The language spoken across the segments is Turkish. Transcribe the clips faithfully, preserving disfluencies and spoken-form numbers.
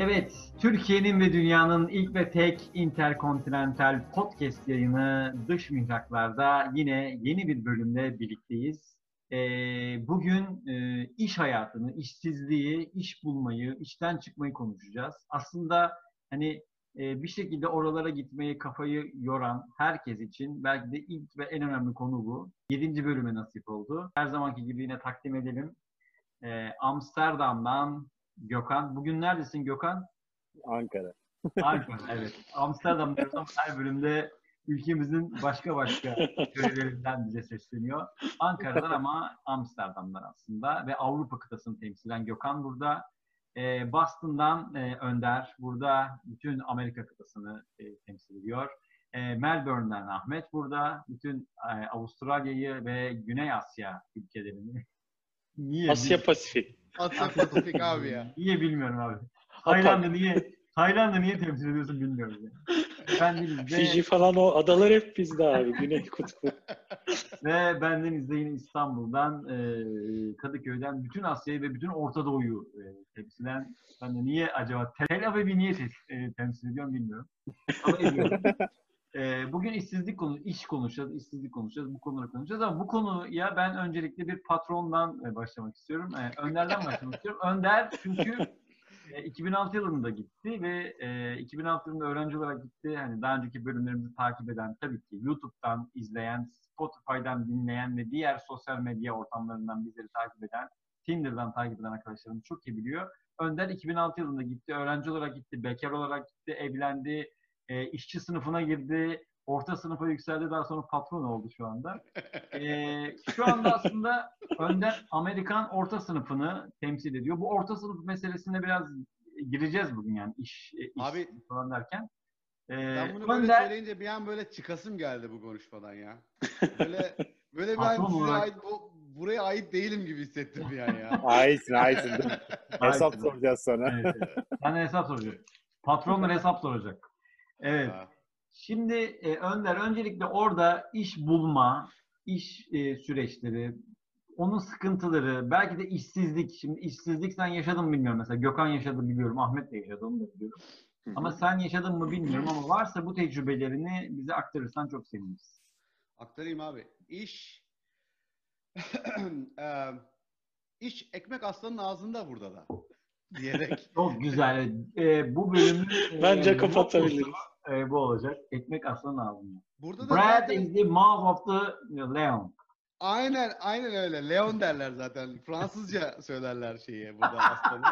Evet, Türkiye'nin ve dünyanın ilk ve tek interkontinental podcast yayını Dış Mihraklar'da yine yeni bir bölümde birlikteyiz. Ee, bugün e, iş hayatını, işsizliği, iş bulmayı, işten çıkmayı konuşacağız. Aslında hani e, bir şekilde oralara gitmeyi kafayı yoran herkes için belki de ilk ve en önemli konu bu. Yedinci bölüme nasip oldu. Her zamanki gibi yine takdim edelim. Ee, Amsterdam'dan Gökhan. Bugün neredesin Gökhan? Ankara. Ankara, evet. Amsterdam diyoruz ama her bölümde ülkemizin başka başka köylerinden bize sesleniyor. Ankara'dan ama Amsterdam'dan aslında ve Avrupa kıtasını temsilen Gökhan burada. Ee, Boston'dan e, Önder burada bütün Amerika kıtasını e, temsil ediyor. E, Melbourne'den Ahmet burada bütün e, Avustralya'yı ve Güney Asya ülkelerini. Niye? Asya Pasifik. Asya Pasifik abi ya. Niye bilmiyorum abi. Hatta Tayland'ı niye Tayland'ı niye temsil ediyorsun bilmiyorum yani. Efendimiz'de Fiji falan o adalar hep bizde abi. Güney Kutbu. ve benden izleyin İstanbul'dan, e, Kadıköy'den bütün Asya'yı ve bütün Orta Doğu'yu e, temsilen. Ben de niye acaba Tel Aviv'i niye te- e, temsil ediyorum bilmiyorum. Ama ediyorum. E, bugün işsizlik konu, iş konuşacağız, işsizlik konuşacağız, bu konuları konuşacağız ama bu konuya ben öncelikle bir patrondan e, başlamak istiyorum. E, Önder'den başlamak istiyorum. Önder çünkü E, iki bin altı yılında gitti ve e, iki bin altı yılında öğrenci olarak gitti. Hani daha önceki bölümlerimizi takip eden, tabii ki YouTube'dan izleyen, Spotify'dan dinleyen ve diğer sosyal medya ortamlarından bizleri takip eden, Tinder'dan takip eden arkadaşlarımız çok iyi biliyor. Önder iki bin altı yılında gitti, öğrenci olarak gitti, bekar olarak gitti, evlendi, e, işçi sınıfına girdi, orta sınıfa yükseldi, daha sonra patron oldu şu anda. E, şu anda aslında Önder Amerikan orta sınıfını temsil ediyor. Bu orta sınıf meselesine biraz gireceğiz bugün yani iş, iş Abi, falan derken. Ee, Ben bunu böyle Önder söyleyince bir an böyle çıkasım geldi bu konuşmadan ya. Böyle böyle ben patron size olarak ait, bu, buraya ait değilim gibi hissettim bir an ya. Aitsin, aitsin. Hesap Aynen. soracağız sana. Evet, evet. Sen hesap soracak. Patronlar hesap soracak. Evet. Ha. Şimdi e, Önder öncelikle orada iş bulma, iş e, süreçleri, onun sıkıntıları, belki de işsizlik. Şimdi işsizlik sen yaşadın mı bilmiyorum. Mesela Gökhan yaşadı biliyorum, Ahmet de yaşadı onu da biliyorum. Ama sen yaşadın mı bilmiyorum ama varsa bu tecrübelerini bize aktarırsan çok seviniriz. Aktarayım abi. İş Eee, iş ekmek aslanın ağzında burada da diyerek. Çok güzel. E, bu bölümün e, Bence kapatabiliriz. e, bu olacak. Ekmek aslanın ağzında. Burada da Bread zaten is the mouth of the leon. aynen aynen öyle. Leon derler zaten. Fransızca söylerler şeyi burada aslanı.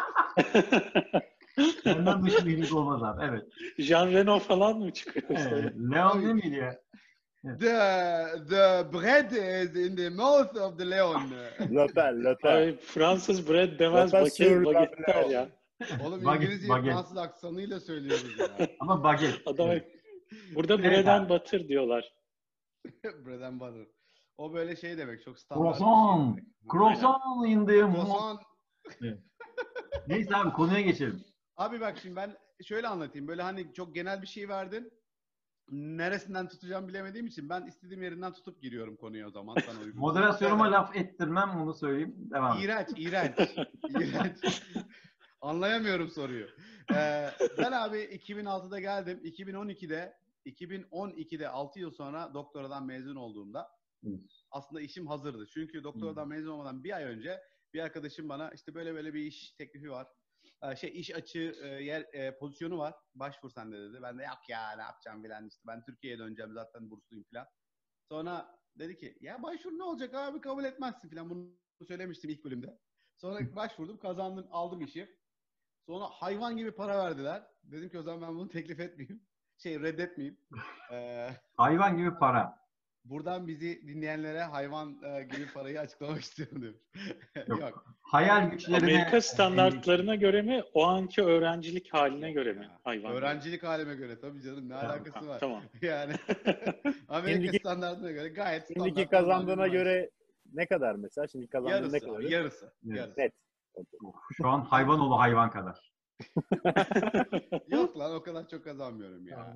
Senden dışında iyilik olmaz abi. Evet. Jean Reno falan mı çıkıyor? Evet. Leon ne miydi ya? The the bread is in the mouth of the leon. Löper, löper. Abi Fransız bread demez, Löper baget, sur baget la der leon. ya. Oğlum Baget, İngilizce baget. Fransız aksanıyla söylüyoruz ya. Ama baget. Adam Evet. burada Evet bread and abi. butter diyorlar. Bread and butter. O böyle şey demek, çok standart bir şey Croissant. demek. Croissant in the mouth. Croissant. Evet. Neyse abi konuya geçelim. Abi bak şimdi ben şöyle anlatayım. Böyle hani çok genel bir şey verdin. Neresinden tutacağım bilemediğim için ben istediğim yerinden tutup giriyorum konuya o zaman. Sana uygun. Moderasyonuma laf ettirmem onu söyleyeyim. Devam et. İğrenç, iğrenç. İğrenç. Anlayamıyorum soruyu. Ee, ben abi iki bin altıda geldim. iki bin on ikide iki bin on ikide altı yıl sonra doktoradan mezun olduğumda aslında işim hazırdı. Çünkü doktoradan mezun olmadan bir ay önce bir arkadaşım bana işte böyle böyle bir iş teklifi var. Ee, şey iş açığı e, yer e, pozisyonu var. Başvur sen de dedi. Ben de yok ya ne yapacağım bilen işte ben Türkiye'ye döneceğim zaten bursluyum falan. Sonra dedi ki ya başvur ne olacak abi kabul etmezsin falan. Bunu söylemiştim ilk bölümde. Sonra başvurdum, kazandım, aldım işi. Sonra hayvan gibi para verdiler. Dedim ki o zaman ben bunu teklif etmeyeyim. Şey reddetmeyeyim. Ee, Hayvan gibi para. buradan bizi dinleyenlere hayvan e, gibi parayı açıklamak istiyorum demiş. Yok. Yok. Hayal güçlerine... Amerika standartlarına göre mi, o anki öğrencilik haline göre mi? Ya, Hayvan. öğrencilik halime göre tabii canım ne Tamam, alakası var. Tamam. Yani Amerika Şimdiki- standartına göre gayet standart. Şimdiki normal kazandığına bir maaş. göre ne kadar mesela? Şimdi kazandığın ne Yarısı, kadar? abi, yarısı, Evet. yarısı. Net. Şu an hayvan oğlu hayvan kadar. Yok lan o kadar çok kazanmıyorum ya.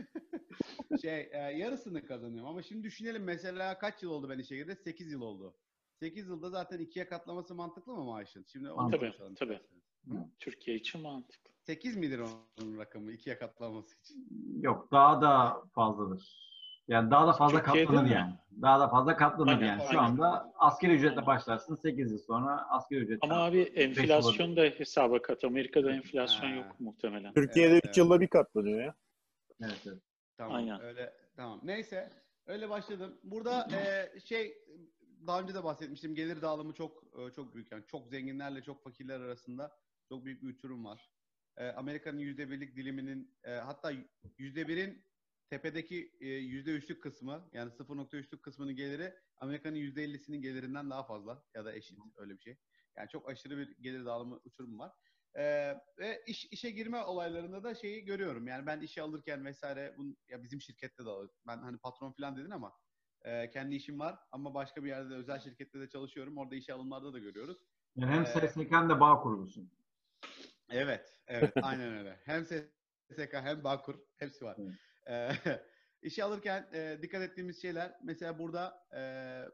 şey e, yarısını kazanıyorum ama şimdi düşünelim mesela kaç yıl oldu ben işe girdi? sekiz yıl oldu. sekiz yılda zaten ikiye katlaması mantıklı mı maaşın? Şimdi onu Tabii, konuşalım tabii. isterseniz. Hı? Türkiye için mantıklı. sekiz midir onun rakamı ikiye katlanması için? Yok, daha da fazladır. Yani daha da fazla Türkiye'de katlanır mi? yani. Daha da fazla katlanır Aynen, yani. Şu aynen. anda asgari ücretle başlarsın. sekiz yıl sonra asgari ücretle. Ama abi enflasyon da hesaba kat. Amerika'da enflasyon Ha. yok muhtemelen. Türkiye'de Evet, üç evet. yılda bir katlanıyor ya. Evet, evet. Tamam. Aynen. Öyle tamam. Neyse öyle başladım. Burada e, şey daha önce de bahsetmiştim. Gelir dağılımı çok e, çok büyük. Yani çok zenginlerle çok fakirler arasında çok büyük bir uçurum var. E, Amerika'nın yüzde birlik diliminin e, hatta yüzde birin tepedeki e, yüzde üçlük kısmı yani sıfır nokta üçlük kısmının geliri Amerika'nın yüzde ellisinin gelirinden daha fazla ya da eşit öyle bir şey. Yani çok aşırı bir gelir dağılımı uçurumu var. Ee, ve iş, işe girme olaylarında da şeyi görüyorum. Yani ben işe alırken vesaire bunu, ya bizim şirkette de alır. Ben hani patron falan dedin ama e, kendi işim var ama başka bir yerde de özel şirkette de çalışıyorum. Orada işe alımlarda da görüyoruz. Yani hem Ee, S S K hem de bağ kurulusun. Evet, evet, aynen öyle. Hem S S K hem Bağkur hepsi var. Evet. Ee, işe alırken e, dikkat ettiğimiz şeyler mesela burada e,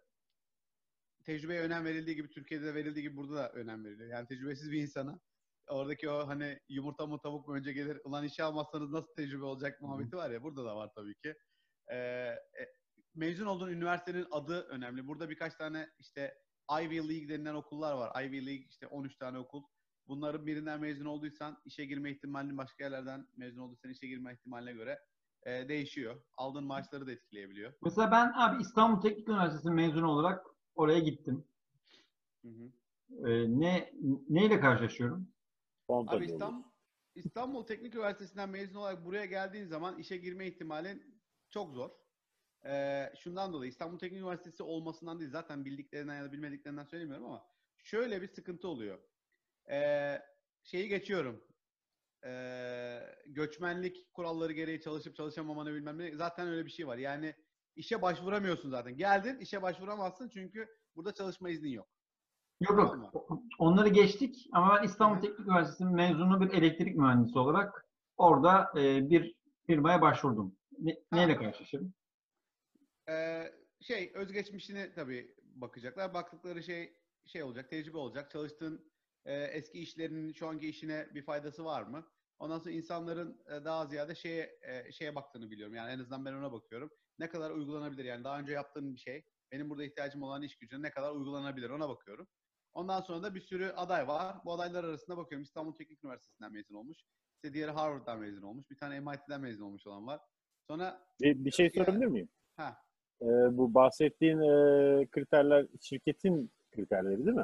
tecrübeye önem verildiği gibi Türkiye'de de verildiği gibi burada da önem veriliyor. Yani tecrübesiz bir insana oradaki o hani yumurta mı tavuk mu önce gelir ulan işe almazsanız nasıl tecrübe olacak muhabbeti var ya burada da var tabii ki. Ee, e, mezun olduğun üniversitenin adı önemli. Burada birkaç tane işte Ivy League denilen okullar var. Ivy League işte on üç tane okul. Bunların birinden mezun olduysan işe girme ihtimalin başka yerlerden mezun olduysan işe girme ihtimaline göre e, değişiyor. Aldığın maaşları da etkileyebiliyor. Mesela ben abi İstanbul Teknik Üniversitesi mezunu olarak oraya gittim. Hı hı. Ee, ne neyle karşılaşıyorum? Pompacı Abi oluyor. İstanbul, İstanbul Teknik Üniversitesi'nden mezun olarak buraya geldiğin zaman işe girme ihtimalin çok zor. Ee, şundan dolayı İstanbul Teknik Üniversitesi olmasından değil zaten bildiklerinden ya da bilmediklerinden söylemiyorum ama şöyle bir sıkıntı oluyor. Ee, şeyi geçiyorum. Ee, göçmenlik kuralları gereği çalışıp çalışamamanı bilmem ne zaten öyle bir şey var. Yani işe başvuramıyorsun zaten. Geldin işe başvuramazsın çünkü burada çalışma iznin yok. Yok Tamam mı? yok. Onları geçtik ama ben Hı İstanbul hı. Teknik Üniversitesi'nin mezunu bir elektrik mühendisi olarak orada e, bir firmaya başvurdum. Ne, neyle Ha, karşılaşırım? Ee, şey özgeçmişine tabii bakacaklar. Baktıkları şey şey olacak, tecrübe olacak. Çalıştığın e, eski işlerinin şu anki işine bir faydası var mı? Ondan sonra insanların e, daha ziyade şeye e, şeye baktığını biliyorum. Yani en azından ben ona bakıyorum. Ne kadar uygulanabilir? Yani daha önce yaptığım bir şey, benim burada ihtiyacım olan iş gücüne ne kadar uygulanabilir? Ona bakıyorum. Ondan sonra da bir sürü aday var. Bu adaylar arasında bakıyorum. İstanbul Teknik Üniversitesi'nden mezun olmuş. İşte diğeri Harvard'dan mezun olmuş. Bir tane M I T'den mezun olmuş olan var. Sonra Bir, bir şey ya sorabilir miyim? ha Ee, bu bahsettiğin e, kriterler şirketin kriterleri değil mi?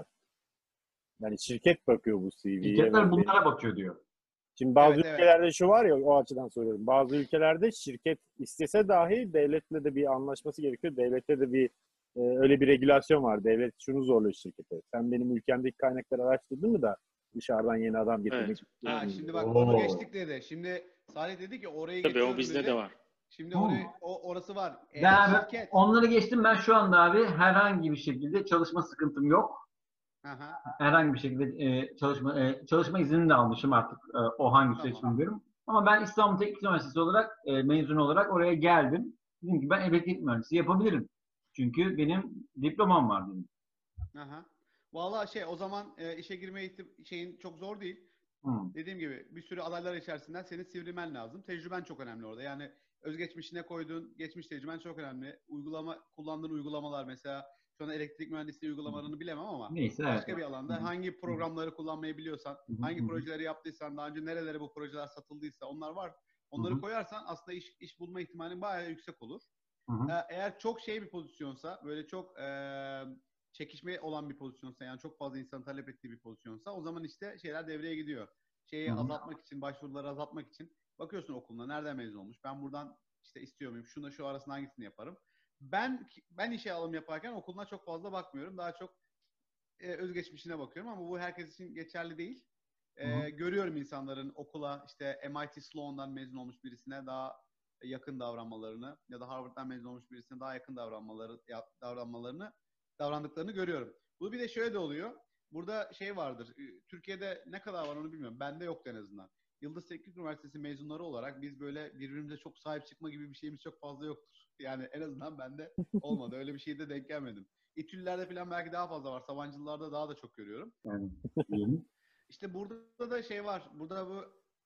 Yani şirket bakıyor bu C V'ye Şirketler ve benim. bunlara bakıyor diyor. Şimdi bazı evet evet. ülkelerde şu var ya o açıdan soruyorum. Bazı ülkelerde şirket istese dahi devletle de bir anlaşması gerekiyor. Devlette de bir e, öyle bir regülasyon var. Devlet şunu zorluyor şirkete. Sen benim ülkemdeki kaynakları araştırdın mı da dışarıdan yeni adam getirmek Evet. istiyorsun Ha diye. şimdi bak Oo. onu geçtik dedi. Şimdi Salih dedi ki orayı Tabii o geçiyorum bizde dedi. de var. Şimdi Hmm. orayı o orası var. Ben Eğer abi şirket onları geçtim. Ben şu anda abi herhangi bir şekilde çalışma sıkıntım yok. Aha, Herhangi bir şekilde e, çalışma e, çalışma iznini de almışım artık. E, o hangi süreç tamam. bilmiyorum. Ama ben İstanbul Teknik Üniversitesi olarak e, mezun olarak oraya geldim. Dedim ki ben elektrik mühendisi yapabilirim. Çünkü benim diplomam var dedim. Aha. Vallahi şey o zaman e, işe girme ihtim- şeyin çok zor değil. Hmm. Dediğim gibi bir sürü adaylar içerisinden seni sivrimen lazım. Tecrüben çok önemli orada. Yani özgeçmişine koyduğun geçmiş tecrüben çok önemli. Uygulama kullandığın uygulamalar mesela şu an elektrik mühendisliği uygulamalarını bilemem ama Neyse evet. başka bir Hı alanda hı. hangi programları kullanmayı biliyorsan, Hı hı, hangi hı hı. projeleri yaptıysan, daha önce nerelere bu projeler satıldıysa onlar var. Hı Onları hı. koyarsan aslında iş, iş bulma ihtimalin bayağı yüksek olur. Hı hı. Ee, Eğer çok şey bir pozisyonsa, böyle çok eee, çekişme olan bir pozisyonsa, yani çok fazla insan talep ettiği bir pozisyonsa o zaman işte şeyler devreye gidiyor. Hı Şeyi hı. azaltmak için, başvuruları azaltmak için bakıyorsun okuluna nereden mezun olmuş. Ben buradan işte istiyor muyum? Şuna şu arasında hangisini yaparım? Ben ben işe alım yaparken okuluna çok fazla bakmıyorum. Daha çok e, özgeçmişine bakıyorum ama bu herkes için geçerli değil. Hı hı. E, görüyorum insanların okula işte M I T Sloan'dan mezun olmuş birisine daha yakın davranmalarını ya da Harvard'dan mezun olmuş birisine daha yakın davranmaları ya- davranmalarını davrandıklarını görüyorum. Bu bir de şöyle de oluyor. Burada şey vardır. e, Türkiye'de ne kadar var onu bilmiyorum. Bende yoktu en azından. Yıldız Teknik Üniversitesi mezunları olarak biz böyle birbirimize çok sahip çıkma gibi bir şeyimiz çok fazla yoktur. Yani en azından bende olmadı. Öyle bir şeyde denk gelmedim. İTÜ'lülerde falan belki daha fazla var. Sabancılılarda daha da çok görüyorum. Yani diyelim. İşte burada da şey var. Burada bu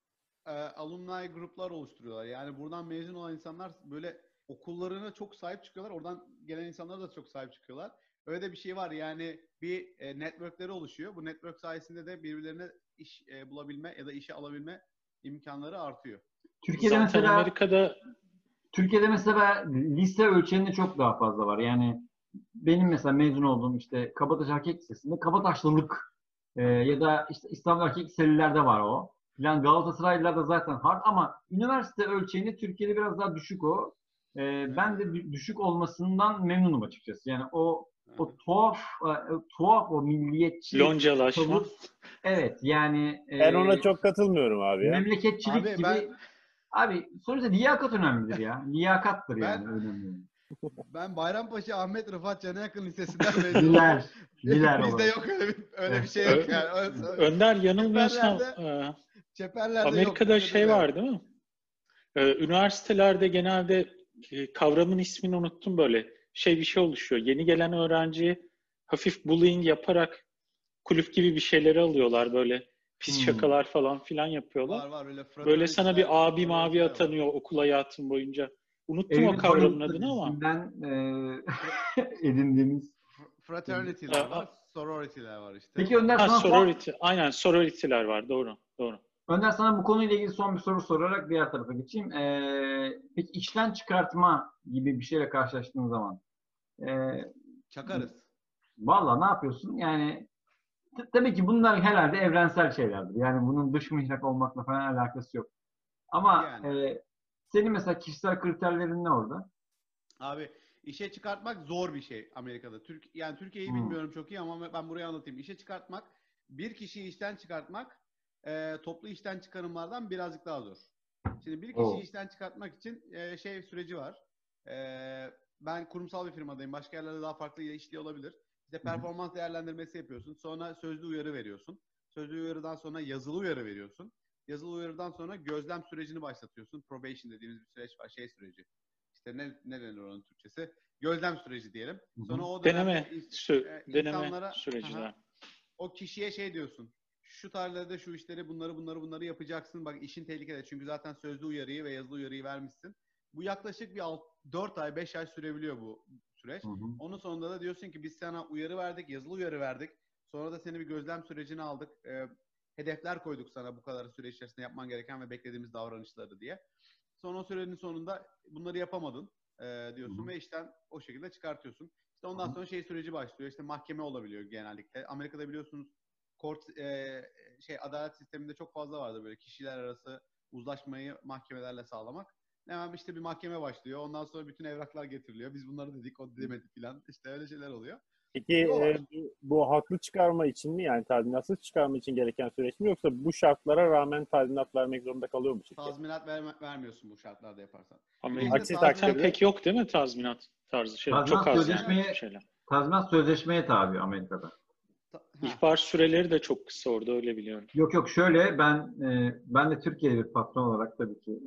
e, alumni gruplar oluşturuyorlar. Yani buradan mezun olan insanlar böyle okullarına çok sahip çıkıyorlar. Oradan gelen insanlara da çok sahip çıkıyorlar. Öyle de bir şey var. Yani bir e, networkleri oluşuyor. Bu network sayesinde de birbirlerine iş e, bulabilme ya da işe alabilme imkanları artıyor. Türkiye'de Zaten mesela Amerika'da Türkiye'de mesela lise ölçeğinde çok daha fazla var. Yani benim mesela mezun olduğum işte Kabataş Erkek Lisesi'nde Kabataşlılık e, ya da işte İstanbul Erkek Liselilerde var o. Yani Galatasaraylılarda zaten hard ama üniversite ölçeğinde Türkiye'de biraz daha düşük o. E, ben de dü- düşük olmasından memnunum açıkçası. Yani o o tuhaf e, tuhaf o milliyetçi loncalaşma. tavır. Evet yani Ben ona e, çok katılmıyorum abi ya. memleketçilik Abi gibi. ben Abi sonuçta liyakat önemlidir ya. Liyakattır yani ben önemli. ben Bayrampaşa Ahmet Rıfat Canayakın Lisesi'nden mezun oldum. Liler. Liler Bizde olarak. yok öyle bir, öyle bir Evet. şey yok Ö- yani. Öyle söyleyeyim. Önder yanılmıyorsam Çeperlerde, e, çeperlerde yok. Amerika'da bizde şey de yok. var değil mi? Ee, üniversitelerde genelde e, kavramın ismini unuttum böyle. Şey bir şey oluşuyor. Yeni gelen öğrenciyi hafif bullying yaparak kulüp gibi bir şeyleri alıyorlar böyle. Pis Hmm. şakalar falan filan yapıyorlar. Var var öyle Böyle sana bir fraternity'ler, abi mavi sororite'ler var. atanıyor okul hayatın boyunca. Unuttum o Evli kavramın Barış'ta adını ama. dizisinden e, edindiğimiz. Fraternity'ler Aa, var, sorority'ler var işte. Peki Önder Ha sana son, sorority. Aynen sorority'ler var. Doğru. Doğru. Önder sana bu konuyla ilgili son bir soru sorarak diğer tarafa geçeyim. E, peki işten çıkartma gibi bir şeyle karşılaştığın zaman e, Çakarız. valla ne yapıyorsun? Yani t- tabii ki bunlar herhalde evrensel şeylerdir. Yani bunun dış mihrak olmakla falan alakası yok. Ama Yani. e, senin mesela kişisel kriterlerin ne orada? Abi işe çıkartmak zor bir şey Amerika'da. Türk yani Türkiye'yi Hmm. bilmiyorum çok iyi ama ben buraya anlatayım. İşe çıkartmak, bir kişiyi işten çıkartmak e, toplu işten çıkarımlardan birazcık daha zor. Şimdi bir kişiyi Oo. işten çıkartmak için e, şey süreci var. E, ben kurumsal bir firmadayım. Başka yerlerde daha farklı işliyor olabilir. İşte performans değerlendirmesi yapıyorsun. Sonra sözlü uyarı veriyorsun. Sözlü uyarıdan sonra yazılı uyarı veriyorsun. Yazılı uyarıdan sonra gözlem sürecini başlatıyorsun. Probation dediğimiz bir süreç var. Şey süreci. İşte ne, ne denir onun Türkçesi? Gözlem süreci diyelim. Sonra o dönemde Deneme, ins- sü- e, deneme insanlara süreciler. aha, o kişiye şey diyorsun. Şu tarihlerde şu işleri bunları bunları bunları yapacaksın. Bak işin tehlikede. Çünkü zaten sözlü uyarıyı ve yazılı uyarıyı vermişsin. Bu yaklaşık bir dört ay beş ay sürebiliyor bu süreç. Hı hı. Onun sonunda da diyorsun ki biz sana uyarı verdik, yazılı uyarı verdik. Sonra da seni bir gözlem sürecine aldık. E, hedefler koyduk sana bu kadar süre içerisinde yapman gereken ve beklediğimiz davranışları diye. Sonra o sürenin sonunda bunları yapamadın e, diyorsun Hı hı. ve işten o şekilde çıkartıyorsun. İşte ondan Hı hı. sonra şey süreci başlıyor. İşte mahkeme olabiliyor genellikle. Amerika'da biliyorsunuz court, e, şey adalet sisteminde çok fazla vardır böyle kişiler arası uzlaşmayı mahkemelerle sağlamak. Hemen işte bir mahkeme başlıyor. Ondan sonra bütün evraklar getiriliyor. Biz bunları dedik, o demedi filan. İşte öyle şeyler oluyor. Peki O var. e, bu, bu haklı çıkarma için mi yani tazminatsız çıkarma için gereken süreç mi yoksa bu şartlara rağmen tazminat vermek zorunda kalıyor mu şirket? Tazminat verme, vermiyorsun bu şartlarda yaparsan. Amerika'da Aksi zaten takdirde- pek yok değil mi tazminat tarzı şeyler? Tazminat Çok az sözleşmeye- yani şeyler. Tazminat sözleşmeye tabi Amerika'da. Ta- ha. İhbar süreleri de çok kısa orada öyle biliyorum. Yok yok şöyle ben e, ben de Türkiye'de bir patron olarak tabii ki.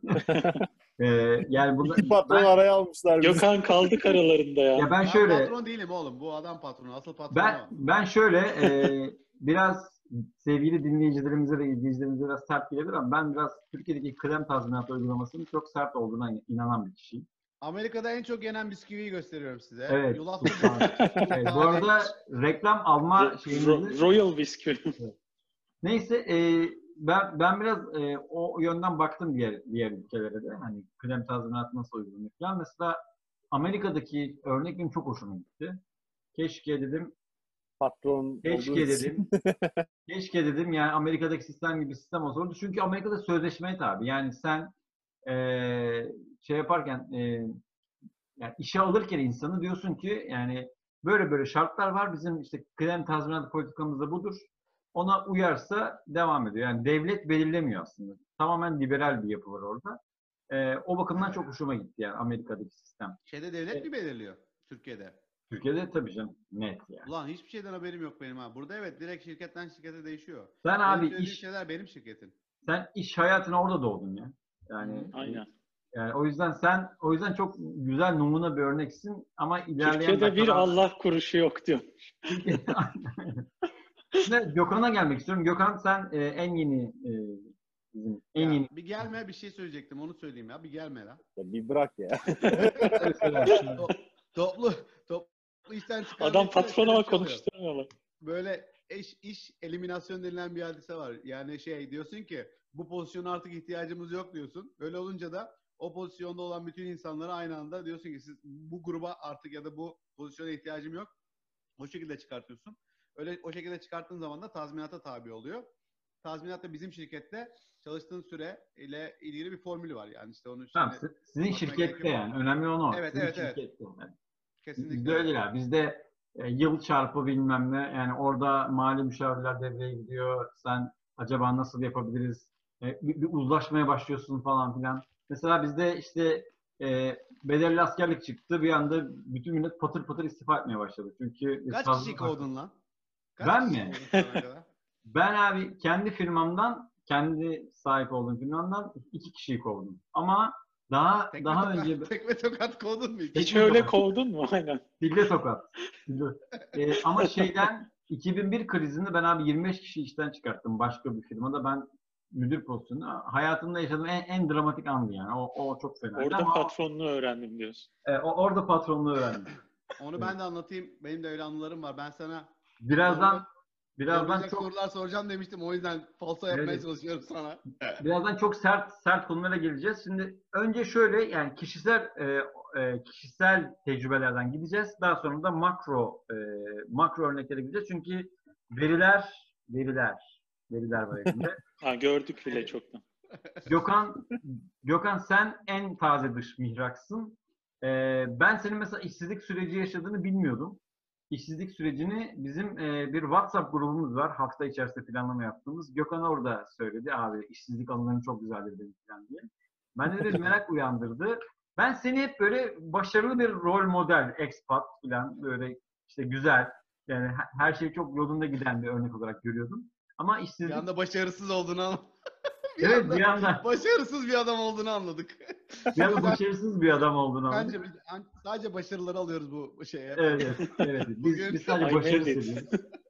e, yani bunu İki patron ben, araya almışlar bizi. Gökhan kaldık aralarında ya. ya ben Ben şöyle patron değilim oğlum. Bu adam patronu. Asıl patronu ben o. ben şöyle e, biraz sevgili dinleyicilerimize ve izleyicilerimize biraz sert gelebilir ama ben biraz Türkiye'deki kıdem tazminatı uygulamasının çok sert olduğuna inanan bir kişiyim. Amerika'da en çok yenen bisküviyi gösteriyorum size. Evet. Yulaflı Evet, bu arada reklam alma Ro- şeyimizi Ro- Royal Biscuit. neyse e, ben ben biraz e, o yönden baktım diğer diğer ülkelere de hani kıdem tazminatı nasıl uygulanıyor falan. Mesela Amerika'daki örnek benim çok hoşuma gitti. Keşke dedim, Patron keşke olduğu için. dedim, keşke dedim yani Amerika'daki sistem gibi sistem olsa. Çünkü Amerika'da sözleşmeye tabi. Yani sen e, şey yaparken e, yani işe alırken insanı diyorsun ki yani böyle böyle şartlar var. Bizim işte kıdem tazminatı politikamız da budur. Ona uyarsa devam ediyor. Yani devlet belirlemiyor aslında. Tamamen liberal bir yapı var orada. Ee, o bakımdan çok hoşuma gitti yani Amerika'daki sistem. Şeyde devlet mi belirliyor? Türkiye'de. Türkiye'de tabii canım net yani. Ulan hiçbir şeyden haberim yok benim ha. Burada evet direkt şirketten şirkete değişiyor. Sen Benim abi söylediğim iş, şeyler benim şirketin. sen iş hayatına orada doğdun ya. Yani, Hı hı. Aynen. yani o yüzden sen o yüzden çok güzel numune bir örneksin ama ilerleyen Türkiye'de bir dakikalar- Allah kuruşu yok diyor. Şimdi Gökhan'a gelmek istiyorum. Gökhan sen e, en yeni e, Bizim en Ya, yeni. bir gelme bir şey söyleyecektim onu söyleyeyim ya. Bir gelme lan. Ya bir bırak ya. To- toplu toplu işten çıkan Adam bir şöyle patronuma bir şey oluyor. konuşturmuyorlar. Böyle iş, iş eliminasyon denilen bir hadise var. Yani şey diyorsun ki bu pozisyona artık ihtiyacımız yok diyorsun. Öyle olunca da o pozisyonda olan bütün insanlara aynı anda diyorsun ki siz bu gruba artık ya da bu pozisyona ihtiyacım yok. O şekilde çıkartıyorsun. Öyle o şekilde çıkarttığın zaman da tazminata tabi oluyor. Tazminat da bizim şirkette çalıştığın süre ile ilgili bir formülü var. Yani işte onu Tamam, şimdi si- sizin anlatmaya gerek şirkette yok. yani. Önemli olan o. Evet, Sizin evet, evet. şirkette. Yani. Kesinlikle. Bizde öyle ya. Bizde e, yıl çarpı bilmem ne. Yani orada mali müşavirler devreye gidiyor. Sen acaba nasıl yapabiliriz? E, bir, bir uzlaşmaya başlıyorsun falan filan. Mesela bizde işte e, bedelli askerlik çıktı. Bir anda bütün millet patır patır istifa etmeye başladı. Çünkü biz Kaç fazla- kişi kovdun lan? Kaç Ben kişi mi? kovdun şu ana kadar? Ben abi kendi firmamdan, kendi sahip olduğum firmamdan iki kişiyi kovdum. Ama daha Tekme daha tokat, önce tekme tokat kovdun mu? Hiç Tekme öyle tokat. kovdun mu? Aynen. dille tokat. Dille- Ee, ama şeyden iki bin bir krizinde ben abi yirmi beş kişi işten çıkarttım başka bir firmada. Ben müdür pozisyonunda. Hayatımda yaşadığım en, en dramatik andı yani. O, o çok fenaydı Orada ama patronluğu öğrendim diyorsun. e, o, orada patronluğu öğrendim. Onu ben de anlatayım. Benim de öyle anılarım var. Ben sana Birazdan birazdan zorlayacak çok sorular soracağım demiştim. O yüzden falso yapmaya Evet. çalışıyorum sana. Birazdan çok sert sert konulara geleceğiz. Şimdi önce şöyle yani kişisel e, e, kişisel tecrübelerden gideceğiz. Daha sonra da makro e, makro örneklere gideceğiz. Çünkü veriler veriler veriler var elimde. Ha, gördük bile çoktan. Gökhan Gökhan sen en taze dış mihraksın. E, ben senin mesela işsizlik süreci yaşadığını bilmiyordum. İşsizlik sürecini bizim e, bir WhatsApp grubumuz var. Hafta içerisinde planlama yaptığımız. Gökhan orada söyledi. Abi işsizlik alanları çok güzeldir dedi falan diye. Bende de bir merak uyandırdı. Ben seni hep böyle başarılı bir rol model, expat falan böyle işte güzel. Yani he- her şey çok yolunda giden bir örnek olarak görüyordum. Ama Bir işsizlik anda başarısız olduğunu an- bir evet anda bir anda başarısız bir adam olduğunu anladık. bir anda başarısız bir adam olduğunu anladım. Bence biz an- sadece başarıları alıyoruz bu şeye. Evet, evet, evet. Biz, Bugün- biz sadece I başarı made it. seviyoruz.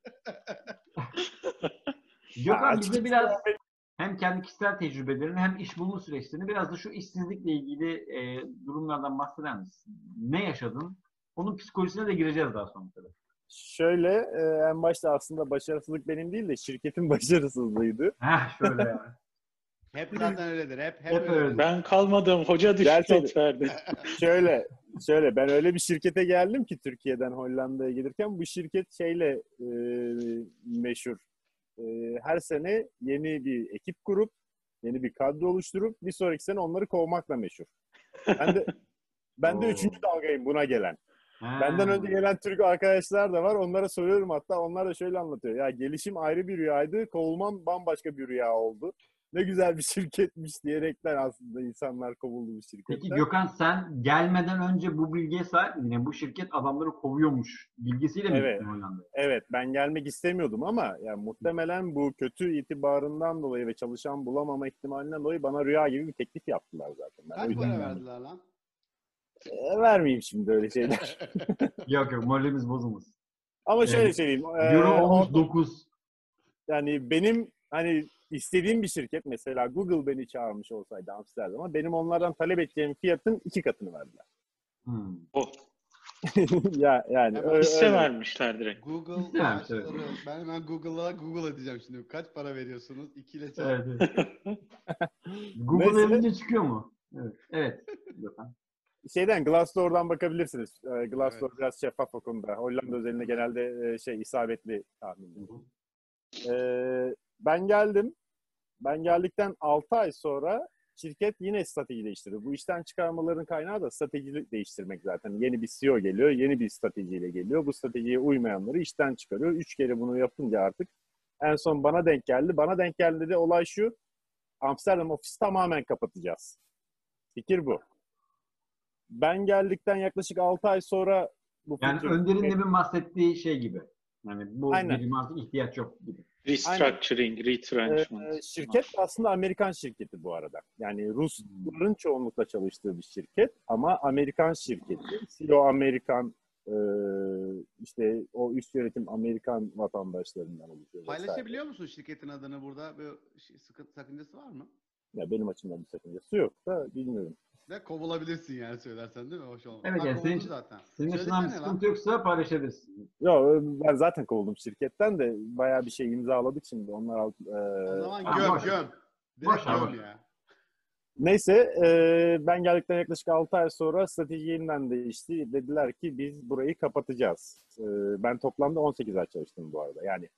Gökhan bize biraz hem kendi kişisel tecrübelerini hem iş bulma süreçlerini biraz da şu işsizlikle ilgili e, durumlardan bahseder misin? Ne yaşadın? Onun psikolojisine de gireceğiz daha sonra tabii. Şöyle e, en başta aslında başarısızlık benim değil de şirketin başarısızlığıydı. Heh şöyle ya. Hep zaten öyledir. Hep hep, Hep öyledir. öyle. Ben kalmadım. Hoca düşük Gerçekten. not verdi. Şöyle, şöyle ben öyle bir şirkete geldim ki Türkiye'den Hollanda'ya gelirken bu şirket şeyle e, meşhur. E, her sene yeni bir ekip kurup, yeni bir kadro oluşturup bir sonraki sene onları kovmakla meşhur. Ben de ben de Oo. üçüncü dalgayım buna gelen. Ha. Benden önce gelen Türk arkadaşlar da var. Onlara soruyorum hatta. Onlar da şöyle anlatıyor. Ya gelişim ayrı bir rüyaydı. Kovulmam bambaşka bir rüya oldu. Ne güzel bir şirketmiş diyerekten aslında insanlar kovuldu bu şirketten. Peki Gökhan sen gelmeden önce bu bilgiye sahip miydin? Yani bu şirket adamları kovuyormuş bilgisiyle mi Evet. gittin Hollanda'ya? Evet, ben gelmek istemiyordum ama yani muhtemelen bu kötü itibarından dolayı ve çalışan bulamama ihtimalinden dolayı bana rüya gibi bir teklif yaptılar zaten. Ben o Kaç yüzden para geldim. verdiler lan? E, vermeyeyim şimdi öyle şeyler. Yok yok moralimiz bozulmasın. Ama şöyle Evet. söyleyeyim. e, Euro olmuş orada- dokuz. Yani benim hani istediğim bir şirket mesela Google beni çağırmış olsaydı Amsterdam'a benim onlardan talep edeceğim fiyatın iki katını verdiler. Hmm. Oh, ya yani Hemen öyle, hisse öyle. vermişler direkt. Google Güzel, maaşları. evet. Ben hemen Google'a Google edeceğim şimdi. Kaç para veriyorsunuz? İki ile çarp. Evet, evet. Google Neyse. yazınca çıkıyor mu? Evet. Evet. Gökhan. Şeyden Glassdoor'dan bakabilirsiniz. Ee, Glassdoor Evet. biraz şeffaf o konuda. Hollanda özelinde genelde e, şey isabetli tahmin. Ee, ben geldim. Ben geldikten altı ay sonra şirket yine strateji değiştirdi. Bu işten çıkarmaların kaynağı da strateji değiştirmek zaten. Yeni bir C E O geliyor, yeni bir stratejiyle geliyor. Bu stratejiye uymayanları işten çıkarıyor. Üç kere bunu yapınca artık en son bana denk geldi. Bana denk geldi de olay şu. Amsterdam ofisi tamamen kapatacağız. Fikir bu. Ben geldikten yaklaşık altı ay sonra bu Yani fikir... Önder'in demin bahsettiği şey gibi. Yani bu Aynen. birim artık ihtiyaç yok gibi. Restructuring, retrenchment. Ee, şirket aslında Amerikan şirketi bu arada. Yani Rusların çoğunlukla çalıştığı bir şirket ama Amerikan şirketi. C E O Amerikan, e, Ee, işte o üst yönetim Amerikan vatandaşlarından oluşuyor. vesaire. Paylaşabiliyor musun şirketin adını burada? Bir şey, sıkıntı sakıncası var mı? Ya benim açımdan bir sakıncası yok da bilmiyorum. Ve kovulabilirsin yani söylersen değil mi? Hoş olmaz. Evet Ha, yani senin, kovuldun zaten. senin açısından bir Söylesene lan. sıkıntı yoksa paylaşabilirsin. Yok ben zaten kovuldum şirketten de bayağı bir şey imzaladık şimdi. Onlar alt- e, O zaman Ha, göm boş ver. göm. Boş Direkt ver, göm boş ver. ya. Neyse e, ben geldikten yaklaşık altı ay sonra strateji yeniden değişti. Dediler ki biz burayı kapatacağız. E, ben toplamda on sekiz ay çalıştım bu arada. Yani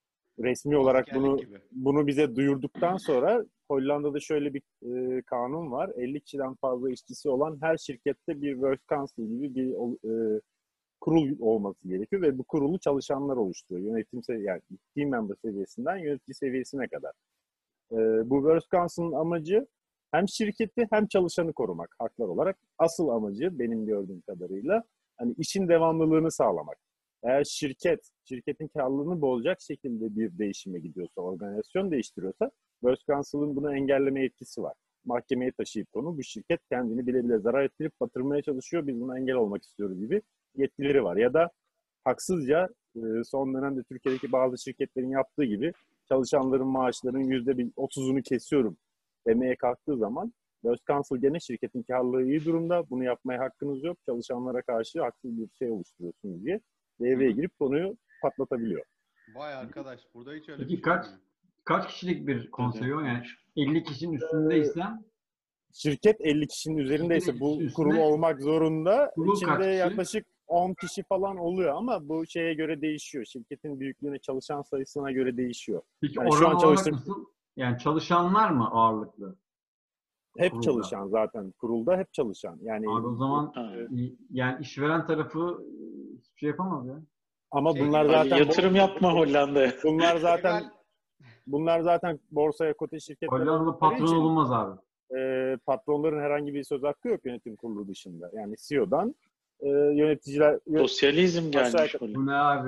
resmi olarak Askerlik bunu gibi. bunu bize duyurduktan sonra Hollanda'da şöyle bir e, kanun var. elli kişiden fazla işçisi olan her şirkette bir Works Council gibi bir e, kurul olması gerekiyor ve bu kurulu çalışanlar oluşturuyor. Yönetim sev- yani team member seviyesinden yönetici seviyesine kadar. E, bu Works Council'ın amacı hem şirketi hem çalışanı korumak haklar olarak. Asıl amacı benim gördüğüm kadarıyla hani işin devamlılığını sağlamak. Eğer şirket, şirketin karlılığını bozacak şekilde bir değişime gidiyorsa, organizasyon değiştiriyorsa Works Council'ın bunu engelleme yetkisi var. Mahkemeye taşıyıp onu bu şirket kendini bile bile zarar ettirip batırmaya çalışıyor. Biz buna engel olmak istiyoruz gibi yetkileri var. Ya da haksızca son dönemde Türkiye'deki bazı şirketlerin yaptığı gibi çalışanların maaşlarının yüzde otuzunu kesiyorum demeye kalktığı zaman Works Council gene şirketin karlılığı iyi durumda. Bunu yapmaya hakkınız yok. Çalışanlara karşı haksız bir şey oluşturuyorsunuz diye devreye girip konuyu patlatabiliyor. Vay arkadaş burada hiç öyle Peki bir şey kaç olmuyor. kaç kişilik bir konsey o? Yani elli kişinin Ee, üstündeysen Şirket elli kişinin üzerindeyse bu üstüne kurul olmak zorunda. kurul İçinde kaç kişi? yaklaşık on kişi falan oluyor ama bu şeye göre değişiyor. Şirketin büyüklüğüne, çalışan sayısına göre değişiyor. Peki Yani şu oran an olarak çalıştığım nasıl? Yani çalışanlar mı ağırlıklı? hep Kurulda. çalışan zaten. Kurulda hep çalışan. Yani Abi o zaman Ha. yani işveren tarafı hiçbir şey yapamaz ya. ama Şey bunlar gibi, Ali, zaten yatırım yapma Hollanda'ya. bunlar zaten Legal- bunlar zaten borsaya kote şirketler Hollanda'da oldukları patron için olunmaz abi. e, patronların herhangi bir söz hakkı yok yönetim kurulu dışında. Yani C E O'dan e, yöneticiler Sosyalizm Aşağı gelmiş yukarı. Hollanda. Bu ne abi?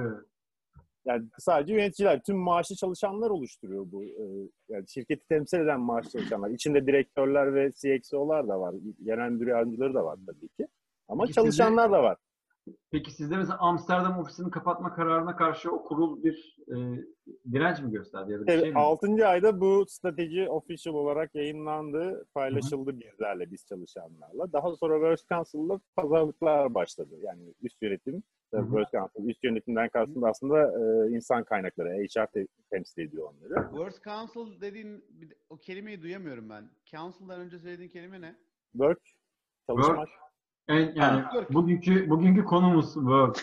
yani sadece yöneticiler, tüm maaşlı çalışanlar oluşturuyor bu. E, yani şirketi temsil eden maaşlı çalışanlar. İçinde direktörler ve C X O'lar da var. Genel müdür yardımcıları da var tabii ki. Ama Peki çalışanlar da var. Peki sizde mesela Amsterdam ofisini kapatma kararına karşı o kurul bir e, direnç mi gösterdi ya da bir şey Evet, mi? altıncı ayda bu strateji official olarak yayınlandı, paylaşıldı bizlerle, biz çalışanlarla. Daha sonra Works Council'da pazarlıklar başladı. Yani üst yönetim, Hı hı. Works Council, üst yönetimden kastım da aslında e, insan kaynakları, H R te- temsil ediyor onları. Works Council dediğin bir de- o kelimeyi duyamıyorum ben. Council'dan önce söylediğin kelime ne? Work, çalışmak. Work. En, yani Ha. Work. bugünkü bugünkü konumuz work.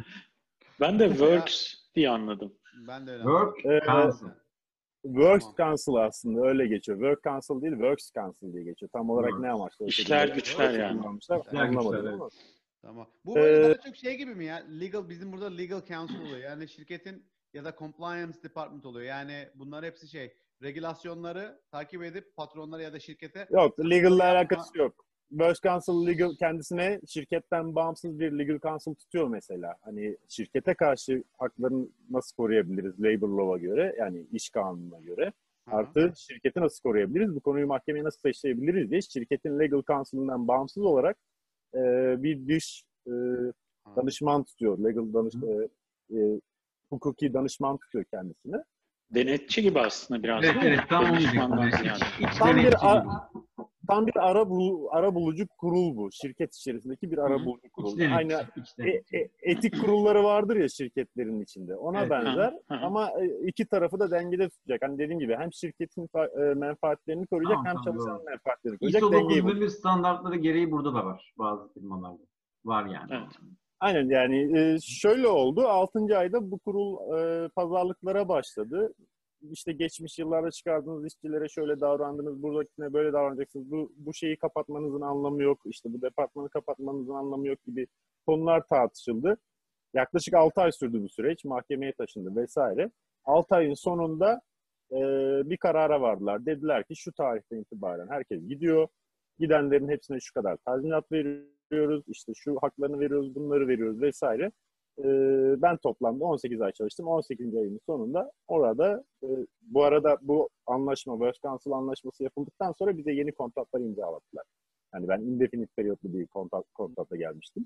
Ben de Works diye anladım. Ben de öyle Work Ee, Council. Works Tamam. Council aslında öyle geçiyor. Work Council değil, Works Council diye geçiyor. Tam olarak Works. ne amaçla? o İşler şekilde güçler yani. kullanmışlar, İşler anlamadım güçler, ama. Tamam. Bu böyle Ee, daha çok şey gibi mi ya? Legal, bizim burada legal counsel oluyor. Yani şirketin ya da compliance department oluyor. Yani bunlar hepsi şey, regülasyonları takip edip patronlara ya da şirkete Yok, legal'la yapma- alakası yok. Works Council legal kendisine şirketten bağımsız bir legal counsel tutuyor mesela. Hani şirkete karşı haklarını nasıl koruyabiliriz labor law'a göre, yani iş kanununa göre. Hı hı. Artı şirketi nasıl koruyabiliriz, bu konuyu mahkemeye nasıl taşıyabiliriz diye şirketin legal counsel'ından bağımsız olarak e, bir dış e, danışman tutuyor. Legal danış, e, e, hukuki danışman tutuyor kendisine. Denetçi gibi aslında biraz. Evet evet tam onu Danışmandan diyecektim. ziyade. İç, iç Tam bir denetçi a- gibi. Tam bir ara, bul, ara bulucu kurul bu. Şirket içerisindeki bir ara Hı hı. bulucu İç kurul. denetçi. Aynı iç e, denetçi. e, etik kurulları vardır ya şirketlerin içinde. Ona Evet, benzer Hı hı. ama e, iki tarafı da dengede tutacak. Hani dediğim gibi hem şirketin fa- e, menfaatlerini koruyacak Tamam, hem tamam, çalışanın doğru. menfaatlerini I koruyacak, S O dengeyi dokuz bin bulacak. bir standartları gereği burada da var bazı firmalarda. Var yani. Evet. Aynen yani e, şöyle oldu. altıncı ayda bu kurul e, pazarlıklara başladı. İşte geçmiş yıllarda çıkardığınız işçilere şöyle davrandınız, buradakine böyle davranacaksınız. Bu, bu şeyi kapatmanızın anlamı yok. İşte bu departmanı kapatmanızın anlamı yok gibi konular tartışıldı. Yaklaşık altı ay sürdü bu süreç. Mahkemeye taşındı vesaire. altı ayın sonunda e, bir karara vardılar. Dediler ki şu tarihten itibaren herkes gidiyor. Gidenlerin hepsine şu kadar tazminat veriyoruz. İşte şu haklarını veriyoruz, bunları veriyoruz vesaire. E, ben toplamda on sekiz ay çalıştım. on sekizinci ayın sonunda orada e, bu arada bu anlaşma, Works Council anlaşması yapıldıktan sonra bize yeni kontratlar imzalattılar. Yani ben indefinite periyotlu bir kontrat, kontrata gelmiştim.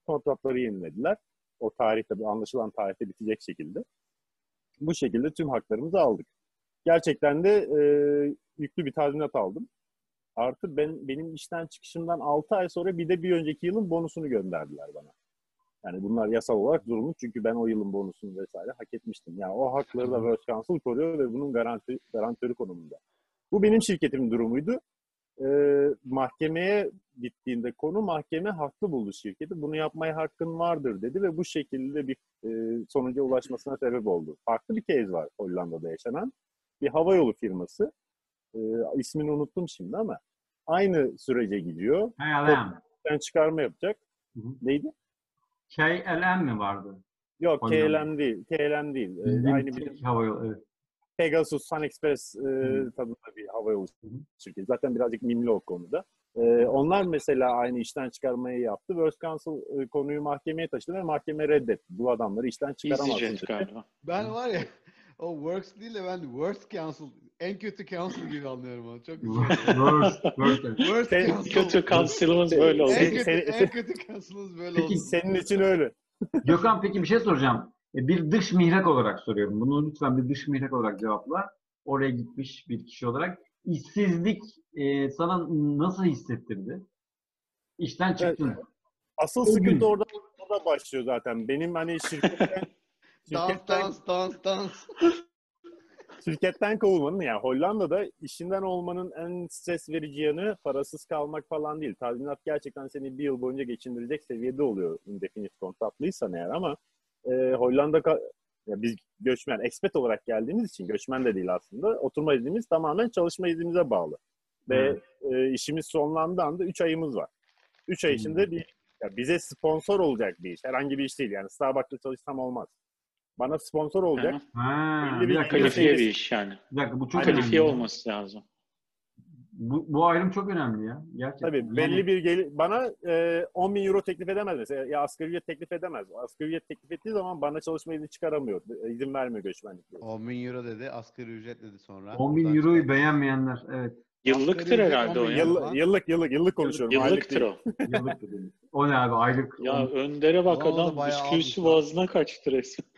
kontratları yenilediler. O tarihte, anlaşılan tarihte bitecek şekilde. Bu şekilde tüm haklarımızı aldık. Gerçekten de e, yüklü bir tazminat aldım. Artı ben benim işten çıkışımdan altı ay sonra bir de bir önceki yılın bonusunu gönderdiler bana. Yani bunlar yasal olarak zorunlu çünkü ben o yılın bonusunu vesaire hak etmiştim. Yani o hakları da Works Council koruyor ve bunun garanti, garantörü konumunda. Bu benim şirketimin durumuydu. Ee, mahkemeye gittiğinde konu, mahkeme haklı buldu şirketi. Bunu yapmaya hakkın vardır dedi ve bu şekilde bir e, sonuca ulaşmasına sebep oldu. Farklı bir case var Hollanda'da yaşanan. Bir havayolu firması. E, ismini unuttum şimdi ama aynı sürece gidiyor. K L M. Sen çıkarma yapacak. Hı hı. Neydi? K L M mi vardı? Yok, Hollanda. K L M değil. K L M değil. Ee, Bizim aynı tek bir havayolu, evet. Pegasus, Sun Express e, Hı. tadında bir havayolu Hı hı. şirketi. Zaten birazcık mimli o konuda. Ee, onlar mesela aynı işten çıkarmayı yaptı. Works Council e, konuyu mahkemeye taşıdı ve mahkeme reddetti. Bu adamları işten çıkaramazsın EasyJet dedi. galiba. Ben var ya o Works değil de ben Worst Council, en kötü council gibi anlıyorum onu. Çok güzel. Worst, worst. Worst Sen- council. Kötü kansilimiz böyle oldu. En kötü, Sen- en kötü council'ınız böyle Peki, oldu. Senin için öyle. Gökhan, peki bir şey soracağım. E, Bir dış mihrak olarak soruyorum. Bunu lütfen bir dış mihrak olarak cevapla. Oraya gitmiş bir kişi olarak. İşsizlik e, sana nasıl hissettirdi? İşten çıktın. Asıl O gün. sıkıntı orada, orada başlıyor zaten. Benim hani şirketten Dans, şirketten, dans, dans, dans. şirketten kovulmanın, yani Hollanda'da işinden olmanın en stres verici yanı parasız kalmak falan değil. Tazminat gerçekten seni bir yıl boyunca geçindirecek seviyede oluyor indefinite kontratlıysan eğer, ama e, Hollanda ka- ya biz göçmen, expat olarak geldiğimiz için, göçmen de değil aslında, oturma iznimiz tamamen çalışma iznimize bağlı. Ve e, işimiz sonlandığı anda üç ayımız var. üç ay içinde bir, ya bize sponsor olacak bir iş. Herhangi bir iş değil. Yani Starbucks'ta çalışsam olmaz. Bana sponsor olacak. Hı. Ha, Belli bir bir dakika, Kalifiye seviyesi- bir iş yani. bir dakika, bu çok Aynen. Kalifiye önemli. olması lazım. Bu, bu ayrım çok önemli ya. Gerçekten. Tabii belli Yani- bir gelir, bana e, on bin euro teklif edemez mesela. Ya asgari ücret teklif edemez. Asgari ücret teklif ettiği zaman bana çalışma izni çıkaramıyor. İzin vermiyor göçmenlik. on bin euro dedi, asgari ücret dedi sonra. on bin Buradan euroyu çıkar. beğenmeyenler, evet. Yıllıktır Asgari ücret herhalde on o bin ya. euro. Yıllık, yıllık, yıllık, yıllık konuşuyorum. Aylık Yıllıktır değil. o. Yıllık dedim. O ne abi, aylık? Ya on- Önder'e bak, Ulan o da adam bayağı bisküvisi almış lan. boğazına kaçtı resmen.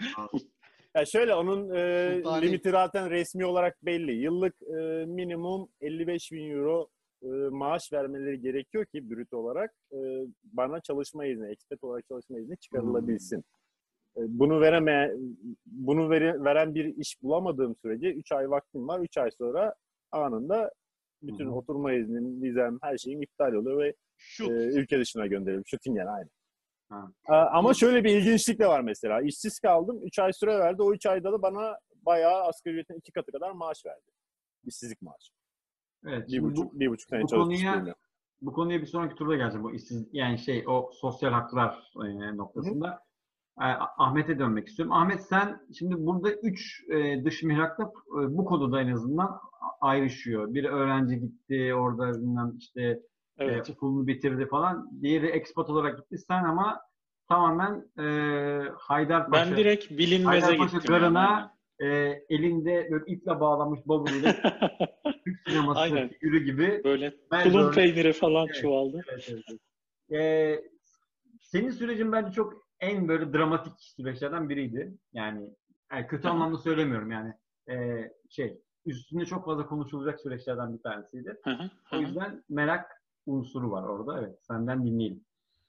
Ya şöyle, onun e, Sultani. limiti zaten resmi olarak belli. Yıllık e, minimum elli beş bin euro e, maaş vermeleri gerekiyor ki brüt olarak e, bana çalışma izni, expat olarak çalışma izni çıkarılabilsin. E, bunu vereme, bunu veri, veren bir iş bulamadığım sürece üç ay vaktim var. üç ay sonra anında bütün Hı hı. oturma iznim, vizem, her şeyim iptal oluyor ve Şut. e, ülke dışına gönderiyorum. Şutingen aynı. Ha. Aa, ama şöyle bir ilginçlik de var mesela. İşsiz kaldım. üç ay süre verdi. O üç ayda da bana bayağı asgari ücretin iki katı kadar maaş verdi. İşsizlik maaşı. Evet. Bir şimdi buçuk, bu, bir buçuk sene bu konuya çalışmışlığıyla. bu konuya bir sonraki turda geleceğim. Bu işsiz, yani şey, o sosyal haklar e, noktasında. E, Ahmet'e dönmek istiyorum. Ahmet, sen şimdi burada üç e, dış mihrakta e, bu konuda en azından ayrışıyor. Bir öğrenci gitti orada, bilmem işte Evet. e, okulunu bitirdi falan. Diğeri expat olarak gitti. Sen ama tamamen e, Haydarpaşa Ben direkt bilinmeze Haydarpaşa gittim yani. garına e, elinde böyle iple bağlanmış bavuluyla Türk sineması Aynen. figürü gibi. Böyle Melbourne- tulum peyniri falan Evet. çuvaldı. Evet, evet, evet. Ee, senin sürecin bence çok en böyle dramatik süreçlerden biriydi. Yani, yani kötü Hı hı. anlamda söylemiyorum yani. Ee, şey, üstünde çok fazla konuşulacak süreçlerden bir tanesiydi. Hı hı, hı O hı. yüzden merak unsuru var orada. Evet, senden dinleyelim.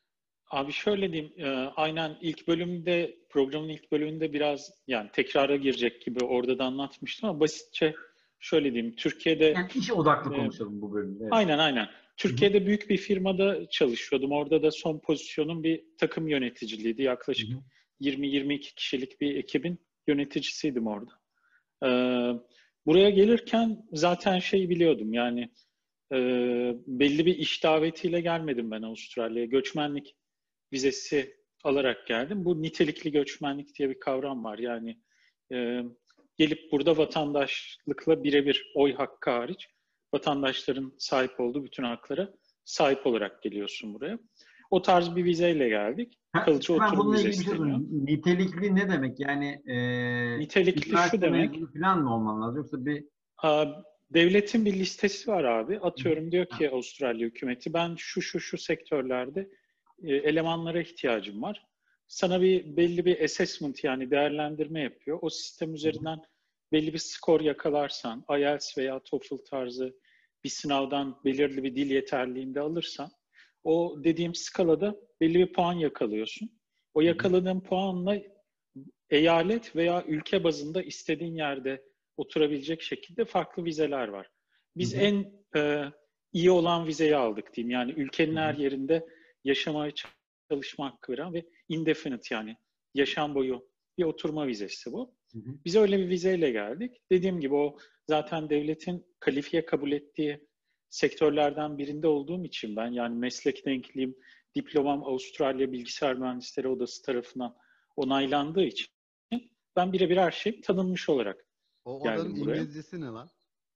Abi şöyle diyeyim, e, aynen ilk bölümde, programın ilk bölümünde biraz yani tekrara girecek gibi orada da anlatmıştım ama basitçe şöyle diyeyim. Türkiye'de Yani iş odaklı e, konuşalım bu bölümde. Evet. aynen aynen. Türkiye'de büyük bir firmada çalışıyordum. Orada da son pozisyonum bir takım yöneticiliğiydi. Yaklaşık Hı hı. yirmi yirmi iki kişilik bir ekibin yöneticisiydim orada. Ee, buraya gelirken zaten şey biliyordum yani e, belli bir iş davetiyle gelmedim ben Avustralya'ya. Göçmenlik vizesi alarak geldim. Bu nitelikli göçmenlik diye bir kavram var. Yani e, gelip burada vatandaşlıkla birebir oy hakkı hariç vatandaşların sahip olduğu bütün haklara sahip olarak geliyorsun buraya. O tarz bir vizeyle geldik. Ha, Kalıcı ben oturum bununla ilgili vizesi bir şey deniyor. sorayım. Nitelikli ne demek? Yani e, Nitelikli şu üniversite demek, mezunu falan mı olman lazım? Yoksa bir Aa, devletin bir listesi var abi. Atıyorum diyor Hı. ki Avustralya hükümeti ben şu şu şu sektörlerde e, elemanlara ihtiyacım var. Sana bir belli bir assessment yani değerlendirme yapıyor. O sistem üzerinden belli bir skor yakalarsan, I E L T S veya TOEFL tarzı bir sınavdan belirli bir dil yeterliğinde alırsan, o dediğim skalada belli bir puan yakalıyorsun. O yakaladığın puanla eyalet veya ülke bazında istediğin yerde oturabilecek şekilde farklı vizeler var. Biz hı hı. en e, iyi olan vizeyi aldık diyeyim. Yani ülkenin hı hı. her yerinde yaşamaya çalışma hakkı veren ve indefinite yani yaşam boyu bir oturma vizesi bu. Hı hı. Biz öyle bir vizeyle geldik. Dediğim gibi o zaten devletin kalifiye kabul ettiği sektörlerden birinde olduğum için ben yani meslek denkliğim, diplomam Avustralya Bilgisayar Mühendisleri Odası tarafından onaylandığı için ben birebir her şey tanınmış olarak o geldim odanın buraya. İngilizcesi ne lan?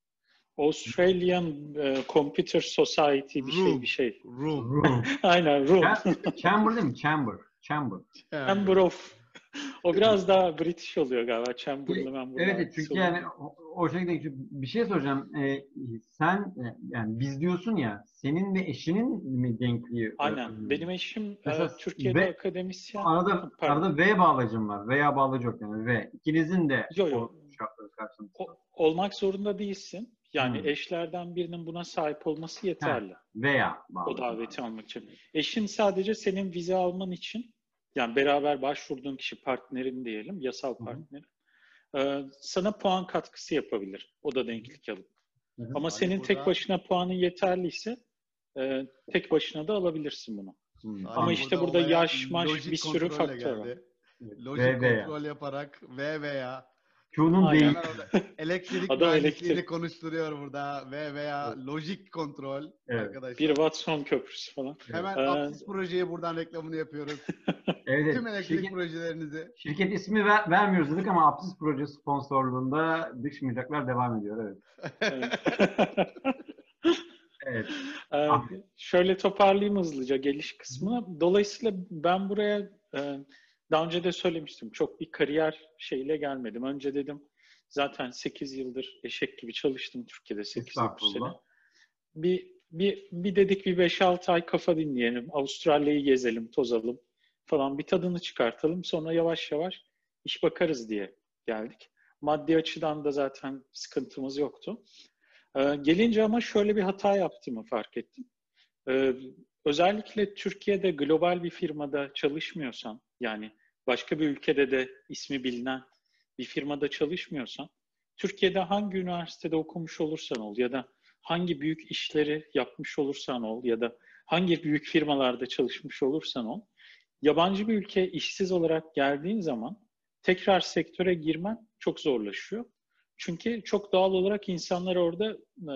Australian uh, Computer Society bir Room. şey bir şey. Room. Room. Aynen room. Chamber değil mi? Chamber. Chamber. Chamber of. O biraz daha British oluyor galiba. Chamber'lı member'lı. Evet, çünkü yani o, o şekilde bir şey soracağım. Ee, sen yani biz diyorsun ya, senin ve eşinin mi denkliği? Aynen. Önemli? Benim eşim Mesela e, Türkiye'de ve, akademisyen. Arada, arada V bağlacım var. Veya bağlacı yok yani. V. İkinizin de yo, yo. o şartları karşısında. Olmak zorunda değilsin. Yani hmm. eşlerden birinin buna sahip olması yeterli. Ha, veya bağlacı. O daveti almak için. Eşin sadece senin vize alman için, yani beraber başvurduğun kişi partnerin diyelim, yasal partnerin, e, sana puan katkısı yapabilir. O da denklik alıp. Hı hı. Ama Ali senin burada... tek başına puanın yeterliyse e, tek başına da alabilirsin bunu. Hmm. Ama Ali işte burada, burada yaş, maş bir sürü faktör var. Lojik ve kontrol veya. Yaparak ve veya Q'nun değil. Elektrik mühendisliğini konuşturuyor burada ve veya evet. Lojik kontrol evet. Arkadaşlar. Bir Watson köprüsü falan. Hemen ee... Apsis projeyi buradan reklamını yapıyoruz. Evet. Tüm elektrik şirket, projelerinizi. Şirket ismi ver, vermiyoruz dedik ama Apsis proje sponsorluğunda dış mihraklar devam ediyor. Evet. Evet. Ee, şöyle toparlayayım hızlıca geliş kısmını. Dolayısıyla ben buraya e, daha önce de söylemiştim. Çok bir kariyer şeyle gelmedim. Önce dedim zaten sekiz yıldır eşek gibi çalıştım Türkiye'de sekiz dokuz sene. Bir, bir, bir dedik bir beş altı ay kafa dinleyelim. Avustralya'yı gezelim, tozalım falan. Bir tadını çıkartalım. Sonra yavaş yavaş iş bakarız diye geldik. Maddi açıdan da zaten sıkıntımız yoktu. Ee, gelince ama şöyle bir hata yaptığımı fark ettim. Ee, özellikle Türkiye'de global bir firmada çalışmıyorsan, yani başka bir ülkede de ismi bilinen bir firmada çalışmıyorsan, Türkiye'de hangi üniversitede okumuş olursan ol ya da hangi büyük işleri yapmış olursan ol ya da hangi büyük firmalarda çalışmış olursan ol, yabancı bir ülkeye işsiz olarak geldiğin zaman tekrar sektöre girmen çok zorlaşıyor. Çünkü çok doğal olarak insanlar orada e,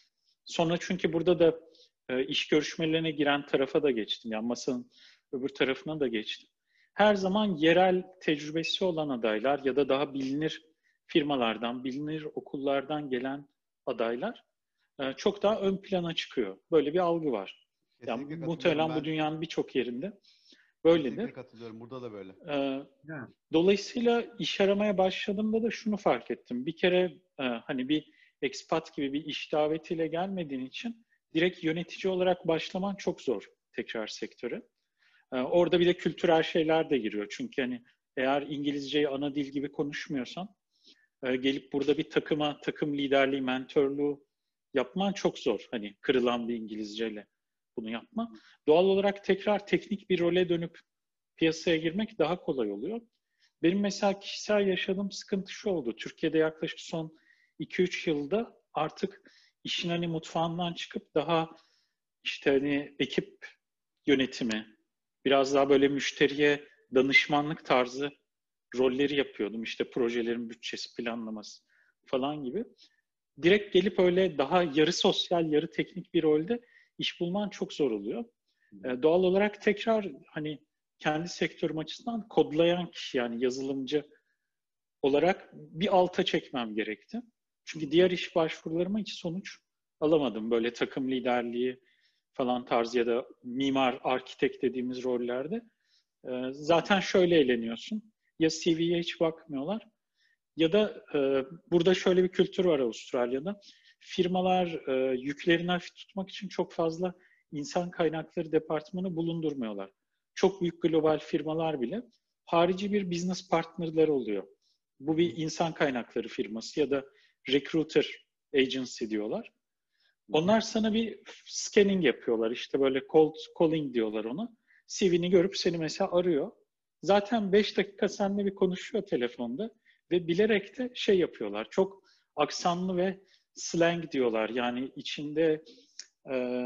sonra çünkü burada da e, iş görüşmelerine giren tarafa da geçtim. Yani masanın öbür tarafına da geçtim. Her zaman yerel tecrübesi olan adaylar ya da daha bilinir firmalardan, bilinir okullardan gelen adaylar e, çok daha ön plana çıkıyor. Böyle bir algı var. Yani muhtemelen bu dünyanın birçok yerinde böyledir. Kesinlikle katılıyorum. Burada da böyle. Ee, dolayısıyla iş aramaya başladığımda da şunu fark ettim. Bir kere e, hani bir expat gibi bir iş davetiyle gelmediğin için direkt yönetici olarak başlaman çok zor tekrar sektöre. Ee, orada bir de kültürel şeyler de giriyor. Çünkü hani eğer İngilizceyi ana dil gibi konuşmuyorsan e, gelip burada bir takıma, takım liderliği, mentorluğu yapman çok zor. Hani kırılan bir İngilizceyle bunu yapma. Doğal olarak tekrar teknik bir role dönüp piyasaya girmek daha kolay oluyor. Benim mesela kişisel yaşadığım sıkıntı şu oldu. Türkiye'de yaklaşık son iki üç yılda artık işin hani mutfağından çıkıp daha işte hani ekip yönetimi, biraz daha böyle müşteriye danışmanlık tarzı rolleri yapıyordum. İşte projelerin bütçesi, planlaması falan gibi. Direkt gelip öyle daha yarı sosyal, yarı teknik bir rolde iş bulman çok zor oluyor. Ee, doğal olarak tekrar hani kendi sektörüm açısından kodlayan kişi yani yazılımcı olarak bir alta çekmem gerekti. Çünkü diğer iş başvurularıma hiç sonuç alamadım. Böyle takım liderliği falan tarzı ya da mimar, arkitek dediğimiz rollerde. Ee, zaten şöyle eğleniyorsun. Ya C V'ye hiç bakmıyorlar ya da e, burada şöyle bir kültür var Avustralya'da. Firmalar e, yüklerini hafif tutmak için çok fazla insan kaynakları departmanı bulundurmuyorlar. Çok büyük global firmalar bile harici bir business partnerleri oluyor. Bu bir insan kaynakları firması ya da recruiter agency diyorlar. Onlar sana bir scanning yapıyorlar. İşte böyle cold calling diyorlar ona. C V'ni görüp seni mesela arıyor. Zaten beş dakika seninle bir konuşuyor telefonda ve bilerek de şey yapıyorlar. Çok aksanlı ve slang diyorlar. Yani içinde e,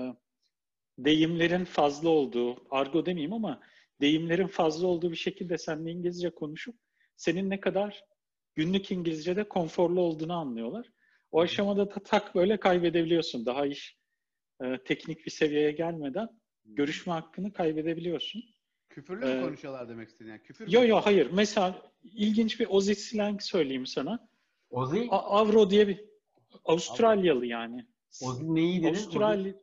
deyimlerin fazla olduğu, argo demeyeyim ama deyimlerin fazla olduğu bir şekilde seninle İngilizce konuşup senin ne kadar günlük İngilizce'de konforlu olduğunu anlıyorlar. O aşamada da tak böyle kaybedebiliyorsun. Daha iş e, teknik bir seviyeye gelmeden görüşme hakkını kaybedebiliyorsun. Küfürlü mü Ee, konuşuyorlar demek istediğin? Yani küfür mü Yo yo diyorlar? hayır. Mesela ilginç bir Aussie slang söyleyeyim sana. Ozi? A- Avro diye bir Avustralyalı yani. Ozi neyi dedin? Avustralya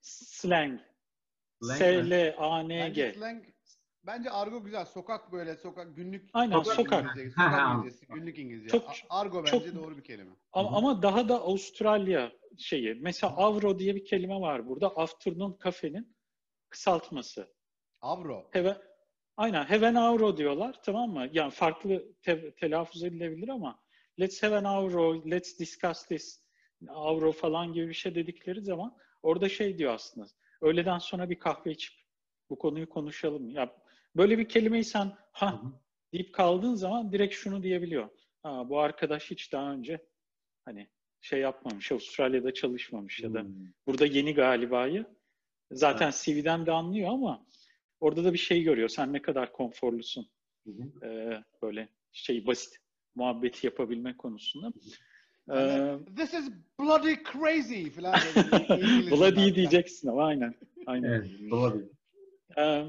slang. Slang S mi? L A N Bence G. slang, bence argo güzel. Sokak böyle, sokak günlük Aynen, günlük sokak. İngilizce, Ha, sokak ha. İngilizcesi, günlük İngilizce. Çok- A- argo çok- bence doğru bir kelime. Ama, Hı hı. ama daha da Avustralya şeyi. Mesela Avro diye bir kelime var burada. Afternoon Cafe'nin kısaltması. Avro. Have, aynen. Have an Avro diyorlar. Tamam mı? Yani farklı te- telaffuz edilebilir ama let's have an Avro, let's discuss this Avro falan gibi bir şey dedikleri zaman orada şey diyor aslında. Öğleden sonra bir kahve içip bu konuyu konuşalım. Ya böyle bir kelimeyi sen ha Hı hı. deyip kaldığın zaman direkt şunu diyebiliyor. Ha, bu arkadaş hiç daha önce hani şey yapmamış, Avustralya'da çalışmamış ya da Hmm. burada yeni galiba'yı zaten C V'den de anlıyor ama orada da bir şey görüyor. Sen ne kadar konforlusun. Hı hı. Ee, böyle şey basit muhabbeti yapabilme konusunda. Sen de, this is bloody crazy falan böyle İngilizce. Bloody diyeceksin ama aynen. Aynen. Evet, olabilir. Ee,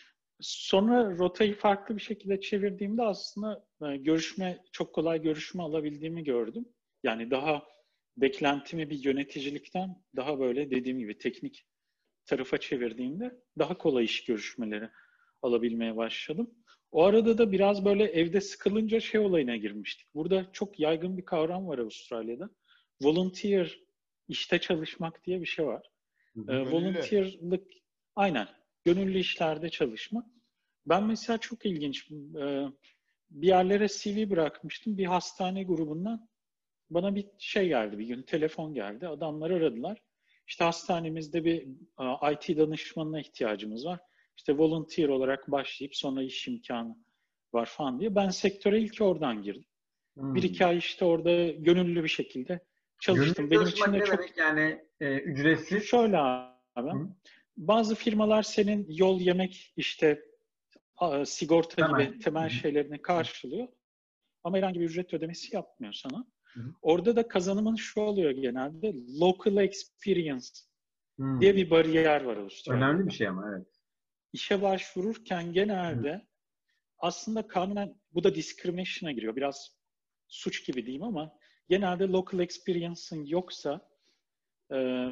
sonra rotayı farklı bir şekilde çevirdiğimde aslında e, görüşme, çok kolay görüşme alabildiğimi gördüm. Yani daha beklentimi bir yöneticilikten daha böyle dediğim gibi teknik tarafa çevirdiğimde daha kolay iş görüşmeleri alabilmeye başladım. O arada da biraz böyle evde sıkılınca şey olayına girmiştik. Burada çok yaygın bir kavram var Avustralya'da. Volunteer, işte çalışmak diye bir şey var. Hı hı. Ee, volunteer'lık, aynen, gönüllü işlerde çalışmak. Ben mesela çok ilginç, e, bir yerlere C V bırakmıştım. Bir hastane grubundan bana bir şey geldi, bir gün telefon geldi. Adamlar aradılar. İşte hastanemizde bir e, I T danışmanına ihtiyacımız var. İşte volunteer olarak başlayıp sonra iş imkanı var falan diye. Ben sektöre ilk oradan girdim. Hmm. Bir iki ay işte orada gönüllü bir şekilde çalıştım. Gönüllü Benim çalışmak için de ne çok demek yani e, ücretsiz? şöyle abi. Hı. Bazı firmalar senin yol, yemek, işte a, sigorta Temel. gibi temel Hı hı. şeylerini karşılıyor. Ama herhangi bir ücret ödemesi yapmıyor sana. Hı hı. Orada da kazanımın şu oluyor genelde. Local experience Hmm. diye bir bariyer var Avustralya'da. Önemli bir şey ama evet. İşe başvururken genelde aslında kanunen bu da discrimination'a giriyor. Biraz suç gibi diyeyim ama genelde local experience'ın yoksa e,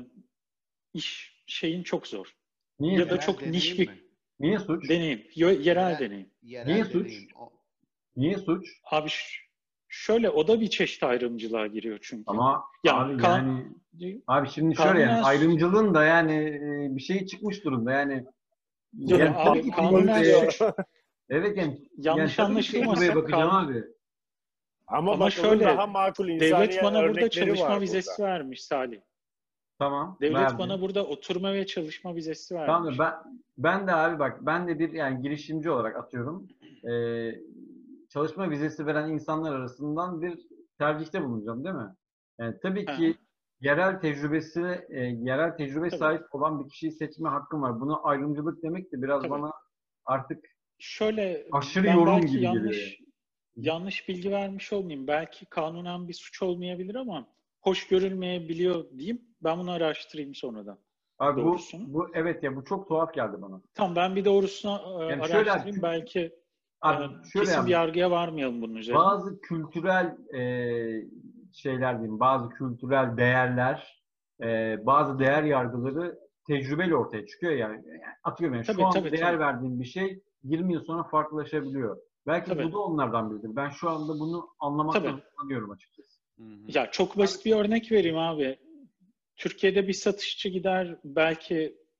iş şeyin çok zor. Niye Ya suç? da Yerel çok deneyim niş bir mi? Niye suç? deneyim. Yo- yerel Yerel- deneyim. Yerel Niye suç? deneyim. O- Niye suç? Abi ş- şöyle o da bir çeşit ayrımcılığa giriyor çünkü. Ama Yani abi kan- yani abi şimdi şöyle yani kanunen- ayrımcılığın da yani e, bir şey çıkmış durumda yani. Yo, Yani abi, tabii ki kanunen bir, e, suç. Evet yani, Yanlış yani tabii ki anlaşılmasın. tecrübeye bakacağım Kan- abi. Ama, Ama bakılın şöyle, daha makul insani Devlet bana burada örnekleri çalışma var vizesi burada. vermiş Salih. Tamam. Devlet verdim. bana burada oturma ve çalışma vizesi Tamam vermiş. da ben ben de abi bak ben de bir yani girişimci olarak atıyorum. Ee, çalışma vizesi veren insanlar arasından bir tercihte bulunacağım değil mi? Yani tabii Hı ki hı. yerel tecrübesine e, yerel tecrübe Tabii. sahip olan bir kişiyi seçme hakkım var. Buna ayrımcılık demek de biraz Tabii. bana artık Şöyle aşırı ben yorum belki gibi yanlış geliyor. yanlış bilgi vermiş olmayayım. Belki kanunen bir suç olmayabilir ama hoş görülmeyebiliyor diyeyim. Ben bunu araştırayım sonradan. Abi bu, Doğrusunu. bu evet ya bu çok tuhaf geldi bana. Tamam, ben bir doğrusunu e, Yani şöyle araştırayım. abi, Belki e, abi şöyle kesin abi, bir yargıya varmayalım bunun üzerine. bazı kültürel e, şeyler diyeyim, bazı kültürel değerler, e, bazı değer yargıları tecrübeyle ortaya çıkıyor yani. Yani atıyorum yani Tabii, şu anda tabii, değer tabii. verdiğim bir şey yirmi yıl sonra farklılaşabiliyor. Belki Tabii. bu da onlardan biridir. Ben şu anda bunu anlamakta Tabii. zorlanıyorum açıkçası. Hı hı. Ya çok basit bir örnek vereyim abi. Türkiye'de bir satışçı gider belki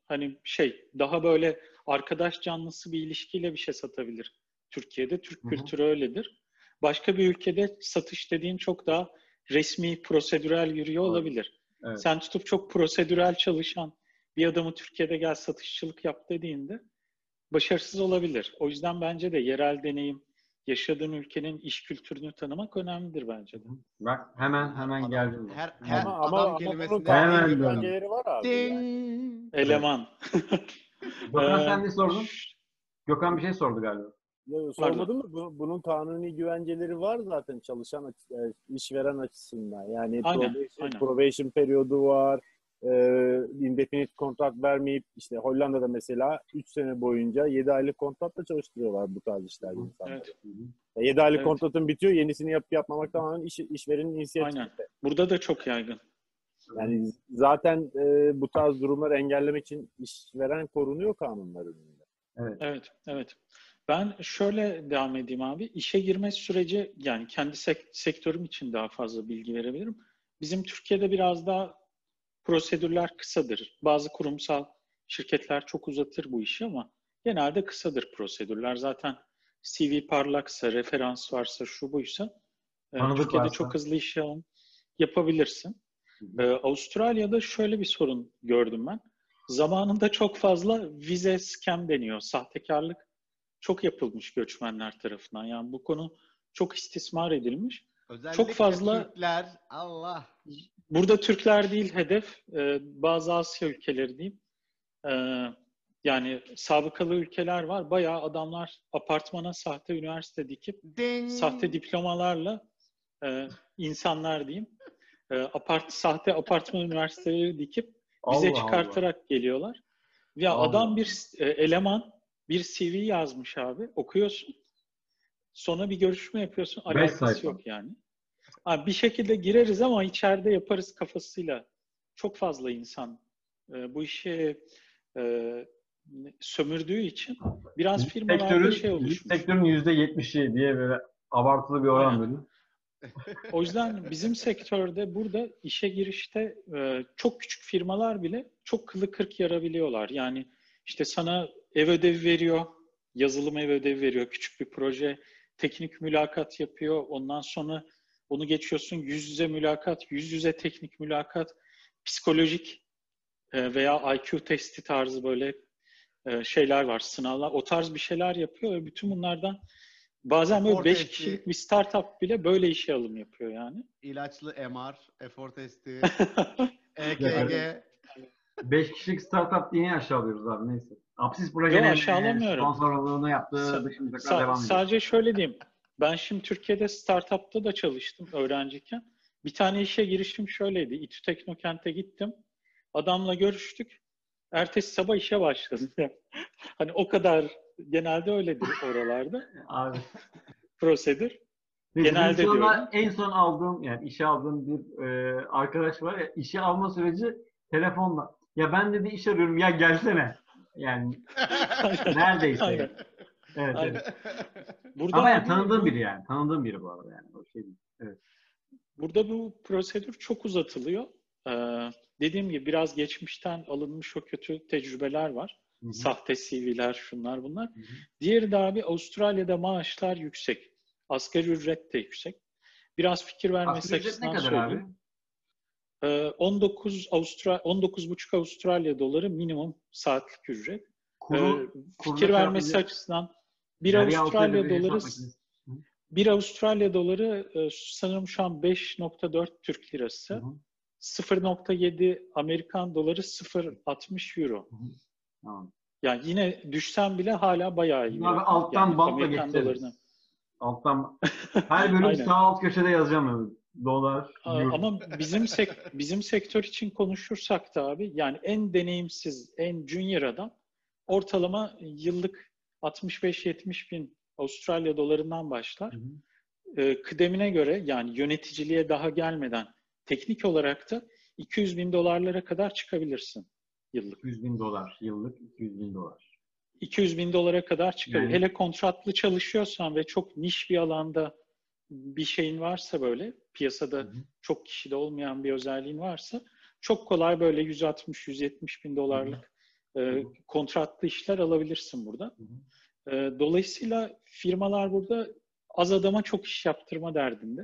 hani şey daha böyle arkadaş canlısı bir ilişkiyle bir şey satabilir. Türkiye'de Türk Hı hı. kültürü öyledir. Başka bir ülkede satış dediğin çok daha resmi, prosedürel yürüyor Doğru. olabilir. Evet. Sen tutup çok prosedürel çalışan bir adamı Türkiye'de gel satışçılık yap dediğinde başarısız olabilir. O yüzden bence de yerel deneyim, yaşadığın ülkenin iş kültürünü tanımak önemlidir bence de. Bak hemen hemen Adam- geldim. Her, Hemen. her Ama, ama, adam ama bunun kelimesinde kanuni Hemen güvenceleri var abi. Yani. ding. Eleman. Gökhan Ee, sen ne sordun? ş- Gökhan bir şey sordu galiba. Ya, sormadın mı? Bu- Bunun kanuni güvenceleri var zaten çalışan açı- e, işveren açısından. Yani Aynen, probation, aynen. probation periyodu var. E, indefinite kontrat vermeyip işte Hollanda'da mesela üç sene boyunca yedi aylık kontratla çalıştırıyorlar bu tarz işlerde insanları. Evet, yedi aylık Evet. kontratın bitiyor, yenisini yapıp yapmamak tamamen iş, işverenin inisiyatifinde. aynen. Burada da çok yaygın. Yani zaten e, bu tarz durumları engellemek için işveren korunuyor kanunlar önünde. Evet. Evet, evet. Ben şöyle devam edeyim abi. İşe girme süreci, yani kendi sek- sektörüm için daha fazla bilgi verebilirim. Bizim Türkiye'de biraz daha prosedürler kısadır. Bazı kurumsal şirketler çok uzatır bu işi ama genelde kısadır prosedürler. Zaten C V parlaksa, referans varsa, şu buysa e, Tanıdık Türkiye'de varsa. çok hızlı iş alım yapabilirsin. Ee, Avustralya'da şöyle bir sorun gördüm ben. Zamanında çok fazla vize scam deniyor. Sahtekarlık çok yapılmış göçmenler tarafından. Yani bu konu çok istismar edilmiş. Özellikle Çok fazla Türkler. Allah. burada Türkler değil hedef, e, bazı Asya ülkeleri diyeyim. E, yani sabıkalı ülkeler var. Bayağı adamlar apartmana sahte üniversite dikip Ding. sahte diplomalarla e, insanlar diyeyim. E, apart, sahte apartman üniversiteleri dikip vize Allah çıkartarak geliyorlar. Ya Allah. adam bir e, eleman bir C V yazmış abi. Okuyorsun. Sonra bir görüşme yapıyorsun. Beş Alakası sayfa. yok yani. Abi bir şekilde gireriz ama içeride yaparız kafasıyla. Çok fazla insan e, bu işi e, sömürdüğü için biraz Bizim firmalarda şey sektörün, bizim oluşmuş. sektörün yüzde yetmişi diye böyle abartılı bir oran Aynen. veriyor. O yüzden bizim sektörde burada işe girişte e, çok küçük firmalar bile çok kılı kırk yarabiliyorlar. Yani işte sana ev ödevi veriyor, yazılım ev ödevi veriyor, küçük bir proje, teknik mülakat yapıyor. Ondan sonra onu geçiyorsun yüz yüze mülakat, yüz yüze teknik mülakat, psikolojik e, veya I Q testi tarzı böyle e, şeyler var, sınavlar. O tarz bir şeyler yapıyor ve bütün bunlardan bazen böyle Efor beş testi. kişilik bir startup bile böyle işe alım yapıyor yani. İlaçlı M R, efor testi, E K G. Beş kişilik startup diye niye aşağılıyoruz abi neyse. Apsis Yo, Proje'nin e, aşağılamıyorum. sponsorluğunu yaptığı Sa- dış mizahlar sa- devam ediyor. sadece şöyle diyeyim. Ben şimdi Türkiye'de startupta da çalıştım öğrenciyken. Bir tane işe girişim şöyleydi. İTÜ Teknokent'e gittim. Adamla görüştük. Ertesi sabah işe başladım. Hani o kadar genelde öyledir oralarda. Abi. Prosedür. Neyse, benim Genelde şu anda diyorum. en son aldığım yani işe aldığım bir e, arkadaş var ya işe alma süreci telefonla. Ya ben dedi iş arıyorum ya gelsene. Yani neredeyse. Aynen. Yani. Evet, Aynen. evet. Burada Ama yani abi tanıdığım bu- biri yani. Tanıdığım biri bu arada yani. O şey değil. Evet. Burada bu prosedür çok uzatılıyor. Ee, dediğim gibi biraz geçmişten alınmış o kötü tecrübeler var. Hı hı. Sahte C V'ler, şunlar bunlar. Hı hı. Diğeri de abi Avustralya'da maaşlar yüksek. Asgari ücret de yüksek. Biraz fikir vermesi Asgari ücret ne açısından kadar söyleyeyim. abi? Ee, on dokuz Avustra on dokuz buçuk Avustralya doları minimum saatlik ücret. Kuru, Ee, kurla fikir vermesi çarpınca- açısından bir Derya Avustralya Altay'da bir hesap doları makinesi. Hı. bir Avustralya doları e, sanırım şu an beş nokta dört Türk lirası. Hı hı. sıfır nokta yedi Amerikan doları, sıfır nokta altmış euro. Hı hı. Tamam. Yani yine düşsen bile hala bayağı iyi bir Abi rakam. alttan Yani bantla Amerikan geçeriz. dolarına. Alttan her bölüm Aynen. sağ alt köşede yazacağım öyle. Dolar, Aa, euro. Ama bizim sek- bizim sektör için konuşursak da abi yani en deneyimsiz, en junior adam ortalama yıllık altmış beş yetmiş bin Avustralya dolarından başlar. Hı hı. Ee, kıdemine göre yani yöneticiliğe daha gelmeden teknik olarak da iki yüz bin dolarlara kadar çıkabilirsin yıllık. iki yüz bin dolar yıllık iki yüz bin dolar. iki yüz bin dolara kadar çıkıyor. Yani- Hele kontratlı çalışıyorsan ve çok niş bir alanda bir şeyin varsa böyle piyasada Hı hı. çok kişide olmayan bir özelliğin varsa çok kolay böyle yüz altmış yüz yetmiş bin dolarlık E, kontratlı işler alabilirsin burada. E, dolayısıyla firmalar burada az adama çok iş yaptırma derdinde.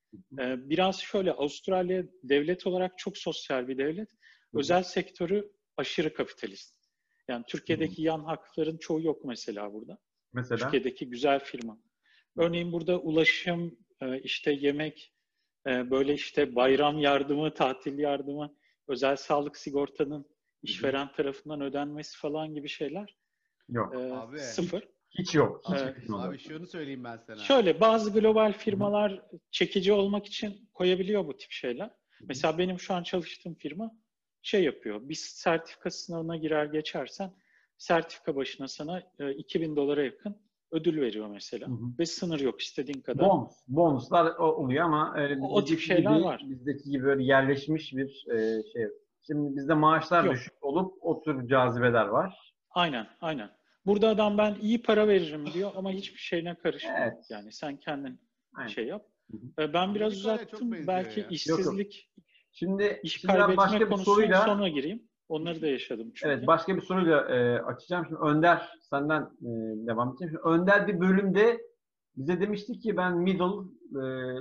E, biraz şöyle, Avustralya devlet olarak çok sosyal bir devlet. Özel sektörü aşırı kapitalist. Yani Türkiye'deki yan hakların çoğu yok mesela burada. Mesela? Türkiye'deki güzel firma. Örneğin burada ulaşım, işte yemek, böyle işte bayram yardımı, tatil yardımı, özel sağlık sigortanın işveren tarafından ödenmesi falan gibi şeyler Yok. e, Abi. sıfır. Hiç yok. Hiç Evet. kısmı Abi yok. şunu söyleyeyim ben sana. Şöyle, bazı global firmalar çekici olmak için koyabiliyor bu tip şeyler. Mesela benim şu an çalıştığım firma şey yapıyor. Bir sertifika sınavına girer geçersen sertifika başına sana iki bin dolara yakın ödül veriyor mesela. Hı hı. Ve sınır yok, istediğin kadar. Bonus. Bonuslar o- oluyor ama öyle O tip bizdeki şeyler gibi, var. bizdeki gibi böyle yerleşmiş bir e, şey yok. Şimdi bizde maaşlar Yok. düşük olup o tür cazibeler var. Aynen, aynen. Burada adam ben iyi para veririm diyor ama hiçbir şeyine karışmıyor. Evet. Yani sen kendin Aynen. şey yap. Hı hı. Ben biraz Amerika'ya çok uzattım. benziyor Belki ya. işsizlik, Şimdi, iş şimdi ben kaybetme başka bir konusuna soruyla sonra gireyim. Onları da yaşadım çünkü. evet başka bir soruyla e, açacağım. Şimdi Önder senden e, devam edeceğim. Şimdi Önder bir bölümde bize demişti ki ben middle e,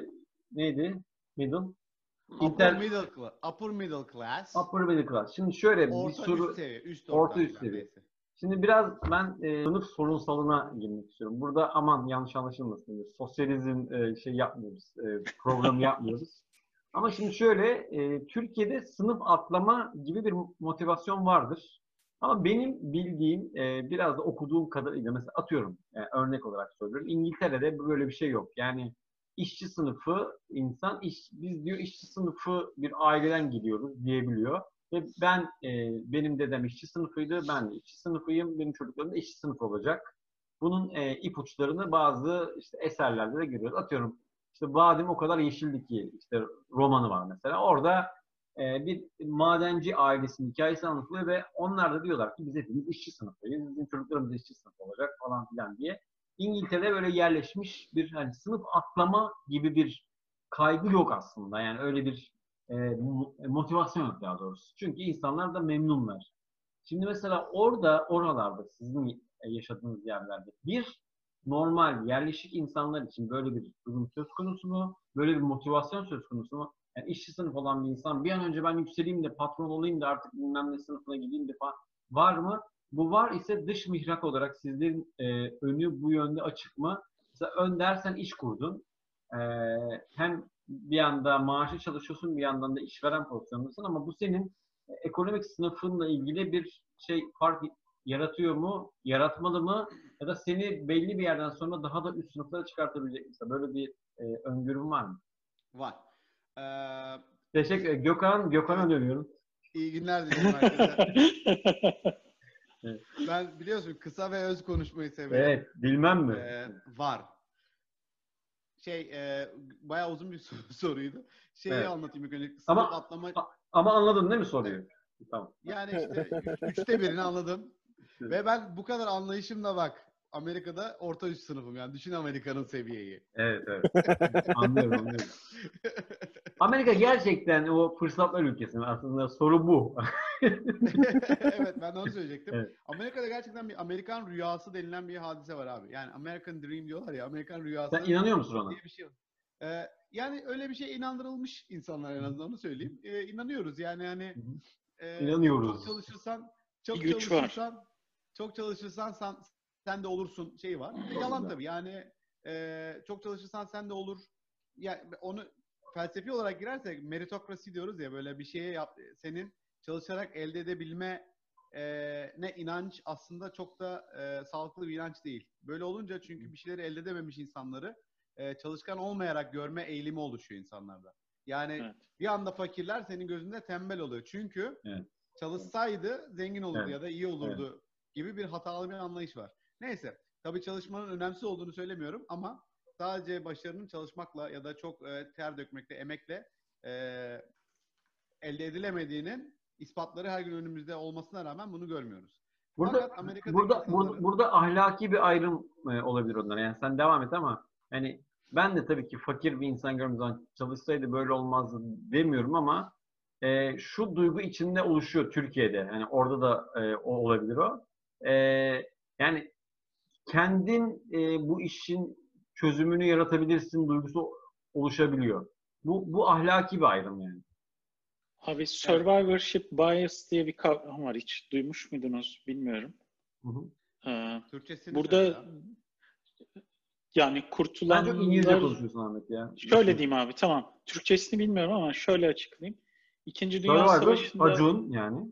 neydi? Middle Upper inter middle class. Upper middle class. upper middle class. Şimdi şöyle bir Orta soru üst seviye. Üst orta orta. üst seviye. Neyse. Şimdi biraz ben e, sınıf sorunsalına girmek istiyorum. Burada aman yanlış anlaşılmasın. Sosyalizm e, şey yapmıyoruz. E, programı yapmıyoruz. Ama şimdi şöyle e, Türkiye'de sınıf atlama gibi bir motivasyon vardır. Ama benim bildiğim e, biraz da okuduğum kadarıyla mesela atıyorum yani örnek olarak söylüyorum. İngiltere'de böyle bir şey yok. Yani işçi sınıfı insan iş, biz diyor işçi sınıfı bir aileden geliyoruz diyebiliyor. Ve ben, e, benim dedem işçi sınıfıydı, ben de işçi sınıfıyım, benim çocuklarım da işçi sınıfı olacak. Bunun e, ipuçlarını bazı işte eserlerde de görüyoruz. Atıyorum, işte Vadim o kadar yeşildi ki, işte romanı var mesela. Orada e, bir madenci ailesinin hikayesi anlatılıyor ve onlar da diyorlar ki biz hepimiz işçi sınıfıyız, bizim çocuklarımız işçi sınıfı olacak falan filan diye. İngiltere'de böyle yerleşmiş bir hani sınıf atlama gibi bir kaygı yok aslında. Yani öyle bir e, motivasyon yok daha doğrusu. Çünkü insanlar da memnunlar. Şimdi mesela orada, oralarda sizin yaşadığınız yerlerde bir normal yerleşik insanlar için böyle bir durum söz konusu mu? Böyle bir motivasyon söz konusu mu? Yani işçi sınıf olan bir insan bir an önce ben yükseleyim de patron olayım da artık bilmem ne sınıfına gideyim de falan var mı? Bu var ise dış mihrak olarak sizlerin e, önü bu yönde açık mı? Mesela Önder sen iş kurdun. E, hem bir yanda maaşı çalışıyorsun bir yandan da işveren pozisyondasın ama bu senin e, ekonomik sınıfınla ilgili bir şey fark yaratıyor mu? Yaratmalı mı? Ya da seni belli bir yerden sonra daha da üst sınıflara çıkartabilecek misin? Böyle bir e, öngörün var mı? Var. Ee, Teşekkür ederim. Gökhan, Gökhan'a Evet. dönüyorum. iyi günler diliyorum herkese. Evet. Ben biliyorsun kısa ve öz konuşmayı severim. Evet, bilmem mi? Ee, var. Şey, e, bayağı uzun bir soru, soruydu. Şeyi Evet. anlatayım ilk önce. Sınıf Ama atlama. ama anladın değil mi soruyu? Tamam. Yani işte üç- üçte birini anladım. Ve ben bu kadar anlayışımla bak. Amerika'da orta üst sınıfım yani. Düşün Amerika'nın seviyeyi. Evet, evet. Anlıyorum, anlıyorum. Amerika gerçekten o fırsatlar ülkesi. Aslında soru bu. Evet, ben de onu söyleyecektim. Evet. Amerika'da gerçekten bir Amerikan rüyası denilen bir hadise var abi. Yani American Dream diyorlar ya, Amerikan rüyası Sen inanıyor musun ona? diye bir şey var. Ee, yani öyle bir şeye inandırılmış insanlar, en azından onu söyleyeyim. Ee, inanıyoruz yani hani e, İnanıyoruz. çok çalışırsan çok Bir güç var. çalışırsan çok çalışırsan sen, sen de olursun şeyi var. E, yalan tabii yani e, çok çalışırsan sen de olur. Yani onu felsefi olarak girersek meritokrasi diyoruz ya, böyle bir şeye yap, senin çalışarak elde edebilme e, ne inanç aslında çok da e, sağlıklı bir inanç değil. Böyle olunca çünkü bir şeyleri elde edememiş insanları e, çalışkan olmayarak görme eğilimi oluşuyor insanlarda. Yani Evet. bir anda fakirler senin gözünde tembel oluyor. Çünkü Evet. çalışsaydı zengin olurdu Evet. ya da iyi olurdu gibi bir hatalı bir anlayış var. Neyse, tabii çalışmanın önemsiz olduğunu söylemiyorum ama sadece başarının çalışmakla ya da çok e, ter dökmekle, emekle e, elde edilemediğinin ispatları her gün önümüzde olmasına rağmen bunu görmüyoruz. Burada Fakat Amerika'daki burada insanların... burada, burada ahlaki bir ayrım e, olabilir onlara. Yani sen devam et ama hani ben de tabii ki fakir bir insan gördüğüm zaman çalışsaydı böyle olmazdı demiyorum ama e, şu duygu içinde oluşuyor Türkiye'de. Yani orada da e, o olabilir o. E, yani kendin e, bu işin çözümünü yaratabilirsin duygusu oluşabiliyor. Bu bu ahlaki bir ayrım yani. Abi survivorship bias diye bir kavram var. Hiç duymuş muydunuz bilmiyorum. Hı hı. Ee, Türkçesini burada söyle ya. yani Ben çok İngilizce kurtulanlar, konuşuyorsun Ahmet ya. şöyle diyeyim abi, tamam. Türkçesini bilmiyorum ama şöyle açıklayayım. İkinci Dünya Survivor, Savaşı'nda Acun yani.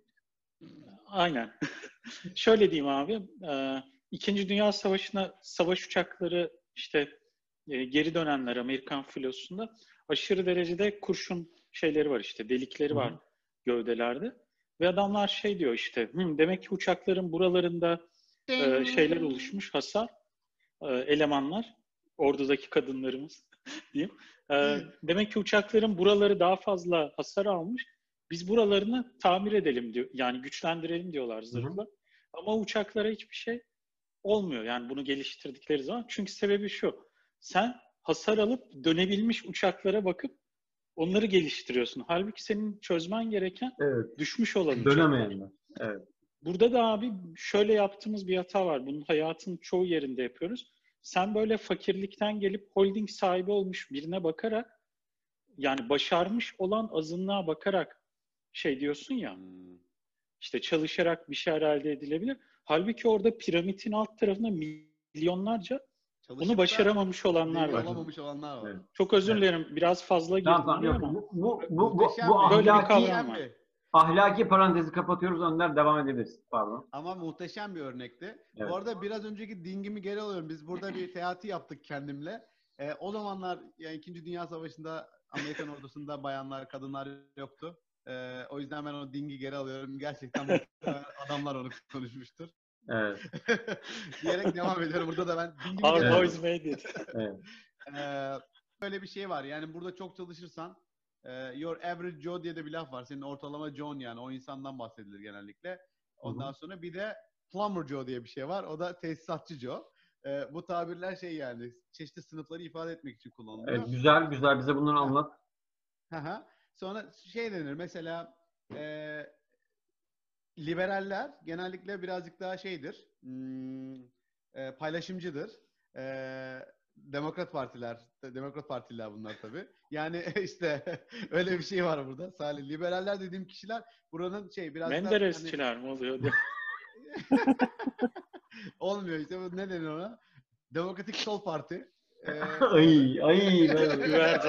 aynen. Şöyle diyeyim abi. e, İkinci Dünya Savaşı'na savaş uçakları işte e, geri dönenler Amerikan filosunda aşırı derecede kurşun şeyleri var, işte delikleri var Hı hı. gövdelerde. Ve adamlar şey diyor işte, "Hı, demek ki uçakların buralarında e, şeyler oluşmuş, hasar, e, elemanlar, ordudaki kadınlarımız diyeyim. E, demek ki uçakların buraları daha fazla hasar almış. Biz buralarını tamir edelim diyor. Yani güçlendirelim diyorlar Hı hı. zırhla. Ama uçaklara hiçbir şey olmuyor. Yani bunu geliştirdikleri zaman. Çünkü sebebi şu. Sen hasar alıp dönebilmiş uçaklara bakıp onları geliştiriyorsun. Halbuki senin çözmen gereken Evet. düşmüş olan uçaklar. Dönemeyenler. Evet. Burada da abi şöyle yaptığımız bir hata var. Bunun hayatın çoğu yerinde yapıyoruz. Sen böyle fakirlikten gelip holding sahibi olmuş birine bakarak, yani başarmış olan azınlığa bakarak şey diyorsun ya, Hmm. işte çalışarak bir şeyler elde edilebilir. Halbuki orada piramidin alt tarafında milyonlarca Çalışıp bunu da başaramamış olanlar zengin var. olamamış olanlar var. Evet. Çok özür Evet. dilerim. Biraz fazla girdim Tamam tamam oraya yok. ama Bu, bu, bu, bu, Muhteşem bu bir, böyle bir ahlaki, kavram muhteşem var. bir, ahlaki parantezi kapatıyoruz. Önder devam edebiliriz. Pardon. ama muhteşem bir örnekti. Evet. Bu arada biraz önceki dingimi geri alıyorum. Biz burada bir teati yaptık kendimle. Ee, o zamanlar yani İkinci Dünya Savaşı'nda Amerikan ordusunda bayanlar, kadınlar yoktu. Ee, o yüzden ben o dingi geri alıyorum. Gerçekten muhtemelen adamlar onu konuşmuştur. Evet. Diyerek devam ediyorum. Burada da ben dingimi Our geri Evet. boys alıyorum. made it. Evet. Ee, böyle bir şey var. Yani burada çok çalışırsan e, your average Joe diye de bir laf var. Senin ortalama John, yani o insandan bahsedilir genellikle. Ondan Hı hı. sonra bir de plumber Joe diye bir şey var. O da tesisatçı Joe. Ee, bu tabirler şey, yani çeşitli sınıfları ifade etmek için kullanılıyor. Evet, güzel güzel bize bunları anlat. Aha. Sonra şey denir mesela, e, liberaller genellikle birazcık daha şeydir, hmm, e, paylaşımcıdır. E, Demokrat partiler, Demokrat partiler bunlar tabii. Yani işte öyle bir şey var burada. Salih, liberaller dediğim kişiler buranın şey biraz da hani Menderesçiler mi oluyor diye. olmuyor işte, bu ne denir ona? Demokratik Sol Parti. Ee, Ay ay ben Güvercin.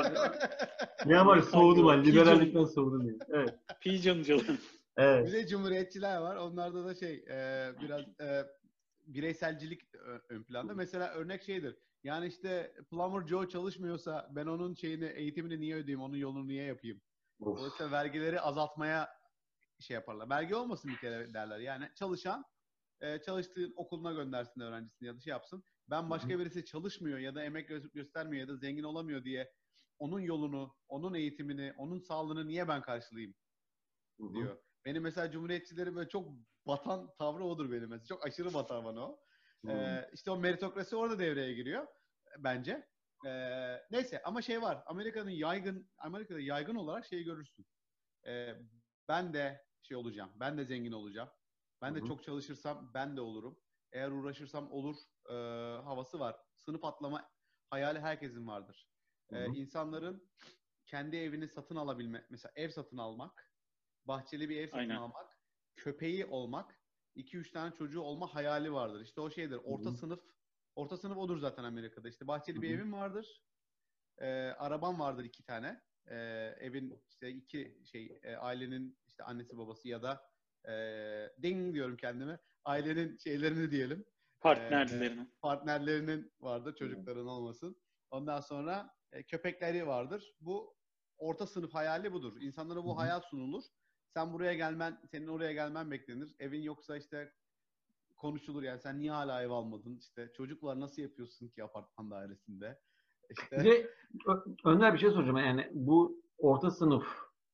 ne var soğudum ben. Pigeon. Liberallikten soğudum yani. Evet. Pigeoncılık. Bir Evet. de cumhuriyetçiler var. Onlarda da şey e, biraz e, bireyselcilik ö- ön planda. Mesela örnek şeydir. Yani işte Plumber Joe çalışmıyorsa ben onun şeyini, eğitimini niye ödeyeyim? Onun yolunu niye yapayım? Of. Dolayısıyla vergileri azaltmaya şey yaparlar. Vergi olmasın bir kere derler. Yani çalışan e, çalıştığı okuluna göndersin öğrencisini ya da şey yapsın. Ben başka birisi çalışmıyor ya da emek gö- göstermiyor ya da zengin olamıyor diye onun yolunu, onun eğitimini, onun sağlığını niye ben karşılayayım Hı hı. diyor. Benim mesela cumhuriyetçilerin böyle çok batan tavrı odur benim mesela. Çok aşırı batar bana o. Hı. Ee, işte o meritokrasi orada devreye giriyor bence. Ee, neyse, ama şey var. Amerika'nın yaygın, Amerika'da yaygın olarak şeyi görürsün. Ee, ben de şey olacağım. Ben de zengin olacağım. Ben Hı de hı. çok çalışırsam ben de olurum. Eğer uğraşırsam olur e, havası var. Sınıf atlama hayali herkesin vardır. Hı Ee, hı. insanların kendi evini satın alabilme, mesela ev satın almak, bahçeli bir ev satın Aynen. almak, köpeği olmak, iki üç tane çocuğu olma hayali vardır. İşte o şeydir. Orta Hı hı. sınıf, orta sınıf odur zaten Amerika'da. İşte bahçeli Hı bir hı. evin vardır. E, araban vardır iki tane. E, evin işte iki şey, e, ailenin işte annesi babası ya da e, ding diyorum kendime. Ailenin şeylerini diyelim. E, Partnerlerini. partnerlerinin vardır, çocukların olmasın. Ondan sonra e, köpekleri vardır. Bu orta sınıf hayali budur. İnsanlara bu Hı hı. hayat sunulur. Sen buraya gelmen, senin oraya gelmen beklenir. Evin yoksa işte konuşulur, yani sen niye hala ev almadın? İşte çocuklar nasıl yapıyorsun ki apartman dairesinde? Bir İşte de Ö- Önder bir şey soracağım. Yani bu orta sınıf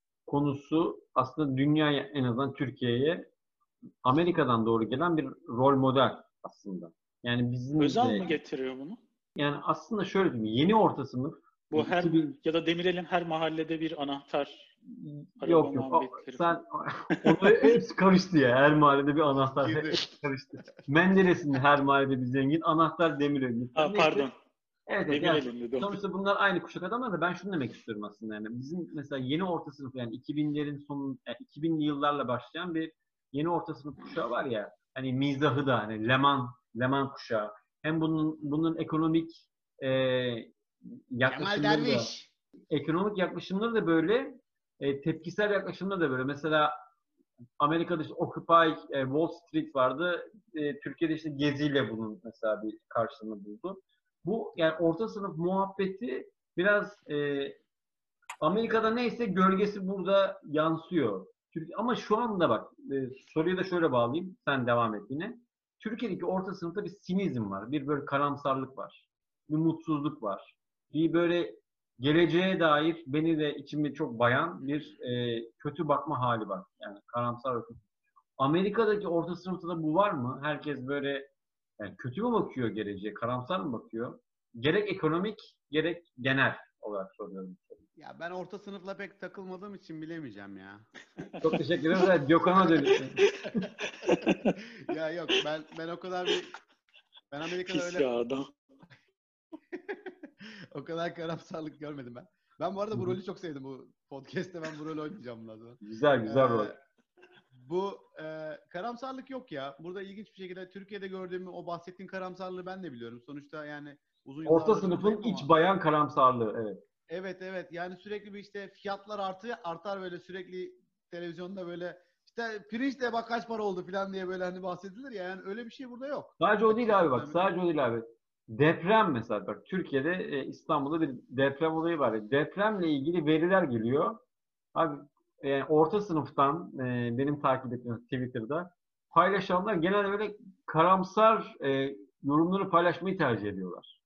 konusu aslında dünyaya, en azından Türkiye'ye Amerika'dan doğru gelen bir rol model aslında. Yani bizim Özal de mı getiriyor bunu? yani aslında şöyle diyeyim. Yeni orta sınıf Bu yani her iki bin ya da Demirel'in her mahallede bir anahtar Araba Yok yok. O- muhabbetleri Sen onu hepsi karıştı ya. Her mahallede bir anahtar. Girdi. Hepsi karıştı. Menderes'in her mahallede bir zengin. Anahtar Demirel'in. Ha, Neyse. pardon. Evet, evet. Demir Yani elinde doğru. sonuçta bunlar aynı kuşak adamlar da ben şunu demek istiyorum aslında yani. Bizim mesela yeni orta sınıf yani iki binlerin sonu, yani iki binli yıllarla başlayan bir yeni orta sınıf kuşağı var ya. Hani mizahı da hani Leman, Leman kuşağı. Hem bunun bunun ekonomik e, Kemal yaklaşımları da Derviş. ekonomik yaklaşımları da böyle e, tepkisel yaklaşımları da böyle. Mesela Amerika'da işte Occupy e, Wall Street vardı. E, Türkiye'de işte Gezi'yle bunun mesela bir karşılığını buldu. Bu yani orta sınıf muhabbeti biraz e, Amerika'da neyse gölgesi burada yansıyor. Türkiye, ama şu anda bak e, soruyu da şöyle bağlayayım. Sen devam et yine. Türkiye'deki orta sınıfta bir sinizm var. Bir böyle karamsarlık var. Bir mutsuzluk var. Bir böyle geleceğe dair beni de içimde çok bayan bir e, kötü bakma hali var. Yani karamsar ve kötü. Amerika'daki orta sınıfta da bu var mı? Herkes böyle yani kötü mü bakıyor geleceğe? Karamsar mı bakıyor? Gerek ekonomik gerek genel olarak soruyorum. Ya ben orta sınıfla pek takılmadığım için bilemeyeceğim ya. Çok teşekkür ederim. Evet, Gökhan'a dönüştüm. Ya yok ben ben o kadar bir ben Amerika'da Pis öyle ya adam. o kadar karamsarlık görmedim ben. Ben bu arada bu Hı hı. rolü çok sevdim bu podcast'te ben bu rolü oynayacağım bundan sonra. Güzel güzel rol. Ee, bu e, karamsarlık yok ya. Burada ilginç bir şekilde Türkiye'de gördüğüm o bahsettiğin karamsarlığı ben de biliyorum. Sonuçta yani uzun Orta yıllardır sınıfın buradayım iç ama bayan karamsarlığı. Evet. evet evet yani sürekli bir işte fiyatlar artıyor artar böyle sürekli televizyonda böyle işte pirinç de bak kaç para oldu falan diye böyle hani bahsedilir ya yani öyle bir şey burada yok. Sadece o değil Açıkçası abi bak. söylemek Sadece o gerekirse. değil abi. Deprem mesela bak Türkiye'de e, İstanbul'da bir deprem olayı var. Depremle ilgili veriler geliyor. Abi e, orta sınıftan e, benim takip ettiğim Twitter'da paylaşanlar genelde böyle karamsar e, yorumları paylaşmayı tercih ediyorlar.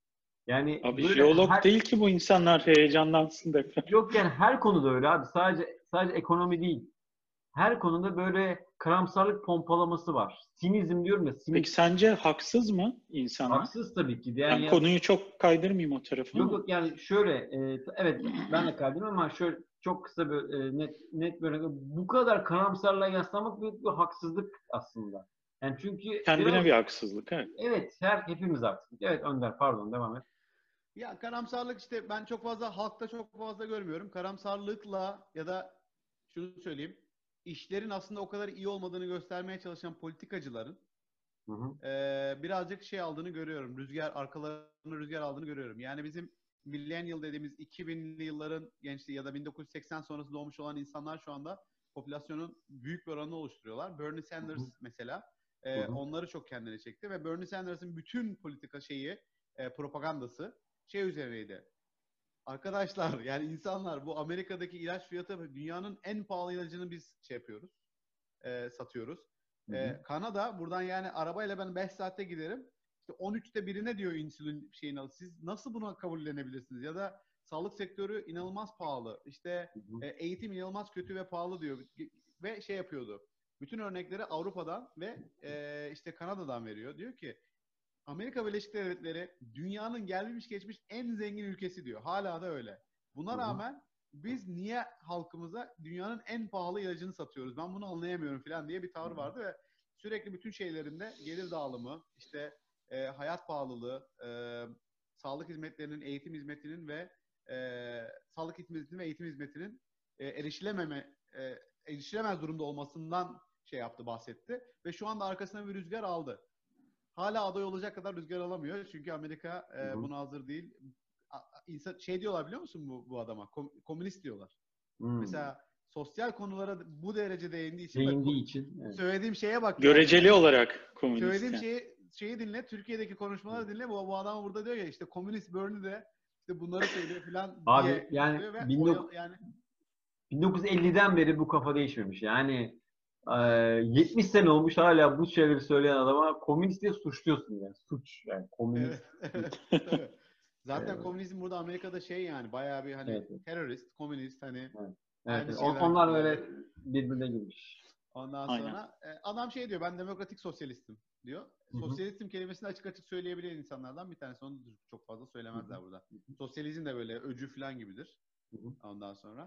Yani Abi böyle jeolog her değil ki bu insanlar heyecanlansın deprem. yok yani her konuda öyle abi. Sadece sadece ekonomi değil. Her konuda böyle karamsarlık pompalaması var. Sinizm diyorum ya, Peki sinik. sence haksız mı insanlar? Haksız tabii ki de. Yani Ben ya, konuyu çok kaydırmayayım o tarafa yok ama. yok yani şöyle e, evet ben de kaldım ama şöyle çok kısa böyle e, net net böyle bu kadar karamsarlığa yaslamak büyük bir haksızlık aslında. Yani çünkü Kendine biraz bir haksızlık. Evet. evet her hepimiz haksızlık. Evet Önder pardon devam et. Ya karamsarlık işte ben çok fazla halkta çok fazla görmüyorum. Karamsarlıkla ya da şunu söyleyeyim. İşlerin aslında o kadar iyi olmadığını göstermeye çalışan politikacıların Hı hı. e, birazcık şey aldığını görüyorum. Rüzgar arkalarını rüzgar aldığını görüyorum. Yani bizim millennial dediğimiz iki binli yılların gençliği ya da bin dokuz yüz seksen sonrası doğmuş olan insanlar şu anda popülasyonun büyük bir oranını oluşturuyorlar. Bernie Sanders Hı hı. mesela Hı e, hı. onları çok kendine çekti ve Bernie Sanders'ın bütün politika şeyi e, propagandası şey üzerineydi. Arkadaşlar yani insanlar bu Amerika'daki ilaç fiyatı dünyanın en pahalı ilacını biz şey yapıyoruz, e, satıyoruz. Hı hı. E, Kanada buradan yani arabayla ben beş saatte giderim. İşte on üçte birine diyor insülin şeyini al. Siz nasıl buna kabullenebilirsiniz? Ya da sağlık sektörü inanılmaz pahalı. İşte Hı hı. e, eğitim inanılmaz kötü ve pahalı diyor. Ve şey yapıyordu. Bütün örnekleri Avrupa'dan ve e, işte Kanada'dan veriyor. Diyor ki Amerika Birleşik Devletleri dünyanın gelmiş geçmiş en zengin ülkesi diyor. Hala da öyle. Buna Hı hı. rağmen biz niye halkımıza dünyanın en pahalı ilacını satıyoruz? Ben bunu anlayamıyorum falan diye bir tavır vardı ve sürekli bütün şeylerinde gelir dağılımı, işte e, hayat pahalılığı, e, sağlık hizmetlerinin, eğitim hizmetinin ve e, sağlık hizmetinin ve eğitim hizmetinin e, erişilememe, e, erişilemez durumda olmasından şey yaptı, bahsetti. Ve şu anda arkasına bir rüzgar aldı. Hala aday olacak kadar rüzgar alamıyor. Çünkü Amerika Hı e, hı. buna hazır değil. A- insan, şey diyorlar biliyor musun bu, bu adama? Kom- komünist diyorlar. Hmm. Mesela sosyal konulara bu derece değindiği için bak Değindiği ko- için. Evet. söylediğim şeye bak yani. Göreceli Hani olarak komünist söylediğim yani. şeyi şeyi dinle. Türkiye'deki konuşmaları dinle. Bu, bu adam burada diyor ya işte komünist Bernie de işte bunları söylüyor falan Abi diye yani yapıyor ve oya, bin dokuz yüz yani bin dokuz yüz elliden beri bu kafa değişmemiş. Yani e, yetmiş sene olmuş hala bu şeyleri söyleyen adama komünist diye suçluyorsun yani. Suç yani komünist. evet evet tabii. Zaten Evet, komünizm burada Amerika'da şey yani bayağı bir hani evet, evet. terörist, komünist hani Evet, aynı evet. On- şeyler onlar e, böyle birbirine girmiş. ondan Aynen. sonra e, adam şey diyor ben demokratik sosyalistim diyor. Hı hı, Sosyalistim kelimesini açık açık söyleyebilen insanlardan bir tanesi. Onu da çok fazla hı hı, söylemezler burada. hı Sosyalizm de böyle öcü falan gibidir. hı, Ondan sonra.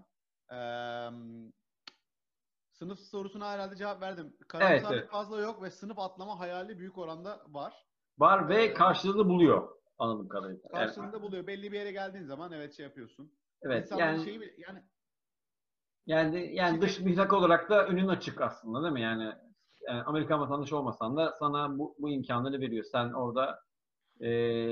Ee, sınıf sorusuna herhalde cevap verdim. Karamsarlık Evet, evet. fazla yok ve sınıf atlama hayali büyük oranda var. Var ve Ee, karşılığını buluyor anladığım kadarıyla. Yani, Karşılığında buluyor. Belli bir yere geldiğin zaman evet şey yapıyorsun. evet, İnsanların yani şeyi bile- yani yani yani dış şirket mihrak olarak da önün açık aslında değil mi? Yani, yani Amerikan vatandaşı olmasan da sana bu, bu imkanları veriyor. Sen orada e,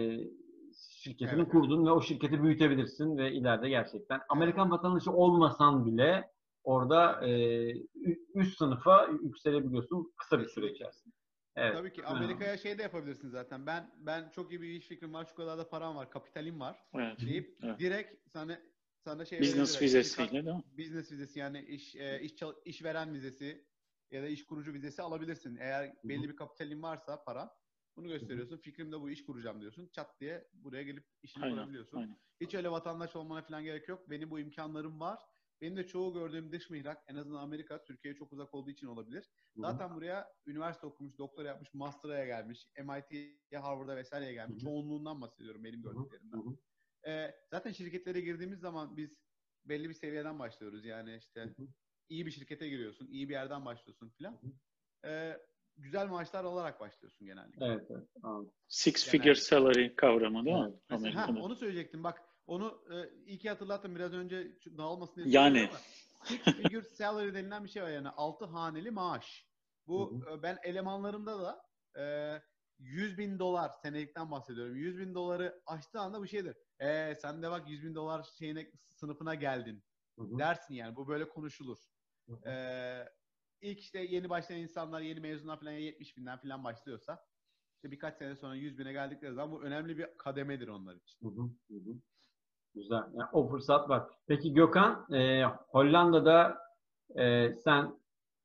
şirketini evet, kurdun ve o şirketi büyütebilirsin ve ileride gerçekten evet, Amerikan vatandaşı olmasan bile orada evet. e, üst sınıfa yükselebiliyorsun kısa bir süre Kesinlikle. içerisinde. Evet. Tabii ki Hı. Amerika'ya şey de yapabilirsin zaten. Ben ben çok iyi bir iş fikrim var, şu kadar da param var, kapitalim var Evet. deyip Evet. direkt sana sana şey Business verebilirler. Yani vizesiyle birkaç- değil mi? business vizesi yani iş e, iş çal- işveren vizesi ya da iş kurucu vizesi alabilirsin. Eğer belli bir kapitalin varsa para bunu gösteriyorsun. Fikrimde bu iş kuracağım diyorsun. Çat diye buraya gelip işini Aynen. kurabiliyorsun. Aynen. Hiç öyle vatandaş olmana falan gerek yok. Benim bu imkanlarım var. Benim de çoğu gördüğüm dış mihrak en azından Amerika, Türkiye'ye çok uzak olduğu için olabilir. Zaten buraya üniversite okumuş, doktora yapmış, master'a gelmiş, M I T'ye, Harvard'a vesaireye gelmiş. Hı hı. Çoğunluğundan bahsediyorum benim Hı hı. gördüklerimden. Hı hı. Ee, zaten şirketlere girdiğimiz zaman biz belli bir seviyeden başlıyoruz. Yani işte Hı hı. iyi bir şirkete giriyorsun, iyi bir yerden başlıyorsun filan. Hı hı. Ee, güzel maaşlar alarak başlıyorsun genellikle. Evet, evet. Anladım. Six figure Genellikle. salary kavramı değil mi? Evet. Mesela, ha, Amerika'da. onu söyleyecektim. Bak onu e, iyi ki hatırlattım. Biraz önce şu dağılmasın diye Yani. söylüyorum ama six figure salary denilen bir şey var yani altı haneli maaş. Bu Hı hı. e, ben elemanlarımda da e, yüz bin dolar senelikten bahsediyorum. yüz bin doları aştığı anda bu şeydir. E, sen de bak yüz bin dolar şeyine sınıfına geldin Hı hı. dersin yani. Bu böyle konuşulur. Hı hı. E, ilk işte yeni başlayan insanlar yeni mezunlar falan yetmiş binden falan başlıyorsa işte birkaç sene sonra yüz bine geldikleri zaman bu önemli bir kademedir onlar için. Hı hı. Hı hı. Güzel. Yani o fırsat var. Peki Gökhan, e, Hollanda'da e, sen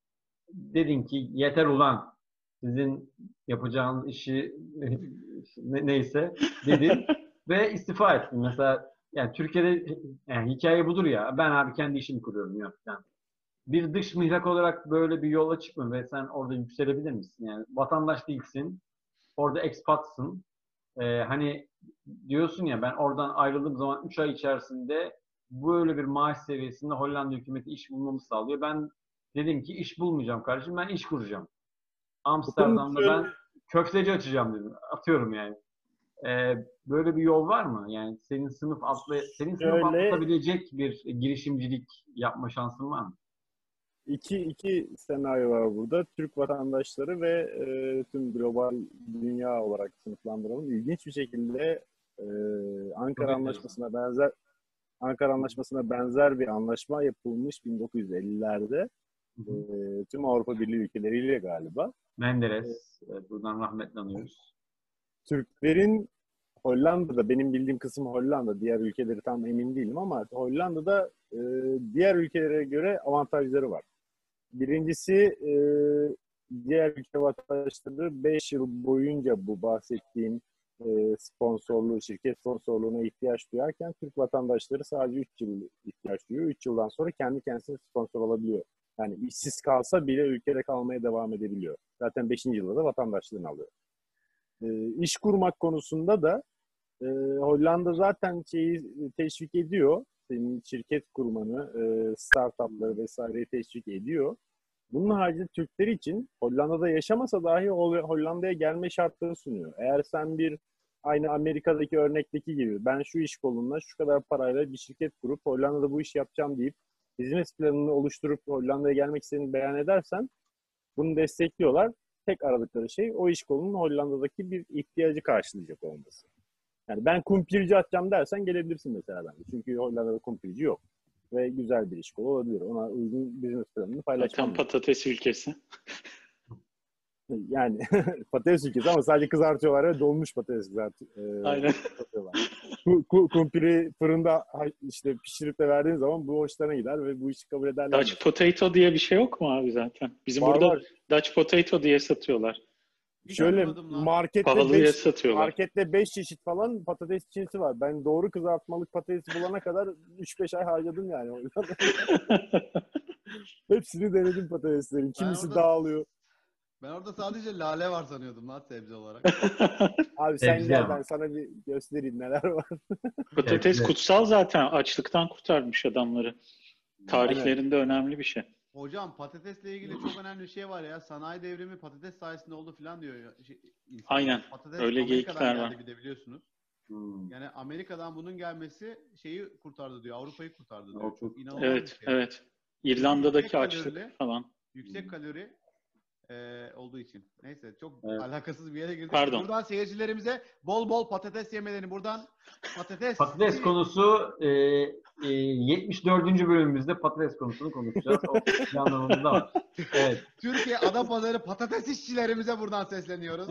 dedin ki yeter ulan sizin yapacağınız işi ne- neyse dedin ve istifa ettin. Mesela yani Türkiye'de yani hikaye budur ya. Ben abi kendi işimi kuruyorum ya falan. Bir dış mihrak olarak böyle bir yola çıkma ve sen orada yükselebilir misin? Yani vatandaş değilsin. Orada expatsın. Ee, hani diyorsun ya ben oradan ayrıldığım zaman üç ay içerisinde böyle bir maaş seviyesinde Hollanda hükümeti iş bulmamı sağlıyor. Ben dedim ki iş bulmayacağım kardeşim ben iş kuracağım. Bu konuda Amsterdam'da şöyle, ben köfteci açacağım dedim. Atıyorum yani. Ee, böyle bir yol var mı? Yani senin sınıf atla senin sınıf şöyle atlatabilecek bir girişimcilik yapma şansın var mı? iki, iki senaryo var burada. Türk vatandaşları ve e, tüm global dünya olarak sınıflandıralım. İlginç bir şekilde e, Çok Ankara enteresan. Anlaşması'na benzer Ankara Anlaşması'na benzer bir anlaşma yapılmış bin dokuz yüz ellilerde Hı e, hı. tüm Avrupa Birliği ülkeleriyle galiba. E, Menderes. Evet, buradan rahmetle anıyoruz. Türklerin Hollanda'da, benim bildiğim kısım Hollanda, diğer ülkeleri tam emin değilim ama Hollanda'da e, diğer ülkelere göre avantajları var. Birincisi e, diğer ülke vatandaşları beş yıl boyunca bu bahsettiğim e, sponsorluğu, şirket sponsorluğuna ihtiyaç duyarken Türk vatandaşları sadece üç yıl ihtiyaç duyuyor. üç yıldan sonra kendi kendisine sponsor olabiliyor. Yani işsiz kalsa bile ülkede kalmaya devam edebiliyor. Zaten beşinci yılda da vatandaşlığını alıyor. E, iş kurmak konusunda da e, Hollanda zaten şeyi teşvik ediyor. Senin şirket kurmanı, e, startupları vesaireyi teşvik ediyor. Bunun haricinde Türkler için Hollanda'da yaşamasa dahi Hollanda'ya gelme şartları sunuyor. Eğer sen bir aynı Amerika'daki örnekteki gibi ben şu iş koluna şu kadar parayla bir şirket kurup Hollanda'da bu işi yapacağım deyip business planını oluşturup Hollanda'ya gelmek istediğini beyan edersen bunu destekliyorlar. Tek aradıkları şey o iş kolunun Hollanda'daki bir ihtiyacı karşılayacak olması. Yani ben kumpirci atacağım dersen gelebilirsin mesela bence. Çünkü Hollanda'da kumpirci yok. Ve güzel bir iş kolu olabilir. Ona uygun business planını paylaşmam Zaten lazım. patates ülkesi. Yani patates ülkesi ama sadece kızartıyorlar ve donmuş patates kızartıyorlar. Aynen. Kumpiri fırında işte pişirip de verdiğin zaman bu hoşlarına gider ve bu işi kabul ederler. Dutch potato diye bir şey yok mu abi zaten? Bizim Var, burada var. Dutch potato diye satıyorlar. Hiç Şöyle duymadım lan. markette Pahalıya beş satıyorlar. markette beş çeşit falan patates cinsi var. Ben doğru kızartmalık patatesi bulana kadar üç beş ay harcadım yani. Hepsini denedim patateslerin. Ben Kimisi orada dağılıyor. ben orada sadece lale var sanıyordum lan sebze olarak. Abi sen Sebze gel ben ama. sana bir göstereyim neler var. Patates Sebze. kutsal zaten. Açlıktan kurtarmış adamları. Tarihlerinde önemli bir şey. Hocam patatesle ilgili çok önemli bir şey var ya. Sanayi devrimi patates sayesinde oldu falan diyor. ya- Şey, insanlar. Aynen. Patates Öyle Amerika'dan geyikler geldi var. bir de biliyorsunuz. Hmm. Yani Amerika'dan bunun gelmesi şeyi kurtardı diyor. Avrupa'yı kurtardı diyor. Çok- Çok inanılmaz Evet, bir şey. evet. Yüksek İrlanda'daki açlık kalorili, falan. yüksek kalori e, olduğu için. Neyse çok Evet. alakasız bir yere girdik. Pardon. Buradan seyircilerimize bol bol patates yemelerini buradan patates Patates konusu e, e, yetmiş dördüncü bölümümüzde patates konusunu konuşacağız. O planlamamızda var. Evet. Türkiye Adapazarı patates işçilerimize buradan sesleniyoruz.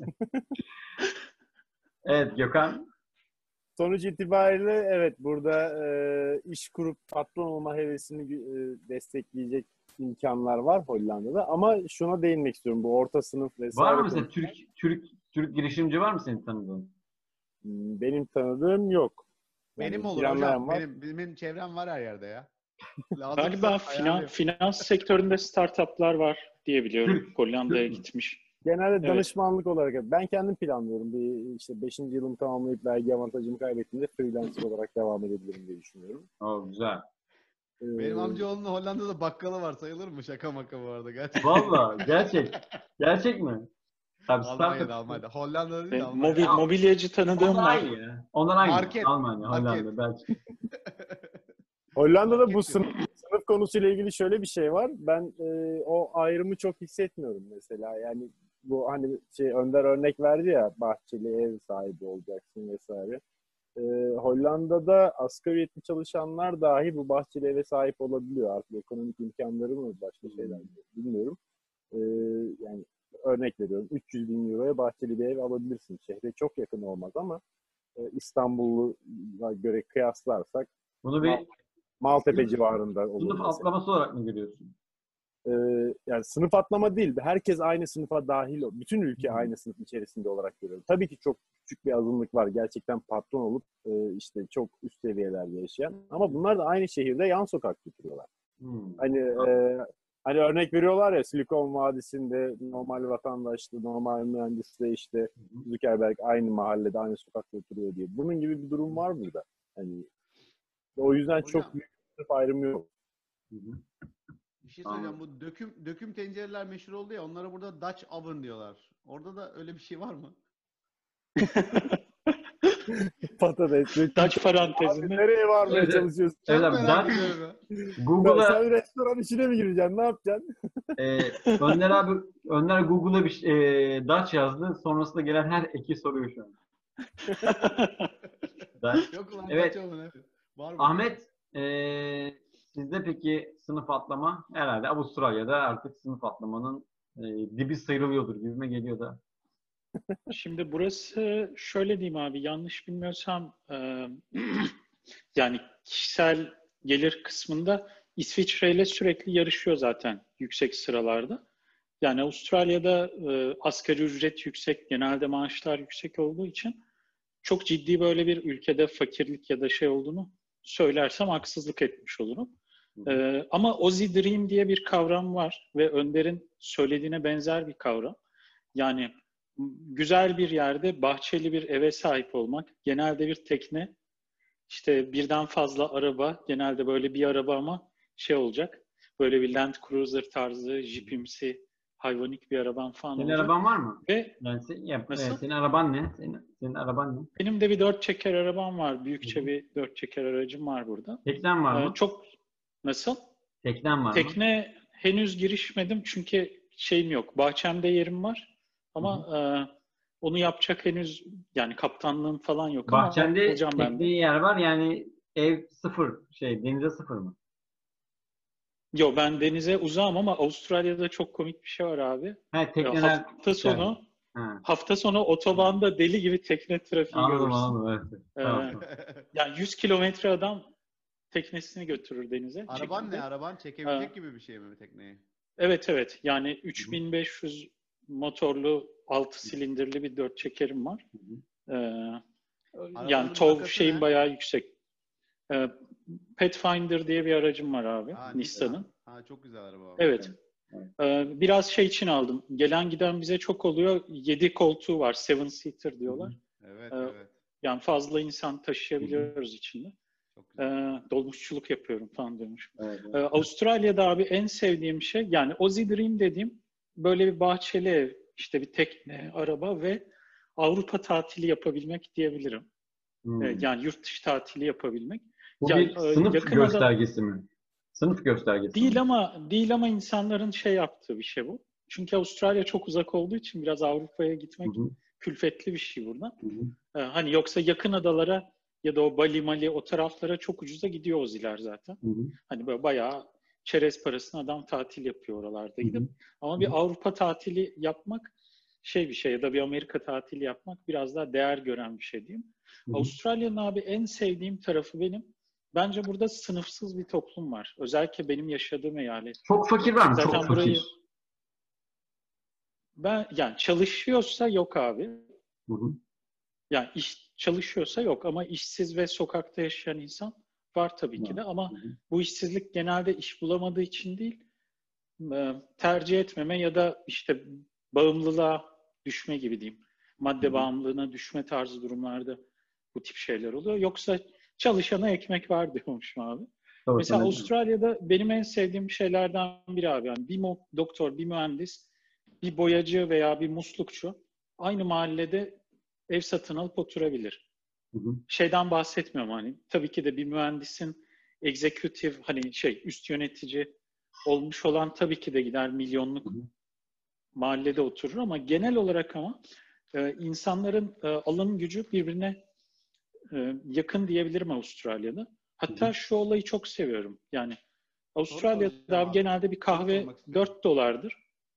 Evet Gökhan. Sonuç itibariyle evet burada e, iş kurup patron olma hevesini e, destekleyecek imkanlar var Hollanda'da. Ama şuna değinmek istiyorum. Bu orta sınıf vesaire. Var mı mesela konusunda, Türk Türk Türk girişimci var mı senin tanıdığın? hmm, benim tanıdığım yok. Yani Benim olur planlayan hocam. var. Benim, benim çevrem var her yerde ya. Lazımsa Galiba finan, ayarlayayım. finans sektöründe startuplar var diye biliyorum. Türk- Hollanda'ya Türk mü? gitmiş. Genelde Evet. danışmanlık olarak ben kendim planlıyorum. Bir işte beşinci yılımı tamamlayıp vergi avantajımı kaybettiğimde freelancer olarak devam edebilirim diye düşünüyorum. Oo, güzel. Ee, Benim amcaoğlunun Hollanda'da bakkalı var. Sayılır mı? Şaka maka bu arada. Gerçekten. Valla gerçek. Gerçek mi? Tabii Almanya'da, startup. Almanya'da. Hollanda'da değil Ve de Almanya'da. mobil, mobilyacı tanıdığım Onlar var. aynı ya. Onlar aynı. Market, Almanya, market. Hollanda, Belçika. Hollanda'da bu Market sınıf, sınıf konusuyla ilgili şöyle bir şey var. Ben e, o ayrımı çok hissetmiyorum mesela. Yani bu hani şey Önder örnek verdi ya, bahçeli ev sahibi olacaksın vesaire. E, Hollanda'da asgari ücretli çalışanlar dahi bu bahçeli eve sahip olabiliyor. Artık ekonomik imkanları mı başka şeyler mi bilmiyorum. E, yani örnek veriyorum üç yüz bin euroya bahçeli bir ev alabilirsin. Şehre çok yakın olmaz ama e, İstanbul'a göre kıyaslarsak Bunu bir Maltepe Sınıf- civarında olur sınıf mesela. atlaması olarak mı görüyorsun? Ee, yani sınıf atlama değil. Herkes aynı sınıfa dahil. Bütün ülke Hı. aynı sınıf içerisinde olarak görüyorum. Tabii ki çok küçük bir azınlık var. Gerçekten patron olup e, işte çok üst seviyelerde yaşayan. Ama bunlar da aynı şehirde yan sokak tutuyorlar. Hmm. Hani e, hani örnek veriyorlar ya Silikon Vadisi'nde normal vatandaşla, normal mühendisle işte Zuckerberg aynı mahallede, aynı sokakta oturuyor diye. Bunun gibi bir durum var burada. Hani o yüzden Hocam. çok büyük bir sınıf ayrımı yok. Hı hı. Bir şey söyleyeceğim. Bu döküm döküm tencereler meşhur oldu ya. Onlara burada Dutch oven diyorlar. Orada da öyle bir şey var mı? Patates. Dutch Abi parantezinde. nereye varmaya Evet, çalışıyorsun? Çok Evet abi, merak Dutch- ediyorum ya. Sen, Google'a sen restoran işine mi gireceksin? Ne yapacaksın? e, Önder abi Önder Google'a bir e, Dutch yazdı. Sonrasında gelen her eki soruyor şu an. Dutch. Yok lan Evet. Dutch oven. Evet. Var mı? Ahmet e, sizde peki sınıf atlama herhalde Avustralya'da artık sınıf atlamanın e, dibi sıyrılıyordur gibime geliyor da. Şimdi burası şöyle diyeyim abi, yanlış bilmiyorsam e, yani kişisel gelir kısmında İsviçre ile sürekli yarışıyor zaten yüksek sıralarda. Yani Avustralya'da e, asgari ücret yüksek, genelde maaşlar yüksek olduğu için çok ciddi böyle bir ülkede fakirlik ya da şey olduğunu söylersem haksızlık etmiş olurum. E, ama Aussie Dream diye bir kavram var ve Önder'in söylediğine benzer bir kavram. Yani güzel bir yerde bahçeli bir eve sahip olmak, genelde bir tekne, işte birden fazla araba, genelde böyle bir araba ama şey olacak, böyle bir Land Cruiser tarzı, jipimsi, hayvanik bir araban falan Senin olacak. araban var mı? Ve Yani sen, ya, Nasıl? e, senin araban ne? Senin, senin araban ne? benim de bir dört çeker arabam var, büyükçe Hı hı. bir dört çeker aracım var burada. Teknen var Ee, mı? çok nasıl? Teknen var mı? Tekne henüz girişmedim çünkü şeyim yok, bahçemde yerim var ama Hı e, onu yapacak henüz yani kaptanlığım falan yok Bahçende ama alacağım ben de. tekneye yer var yani ev sıfır şey denize sıfır mı? Yo, ben denize uzağım ama Avustralya'da çok komik bir şey var abi. Ha Ee, tekneler. hafta sonu Ha, hafta sonu otobanda deli gibi tekne trafiği anladım görürsün. anladım evet. Ee, Tamam. tamam. Yani yüz kilometre adam teknesini götürür denize. Araban Çekimde. ne? Araban çekebilecek Ha. gibi bir şey mi tekneyi? Evet evet, yani üç bin beş yüz motorlu altı silindirli bir dört çekerim var. Ee, yani Arabanın tov markası şeyim ne? bayağı yüksek. Ee, Pathfinder diye bir aracım var abi, Ha, Nissan'ın. Ha, çok güzel araba. o. Evet. Ee, biraz şey için aldım. Gelen giden bize çok oluyor. yedi koltuğu var. seven seater diyorlar. Evet, Ee, evet. Yani fazla insan taşıyabiliyoruz içinde. Çok güzel. Ee, dolmuşçuluk yapıyorum falan diyormuş. Evet, evet. Ee, Avustralya'da abi en sevdiğim şey, yani Aussie Dream dediğim böyle bir bahçeli ev, işte bir tekne, araba ve Avrupa tatili yapabilmek diyebilirim. Hmm. Ee, yani yurt dışı tatili yapabilmek. Bu Ya bir e, sınıf yakın ada göstergesi mi? Sınıf göstergesi mi? değil ama değil ama insanların şey yaptığı bir şey bu. Çünkü Avustralya çok uzak olduğu için biraz Avrupa'ya Hı gitmek hı, külfetli bir şey buradan. hı hı. Ee, hani yoksa yakın adalara ya da o Bali, Mali o taraflara çok ucuza gidiyor Aussie'ler zaten. Hı hı, Hani böyle bayağı çerez parasına adam tatil yapıyor oralarda hı gidip. hı, Ama hı bir hı. Avrupa tatili yapmak şey bir şey, ya da bir Amerika tatili yapmak biraz daha değer gören bir şey diyeyim. Hı hı. Avustralya'nın abi en sevdiğim tarafı benim. Bence burada sınıfsız bir toplum var. Özellikle benim yaşadığım eyalet. Çok fakir var mı? Çok Zaten burayı fakir. ben yani çalışıyorsa yok abi. Hı hı, Yani iş çalışıyorsa yok ama işsiz ve sokakta yaşayan insan var tabii ki var. de, ama Hı hı, bu işsizlik genelde iş bulamadığı için değil, e, tercih etmeme ya da işte bağımlılığa düşme gibi diyeyim. hı Madde hı. bağımlılığına düşme tarzı durumlarda bu tip şeyler oluyor. Yoksa çalışana ekmek var diyormuşum abi. Tabii, Mesela tabii. Avustralya'da benim en sevdiğim şeylerden biri abi. Yani bir mo- doktor, bir mühendis, bir boyacı veya bir muslukçu aynı mahallede ev satın alıp oturabilir. Hı hı, Şeyden bahsetmiyorum hani. Tabii ki de bir mühendisin executive, hani şey üst yönetici olmuş olan tabii ki de gider hı milyonluk hı, mahallede oturur, ama genel olarak ama e, insanların e, alım gücü birbirine e, yakın diyebilirim Avustralya'da. hı hı. Hatta şu olayı çok seviyorum. Yani Soru soracağım Avustralya'da abi. genelde bir Soru kahve sormak istiyorum. dört dolardır.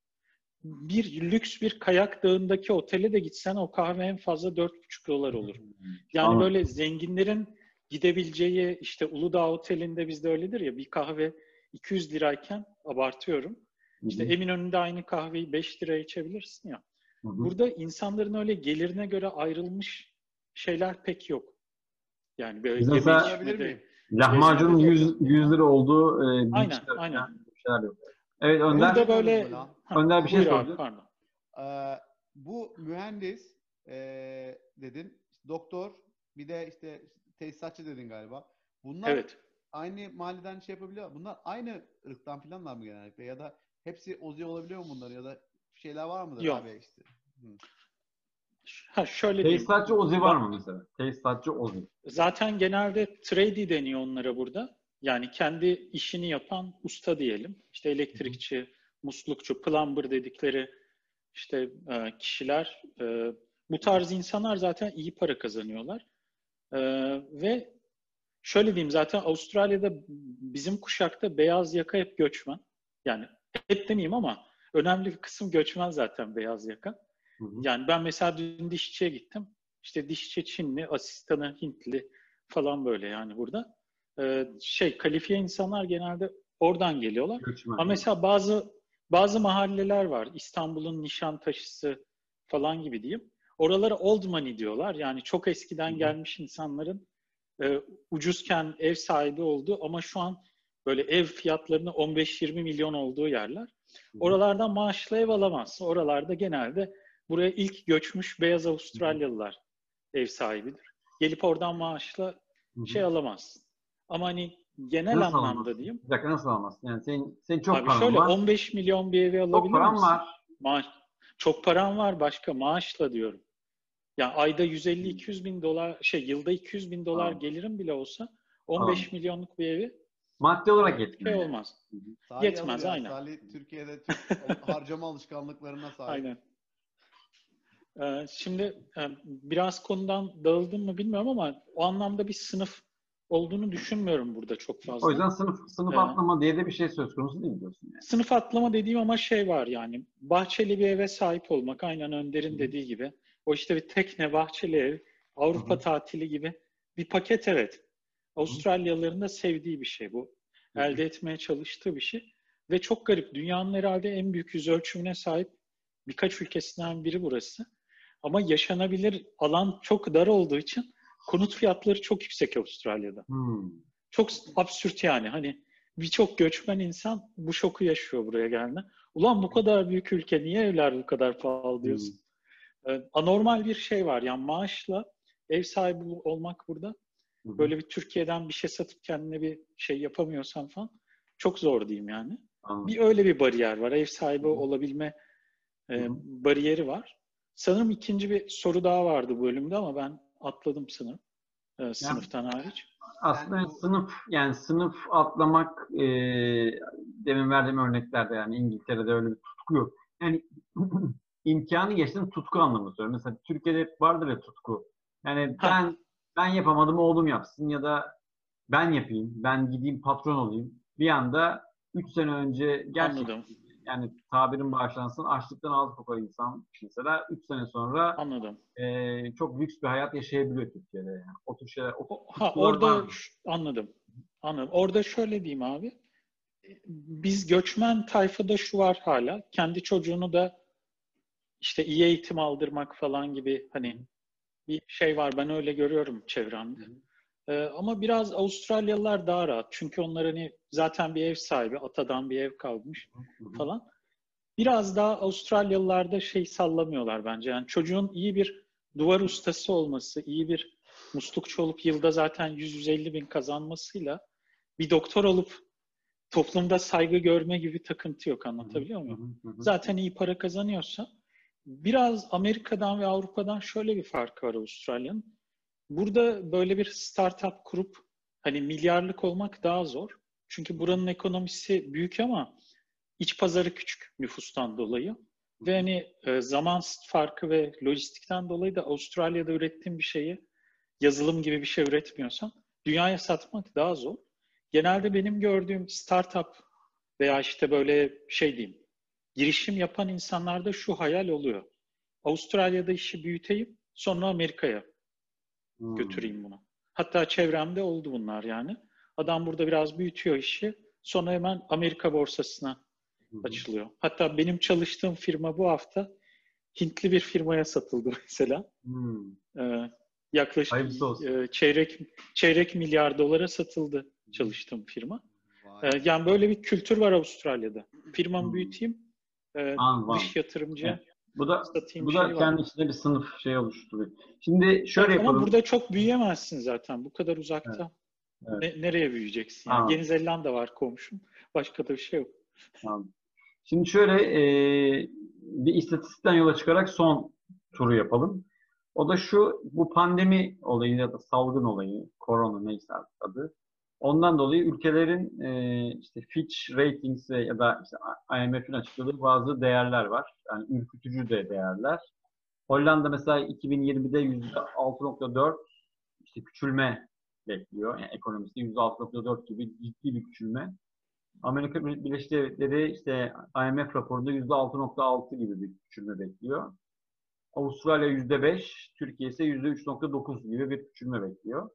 Bir lüks bir kayak dağındaki otele de gitsen o kahve en fazla dört buçuk dolar olur. Yani Anladım. böyle zenginlerin gidebileceği, işte Uludağ Oteli'nde bizde öyledir ya, bir kahve iki yüz lirayken, abartıyorum. Hı İşte hı, Eminönü'nde aynı kahveyi beş liraya içebilirsin ya. hı hı. Burada insanların öyle gelirine göre ayrılmış şeyler pek yok. Yani böyle Biz yeme mesela Sorabilir içmede, miyim? lahmacunun gezmede. yüz yüz lira olduğu e, Aynen, beachler aynen. falan bir şeyler yok. Evet Burada Önder. Bilmiyorsunuz mu böyle... lan? Hah, Önder bir şey buyur abi, sordu. pardon. Ee, bu mühendis e, dedin, doktor, bir de işte tesisatçı dedin galiba. Bunlar Evet. aynı mahalleden şey yapabiliyor. Bunlar aynı ırktan falanlar mı genellikle? Ya da hepsi Ozi olabiliyor mu bunlar? Ya da şeyler var mıdır Yok. abi işte? Hı. Ha, şöyle diyeyim. Tesisatçı Ozi var Ba- mı mesela? Tesisatçı Ozi. Zaten genelde trade deniyor onlara burada. Yani kendi işini yapan usta diyelim. İşte Hı hı, elektrikçi, muslukçu, plumber dedikleri işte e, kişiler. E, bu tarz insanlar zaten iyi para kazanıyorlar. E, ve şöyle diyeyim, zaten Avustralya'da bizim kuşakta beyaz yaka hep göçmen. Yani hep demeyeyim ama önemli bir kısım göçmen zaten beyaz yaka. hı hı, Yani ben mesela dün dişçiye gittim. İşte dişçi Çinli, asistanı Hintli falan, böyle yani burada. Ee, şey kalifiye insanlar genelde oradan geliyorlar. göçmen. Ama mesela bazı bazı mahalleler var. İstanbul'un Nişantaşısı falan gibi diyeyim. Oralara old money diyorlar. Yani çok Hı eskiden hı, gelmiş insanların e, ucuzken ev sahibi olduğu ama şu an böyle ev fiyatlarının on beş yirmi milyon olduğu yerler. hı hı, Oralardan maaşlı ev alamazsın. Oralarda genelde buraya ilk göçmüş beyaz hı hı, Avustralyalılar ev sahibidir. Gelip oradan maaşla hı hı. şey alamazsın. Ama hani genel Nasıl anlamda alamazsın? diyeyim. Bir dakika nasıl alamazsın? Yani senin, senin çok Abi paran şöyle var. on beş milyon bir evi Çok alabilir paran misin? var. Maaş. Çok paran var, başka maaşla diyorum. Yani ayda yüz elli iki yüz bin dolar, şey yılda iki yüz bin dolar Anladım. gelirim bile olsa on beş Anladım. milyonluk bir evi Maddi olarak şey yetmiyor yani. olmaz. Hı hı. Salih alır Yetmez, ya. aynen. Salih Türkiye'de Türk al- harcama alışkanlıklarına sahip. Aynen. Ee, şimdi e, biraz konudan dağıldım mı bilmiyorum ama o anlamda bir sınıf olduğunu düşünmüyorum burada çok O fazla. yüzden sınıf sınıf Ee, atlama diye de bir şey söz konusu değil diyorsun yani. Sınıf atlama dediğim ama şey var, yani bahçeli bir eve sahip olmak, aynen Hı Önder'in hı, dediği gibi. O işte bir tekne, bahçeli ev, hı Avrupa hı, tatili gibi bir paket, evet. hı hı, Avustralyalıların da sevdiği bir şey bu. hı hı. Elde etmeye çalıştığı bir şey. Ve çok garip. Dünyanın herhalde en büyük yüz ölçümüne sahip birkaç ülkesinden biri burası. Ama yaşanabilir alan çok dar olduğu için konut fiyatları çok yüksek Avustralya'da. Hmm. Çok absürt yani. Hani birçok göçmen insan bu şoku yaşıyor buraya geldiğinde. Ulan bu kadar büyük ülke niye evler bu kadar pahalı Hmm. diyorsun. Ee, anormal bir şey var. Yani maaşla ev sahibi olmak burada hı. Böyle bir Türkiye'den bir şey satıp kendine bir şey yapamıyorsan falan çok zor diyeyim yani. Anladım. Bir öyle bir bariyer var. Ev sahibi Hı hı. olabilme e, Hı hı. bariyeri var. Sanırım ikinci bir soru daha vardı bu bölümde ama ben atladım sanırım. E, sınıftan hariç. Aslında Sen bu- sınıf yani sınıf atlamak e, demin verdiğim örneklerde yani İngiltere'de öyle bir tutku yok. Yani imkanı geçtim tutku anlamında söylüyorum. Mesela Türkiye'de hep vardır ya tutku. Yani Ha, ben ben yapamadım oğlum yapsın ya da ben yapayım, ben gideyim patron olayım. Bir anda üç sene önce gerçekten anladım. yani tabirin bağışlansın açlıktan ağzı kokan insan mesela üç sene sonra Anladım. e, çok lüks bir hayat yaşayabiliyor Türkiye'de. Yani. O tür şeyler, o O- Ha tutkular var orada mı? ş- anladım. Anladım. Orada şöyle diyeyim abi. Biz göçmen tayfada şu var hala. Kendi çocuğunu da işte iyi eğitim aldırmak falan gibi hani bir şey var. Ben öyle görüyorum çevremde. Ee, ama biraz Avustralyalılar daha rahat. Çünkü onlar hani zaten bir ev sahibi, atadan bir ev kalmış falan. Biraz daha Avustralyalılarda şey sallamıyorlar bence. Yani çocuğun iyi bir duvar ustası olması, iyi bir muslukçu olup yılda zaten yüz yüz elli bin kazanmasıyla bir doktor olup toplumda saygı görme gibi takıntı yok, anlatabiliyor muyum? Zaten iyi para kazanıyorsa biraz Amerika'dan ve Avrupa'dan şöyle bir farkı var Avustralya'nın. Burada böyle bir startup kurup hani milyarlık olmak daha zor. Çünkü buranın ekonomisi büyük ama iç pazarı küçük nüfustan dolayı. Ve hani e, zaman farkı ve lojistikten dolayı da Avustralya'da ürettiğin bir şeyi yazılım gibi bir şey üretmiyorsan dünyaya satmak daha zor. Genelde benim gördüğüm startup veya işte böyle şey diyeyim girişim yapan insanlarda şu hayal oluyor. Avustralya'da işi büyüteyim sonra Amerika'ya götüreyim bunu. Hatta çevremde oldu bunlar yani. Adam burada biraz büyütüyor işi sonra hemen Amerika borsasına açılıyor. Hatta benim çalıştığım firma bu hafta Hintli bir firmaya satıldı mesela. Hmm. Ee, yaklaşık Hayırlısı olsun. e, çeyrek çeyrek milyar dolara satıldı çalıştığım firma. Ee, Vay. yani böyle bir kültür var Avustralya'da. Firmamı Hmm. büyüteyim, e, Anladım. dış yatırımcıya Evet. Bu da satayım bu da şey var. kendi içinde bir sınıf şey oluşturuyor. Şimdi şöyle Evet ama yapalım. burada çok büyüyemezsin zaten. Bu kadar Evet, uzakta. evet. Ne- nereye büyüyeceksin yani? Anladım, Yeni Zelanda var komşum. Başka da bir şey yok. anladım. Şimdi şöyle e, bir istatistikten yola çıkarak son turu yapalım. O da şu, bu pandemi olayı ya da salgın olayı, korona neyse artık adı. Ondan dolayı ülkelerin e, işte Fitch Ratings ve ya da işte I M F'in açıkladığı bazı değerler var. Yani ürkütücü de değerler. Hollanda mesela iki bin yirmide yüzde altı nokta dört işte küçülme bekliyor. Yani ekonomisi yüzde altı nokta dört gibi ciddi bir küçülme. Amerika Birleşik Devletleri işte I M F raporunda yüzde altı nokta altı gibi bir küçülme bekliyor. Avustralya yüzde beş, Türkiye ise yüzde üç nokta dokuz gibi bir küçülme bekliyor.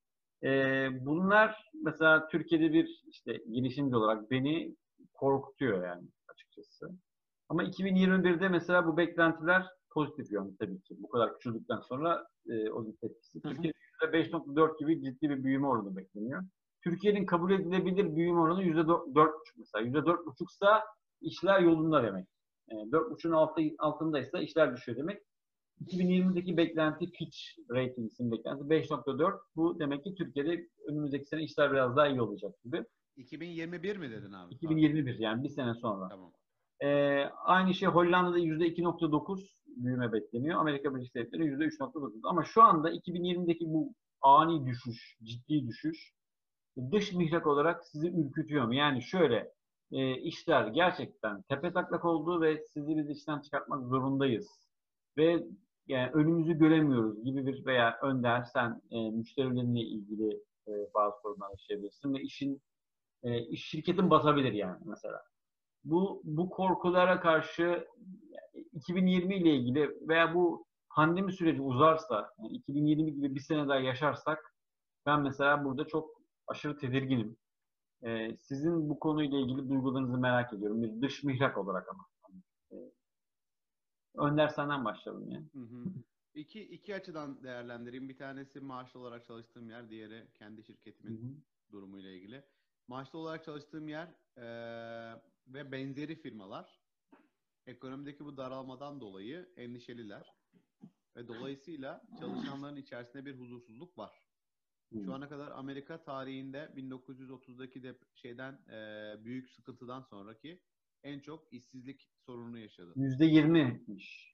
Ee, bunlar mesela Türkiye'de bir işte girişimci olarak beni korkutuyor yani açıkçası. Ama iki bin yirmi birde mesela bu beklentiler pozitif yönde tabii ki. Bu kadar küçüldükten sonra e, o tepkisi. Hı hı. Türkiye'de yüzde beş nokta dört gibi ciddi bir büyüme oranı bekleniyor. Türkiye'nin kabul edilebilir büyüme oranı yüzde dört buçuk mesela. Yüzde dört buçuksa işler yolunda demek. dört buçuğun altı, altındaysa işler düşüyor demek. iki bin yirmideki beklenti Fitch Ratings'in beklenti beş nokta dört. Bu demek ki Türkiye'de önümüzdeki sene işler biraz daha iyi olacak gibi. iki bin yirmi bir mi dedin abi? iki bin yirmi bir yani bir sene sonra. Tamam. Ee, aynı şey Hollanda'da yüzde iki nokta dokuz büyüme bekleniyor. Amerika Birleşik Devletleri yüzde üç nokta dokuz. Ama şu anda iki bin yirmideki bu ani düşüş, ciddi düşüş dış mihrak olarak sizi ürkütüyor mu? Yani şöyle e, işler gerçekten tepetaklak oldu ve sizi biz işten çıkartmak zorundayız. Ve yani önümüzü göremiyoruz gibi bir veya Önder sen e, müşterilerinle ilgili e, bazı sorunlar yaşayabilirsin ve işin e, iş şirketin batabilir yani mesela. Bu bu korkulara karşı iki bin yirmi ile ilgili veya bu pandemi süreci uzarsa, yani iki bin yirmi gibi bir sene daha yaşarsak ben mesela burada çok aşırı tedirginim. Ee, sizin bu konuyla ilgili duygularınızı merak ediyorum. Bir dış mihrak olarak ama. Ee, Önder senden başlayalım ya. Hı hı. İki, iki açıdan değerlendireyim. Bir tanesi maaşlı olarak çalıştığım yer, diğeri kendi Hı şirketimin hı. durumuyla ilgili. Maaşlı olarak çalıştığım yer eee, ve benzeri firmalar ekonomideki bu daralmadan dolayı endişeliler ve dolayısıyla çalışanların içerisinde bir huzursuzluk var. Şu Hmm. ana kadar Amerika tarihinde bin dokuz yüz otuzdaki de şeyden e, büyük sıkıntıdan sonraki en çok işsizlik sorununu yaşadı. yüzde yirmiymiş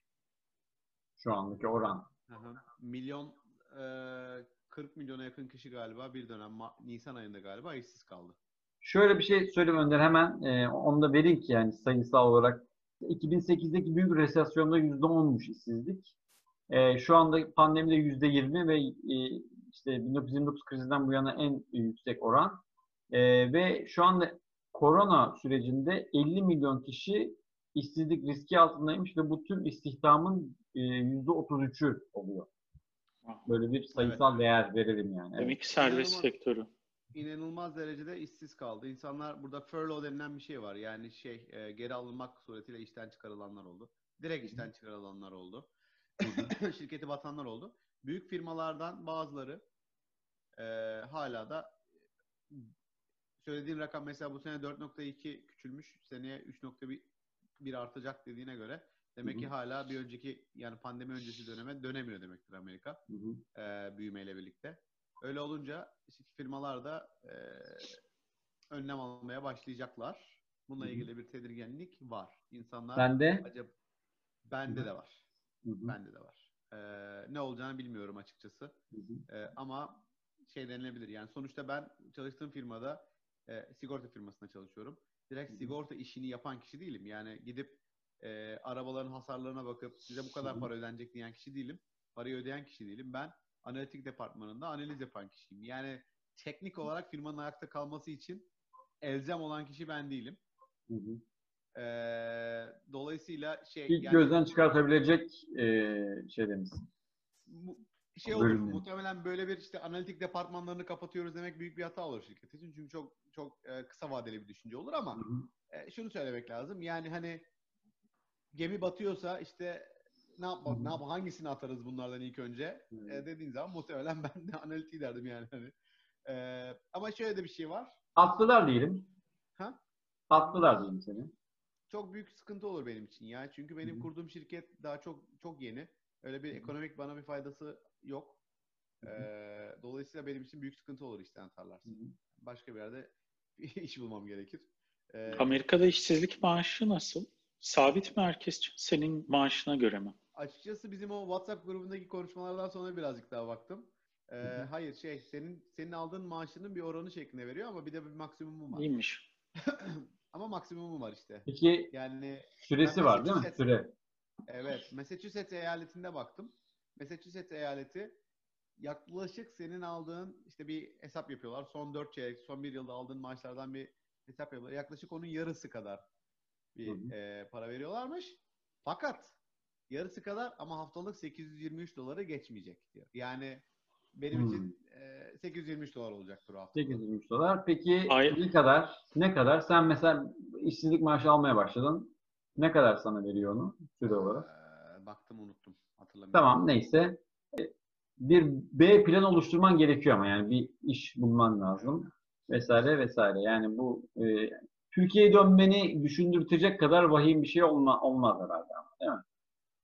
şu andaki oran. Hı hı. Milyon e, kırk milyona yakın kişi galiba bir dönem Ma- Nisan ayında galiba işsiz kaldı. Şöyle bir şey söyleyeyim Önder, hemen e, onu da vereyim ki yani sayısal olarak iki bin sekizdeki büyük resesyonda yüzde onmuş işsizlik. E, şu anda pandemide yüzde yirmi ve e, işte bin dokuz yüz yirmi dokuz krizinden bu yana en yüksek oran. E, ve şu anda korona sürecinde elli milyon kişi işsizlik riski altındaymış ve bu tüm istihdamın e, yüzde otuz üçü oluyor. Böyle bir sayısal Evet. değer verelim yani. Evet. Demek ki serbest İnanılmaz. sektörü. İnanılmaz derecede işsiz kaldı. İnsanlar burada furlough denilen bir şey var. Yani şey e, geri alınmak suretiyle işten çıkarılanlar oldu. Direkt işten çıkarılanlar oldu. Şirketi batanlar oldu. Büyük firmalardan bazıları e, hala da söylediğin rakam mesela bu sene dört nokta iki küçülmüş. Seneye üç nokta bir artacak dediğine göre demek Hı hı. ki hala bir önceki yani pandemi öncesi döneme dönemiyor demektir Amerika. Hı hı. E, büyümeyle birlikte. Öyle olunca firmalar da e, önlem almaya başlayacaklar. Bununla Hı hı. ilgili bir tedirginlik var. İnsanlar Bende acaba bende de var. Hı hı. Bende de var. Ee, ne olacağını bilmiyorum açıkçası. Hı hı. Ee, ama şey denilebilir. Yani sonuçta ben çalıştığım firmada e, sigorta firmasında çalışıyorum. Direkt Hı hı. sigorta işini yapan kişi değilim. Yani gidip e, arabaların hasarlarına bakıp size bu kadar Hı hı. para ödenecek diyen kişi değilim. Parayı ödeyen kişi değilim. Ben analitik departmanında analiz yapan kişiyim. Yani teknik olarak firmanın ayakta kalması için elzem olan kişi ben değilim. Hı hı. Ee, dolayısıyla şey İlk yani gözden çıkartabilecek e, şeylerimiz. mu- şey olur. Bölümlerimiz. Muhtemelen böyle bir işte analitik departmanlarını kapatıyoruz demek büyük bir hata olur şirket için. Çünkü çok çok e, kısa vadeli bir düşünce olur Hı ama hı. e, şunu söylemek lazım. Yani hani gemi batıyorsa işte ne Hı yapmak, hı. ne yap hangisini atarız bunlardan ilk önce Hı. e, dediğin zaman muhtemelen ben de analitiği derdim yani hani. E, ama şöyle de bir şey var. Attılar diyelim. Ha? Attılar diyelim seni. Çok büyük sıkıntı olur benim için ya. Çünkü Hı benim hı. kurduğum şirket daha çok çok yeni. Öyle bir ekonomik bana bir faydası yok. Hı hı. Ee, dolayısıyla benim için büyük sıkıntı olur işten Hı atarlarsa. hı. Başka bir yerde iş bulmam gerekir. Ee, çok Amerika'da işsizlik maaşı nasıl? Sabit mi herkes için? Senin maaşına göre mi? açıkçası bizim o WhatsApp grubundaki konuşmalardan sonra birazcık daha baktım. Ee, Hı hı. hayır şey senin senin aldığın maaşının bir oranı şeklinde veriyor ama bir de bir maksimumu var. İyiymiş. Ama maksimumu var işte. Peki Yani ben süresi var değil mi? Massachusetts Süre. evet Massachusetts eyaletinde baktım. Massachusetts eyaleti yaklaşık senin aldığın işte bir hesap yapıyorlar. Son dört çeyrek, son bir yılda aldığın maaşlardan bir hesap yapıyorlar. Yaklaşık onun yarısı kadar Hı hı. bir e, para veriyorlarmış. Fakat yarısı kadar ama haftalık sekiz yüz yirmi üç doları geçmeyecek diyor. Yani benim Hmm. için e, sekiz yüz yirmi üç dolar olacaktır o haftalık. sekiz yüz yirmi dolar. Peki Ay, ne kadar? Ne kadar? Sen mesela işsizlik maaşı almaya başladın. Ne kadar sana veriyor onu süre olarak? Ee, baktım unuttum. Hatırlamıyorum. Tamam neyse. Bir B plan oluşturman gerekiyor ama yani bir iş bulman Evet. lazım vesaire vesaire. Yani bu e, Türkiye'ye dönmeni düşündürtecek kadar vahim bir şey olma, olmaz herhalde ama, değil mi?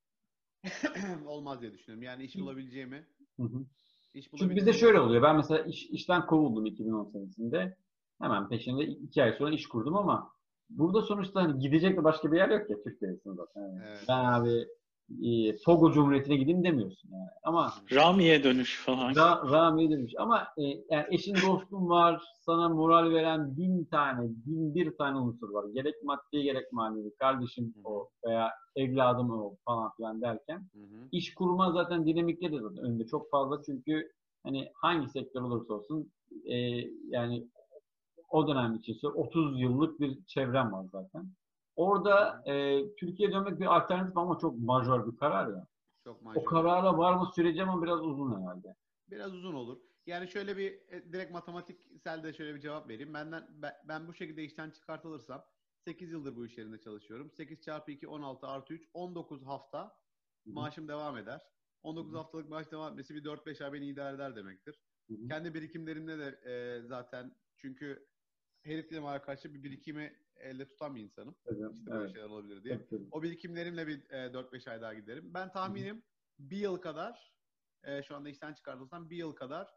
Olmaz diye düşünüyorum. Yani iş bulabileceğimi, Hı hı. iş Çünkü bizde bulabileceğimi şöyle oluyor. düşünüyorum. Ben mesela iş, işten kovuldum iki bin on senesinde. Hemen peşinde iki ay sonra iş kurdum ama burada sonuçta hani gidecek de başka bir yer yok ya Türkiye'desin zaten. Yani Evet. ben abi e, Togo Cumhuriyeti'ne gideyim demiyorsun yani. Ama Hı hı. Rami'ye dönüş falan. Ra Rami demiş. Ama e, yani eşin dostun var, sana moral veren bin tane, bin bir tane unsur var. Gerek maddi gerek manevi. Kardeşim Hı hı. o veya evladım o falan filan derken. Hı hı. İş kurma zaten dinamikte de zaten önünde çok fazla çünkü hani hangi sektör olursa olsun e, yani o dönem için otuz yıllık bir çevrem var zaten. Hı Orada hı. e, Türkiye'ye dönmek bir alternatif ama çok majör bir karar ya. Çok O majör evet. karara varma süreci ama biraz uzun herhalde. Biraz uzun olur. Yani şöyle bir e, direkt matematiksel de şöyle bir cevap vereyim. Benden ben, ben bu şekilde işten çıkartılırsam sekiz yıldır bu iş yerinde çalışıyorum. sekiz çarpı iki on altı artı üç on dokuz hafta Hı hı. maaşım devam eder. on dokuz Hı hı. haftalık maaş devam etmesi bir dört beş ay beni idare eder demektir. Hı hı. Kendi birikimlerimde de e, zaten çünkü herif var karşı bir birikimi elde tutan bir insanım. Evet, İşte böyle evet. şeyler olabilir diye. Tabii, tabii. O birikimlerimle bir e, dört beş ay daha giderim. Ben Hı hı. tahminim bir yıl kadar e, şu anda işten çıkartılsam bir yıl kadar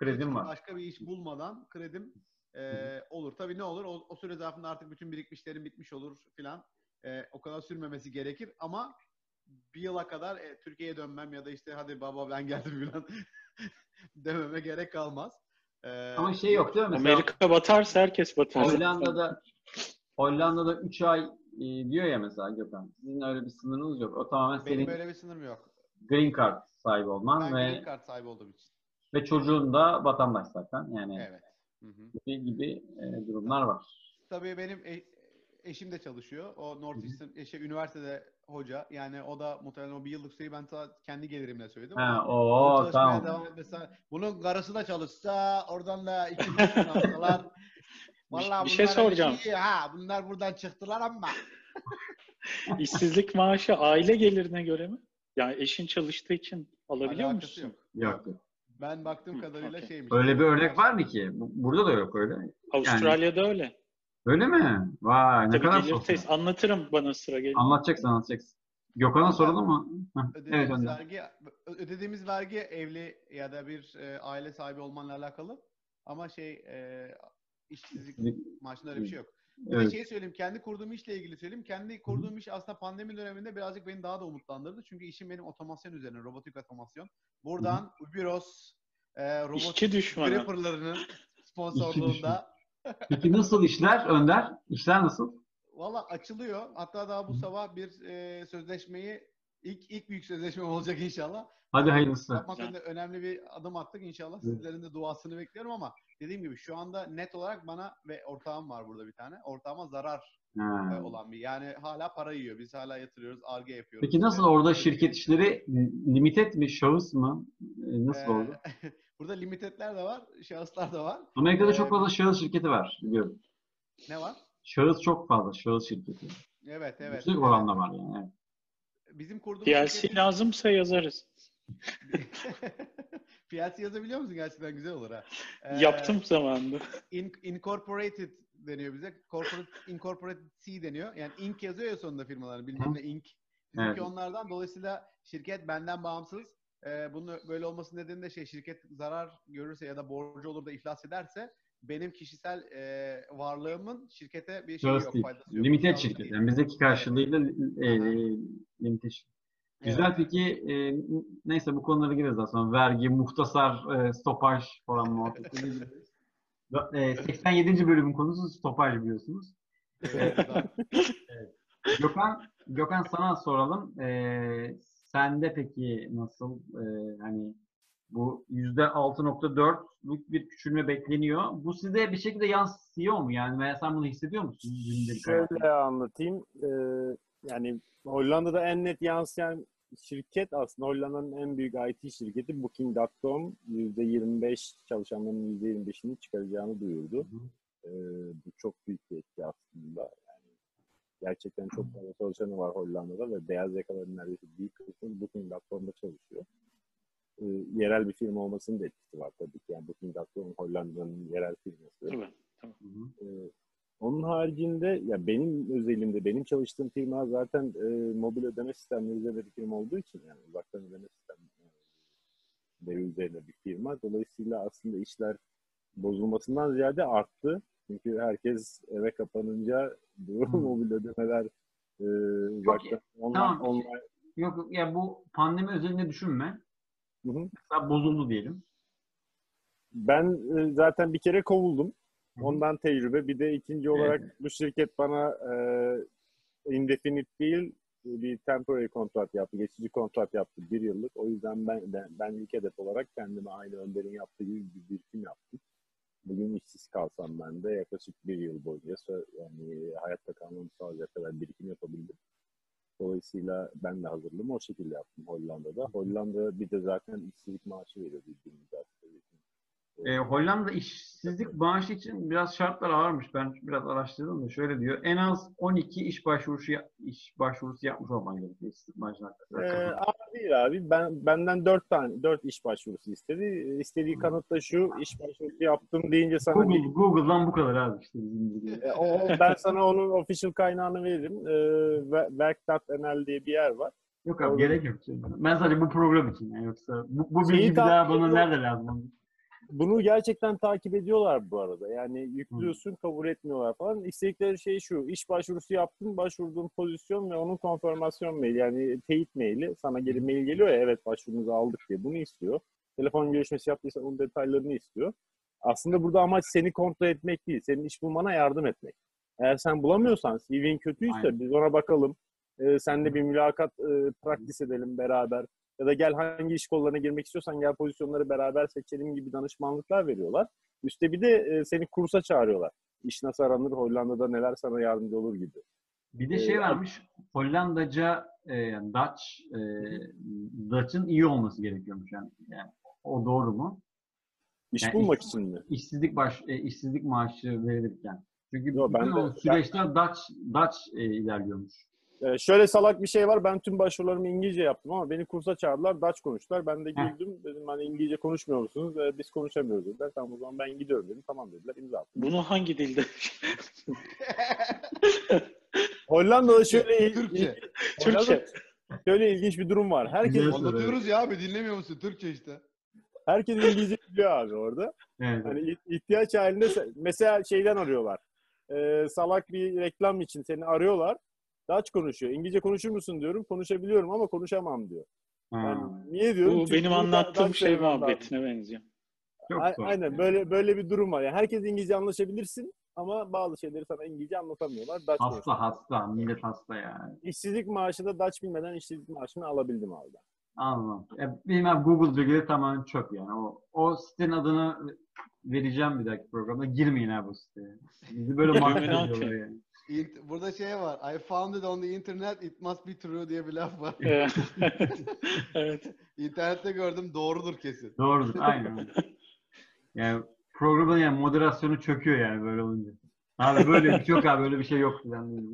Kredim var. Başka bir iş bulmadan kredim e, olur. Tabii ne olur? O, o süre zarfında artık bütün birikmişlerim bitmiş olur filan. E, o kadar sürmemesi gerekir ama bir yıla kadar e, Türkiye'ye dönmem ya da işte hadi baba ben geldim filan dememe gerek kalmaz. E, Ama şey yok değil mi? Mesela Amerika batarsa herkes batar. Hollanda'da Hollanda'da üç ay e, diyor ya mesela Gökhan. Sizin öyle bir sınırınız yok. O tamamen benim senin böyle bir sınırım yok. green card sahibi olman Ben ve green card sahibi olduğum için. ve çocuğun da vatandaş zaten. Yani Evet. Hı hı. gibi gibi e, durumlar var. Tabii benim e- eşim de çalışıyor. O Northeastern eşi üniversitede hoca. Yani o da muhtemelen o bir yıllık süreyi ben ta kendi gelirimle söyledim Ha, ama o onun çalışmaya tamam. devam etmesi. Bunun karısı da çalışsa oradan da iki milyon alsalar. Vallahi bir şey bunlar hani soracağım. iyi ha. Bunlar buradan çıktılar ama. İşsizlik maaşı aile gelirine göre mi? Yani eşin çalıştığı için alabiliyor Alakası musun? yok. Yok, yok. Ben baktığım Hı, kadarıyla okey. şeymiş. Öyle bir devletin örnek karşı- var mı ki? Bu- Burada da yok öyle. Yani Avustralya'da öyle. öyle mi? Vay ne Tabii kadar gelir sosyal. test anlatırım bana sıra gelince. Anlatacaksın anlatacaksın. Gökhan'a Burada soralım mı? Heh, evet Ödediğimiz Önder. vergi ödediğimiz vergi evli ya da bir e, aile sahibi olmanla alakalı. Ama şey e, işsizlik maaşında öyle bir şey yok. Bir de Evet. şey söyleyeyim, kendi kurduğum işle ilgili söyleyeyim. Kendi kurduğum iş aslında pandemi döneminde birazcık beni daha da umutlandırdı. Çünkü işim benim otomasyon üzerine, robotik otomasyon. Buradan Ubiros e, İşçi robotik düşmanı. gripperlarının sponsorluğunda Peki nasıl işler Önder? İşler nasıl? valla açılıyor. Hatta daha bu sabah bir e, sözleşmeyi ilk ilk büyük sözleşmem olacak inşallah. Hadi E, hayırlısı. yapmak üzere önemli bir adım attık inşallah. Sizlerin de duasını bekliyorum ama dediğim gibi şu anda net olarak bana ve ortağım var burada bir tane. Ortağıma zarar Ha. e, olan bir. Yani hala para yiyor. Biz hala yatırıyoruz, Ar-Ge yapıyoruz. Peki nasıl işte. orada şirket işleri limited mi, şahıs mı? E, Nasıl E, oldu? burada limitedler de var, şahıslar da var. Amerika'da E, çok fazla biz- şahıs şirketi var biliyorum. ne var? Şahıs çok fazla, şahıs şirketi. Evet, evet. Yüksek evet. oranda var yani. Evet. Bizim kurduğumuz P L C şirketin... lazımsa yazarız. P L C yazabiliyor musun? Gerçekten güzel olur ha. Ee, Yaptım zamanında. in- incorporated deniyor bize. Corporate, incorporated C deniyor. Yani Inc yazıyor ya sonunda firmaların. Bilmem ne Inc. Bizimki Evet. onlardan. Dolayısıyla şirket benden bağımsız. Ee, bunun böyle olması nedeni de şey, şirket zarar görürse ya da borcu olur da iflas ederse benim kişisel e, varlığımın şirkete bir şeyi Şahıs yok, değil. faydası yok. Limited Şahıs şirket. değil. Yani bizdeki karşılığıyla e, Aha. limited şirket. Güzel Evet. peki e, neyse bu konulara gireriz daha sonra. Vergi, muhtasar, e, stopaj falan muhabbetine gireriz. E, seksen yedinci bölümün konusu stopaj biliyorsunuz. Evet, daha- Evet. Gökhan, Gökhan sana soralım. E, sende peki nasıl e, hani bu yüzde altı nokta dörtlük bir küçülme bekleniyor. Bu size bir şekilde yansıyor mu? Yani veya sen bunu hissediyor musun? Gündelik hayatında? Şöyle anlatayım. Ee, yani Hollanda'da en net yansıyan şirket aslında Hollanda'nın en büyük I T şirketi Booking nokta com yüzde yirmi beş çalışanların yüzde yirmi beşini çıkaracağını duyurdu. Ee, bu çok büyük bir etki aslında. Yani gerçekten çok fazla çalışanı var Hollanda'da ve beyaz yakaların neredeyse büyük kısmı Booking nokta com'da çalışıyor. Ee, yerel bir firma olmasının da etkisi var tabii ki. Yani Booking nokta com Hollanda'nın yerel firması. Tabii, tabii. Ee, onun haricinde ya benim özelimde benim çalıştığım firma zaten e, mobil ödeme sistemleri üzerine bir firma olduğu için yani uzaktan ödeme sistemleri üzerine bir firma. Dolayısıyla aslında işler bozulmasından ziyade arttı. Çünkü herkes eve kapanınca bu Hmm. mobil ödemeler e, uzaktan online, Tamam. online. Yok yok, ya bu pandemi özelinde düşünme. Hı hı. Mesela bozuldu diyelim. Ben e, zaten bir kere kovuldum. Hı hı. Ondan tecrübe. Bir de ikinci olarak Evet. bu şirket bana e, indefinite değil bir temporary kontrat yaptı. Geçici kontrat yaptı. Bir yıllık. O yüzden ben, ben, ben ilk hedef olarak kendime aynı Önder'in yaptığı gibi bir birikim yaptım. Bugün işsiz kalsam ben de yaklaşık bir yıl boyunca yani hayatta kalmamı sağlayacak kadar birikim yapabildim. Dolayısıyla ben de hazırlığımı o şekilde yaptım Hollanda'da. Hollanda bir de zaten işsizlik maaşı veriyor bildiğiniz gibi. E, Hollanda işsizlik maaşı için biraz şartlar ağırmış. Ben biraz araştırdım da şöyle diyor. En az on iki iş başvurusu iş başvurusu yapmış olman gerekiyor işsizlik maaşına. Ee, abi değil abi. Ben benden dört tane dört iş başvurusu istedi. İstediği kanıt da şu: iş başvurusu yaptım deyince sana Google, bir Google'dan bu kadar abi işte bizim gibi. e, o, ben sana onun official kaynağını veririm. Ee, work nokta n l diye bir yer var. Yok abi Orada- gerek yok. Ben sadece bu program için yani yoksa bu, bu Şeyi bilgi bir daha tavsiye bana ediyorum. nerede lazım? bunu gerçekten takip ediyorlar bu arada. Yani yüklüyorsun, kabul etmiyorlar falan. İstedikleri şey şu: iş başvurusu yaptın, başvurduğun pozisyon ve onun konfirmasyon maili, yani teyit maili. Sana geri mail geliyor ya, evet başvurunuzu aldık diye. Bunu istiyor. Telefon görüşmesi yaptıysan onun detaylarını istiyor. Aslında burada amaç seni kontrol etmek değil, senin iş bulmana yardım etmek. Eğer sen bulamıyorsan, C V'in kötüyse Aynen. biz ona bakalım. Ee, seninle bir mülakat e, practice edelim beraber. Ya da gel hangi iş kollarına girmek istiyorsan gel pozisyonları beraber seçelim gibi danışmanlıklar veriyorlar. Üste bir de e, seni kursa çağırıyorlar. İş nasıl aranır, Hollanda'da neler sana yardımcı olur gibi. Bir de şey varmış, Hollandaca e, Dutch, e, Dutch'ın iyi olması gerekiyormuş yani. Yani o doğru mu? İş Yani bulmak iş- için mi? İşsizlik baş, e, işsizlik maaşı verilirken. Çünkü Yo, bütün ben de- o süreçler Dutch, Dutch e, ilerliyormuş. Ee, şöyle salak bir şey var. Ben tüm başvurularımı İngilizce yaptım ama beni kursa çağırdılar. Dutch konuştular. Ben de Heh. güldüm. Dedim hani İngilizce konuşmuyor musunuz? Ee, biz konuşamıyoruz dediler. Tamam o zaman ben gidiyorum dedim. Tamam dediler. İmza attım. Bunu hangi dilde? Hollanda'da şöyle il- Türkçe. Türkçe. şöyle ilginç bir durum var. Herkes Güzel. Anlatıyoruz ya abi, dinlemiyor musun? Türkçe işte. herkes İngilizce biliyor abi orada. Evet. Hani iht- ihtiyaç halinde se- mesela şeyden arıyorlar. Ee, salak bir reklam için seni arıyorlar. Dutch konuşuyor. İngilizce konuşur musun diyorum. Konuşabiliyorum ama konuşamam diyor. Ha, Yani niye diyorum? Bu Çünkü benim burada anlattığım Dutch şey sevmem lazım. muhabbetine benziyor. çok A- zor. Aynen böyle böyle bir durum var. Yani herkes İngilizce anlaşabilirsin ama bazı şeyleri sana İngilizce anlatamıyorlar. Dutch konuşuyor. Hasta hasta, millet hasta yani. İşsizlik maaşı da Dutch bilmeden işsizlik maaşını alabildim abi. Anladım. Ya, benim abi Google bilgileri tamamen çöp yani. O, o sitenin adını vereceğim bir dahaki programda. Girmeyin abi bu siteye. Bizi böyle mahkum Girme, ne ediyorlar yapayım? yani. İnt- Burada şey var. I found it on the internet. It must be true diye bir laf var. Evet. Evet. İnternette gördüm. Doğrudur kesin. Doğrudur. Aynen. Yani programın yani moderasyonu çöküyor yani böyle olunca. Abi böyle bir şey yok abi, böyle bir şey yok falan.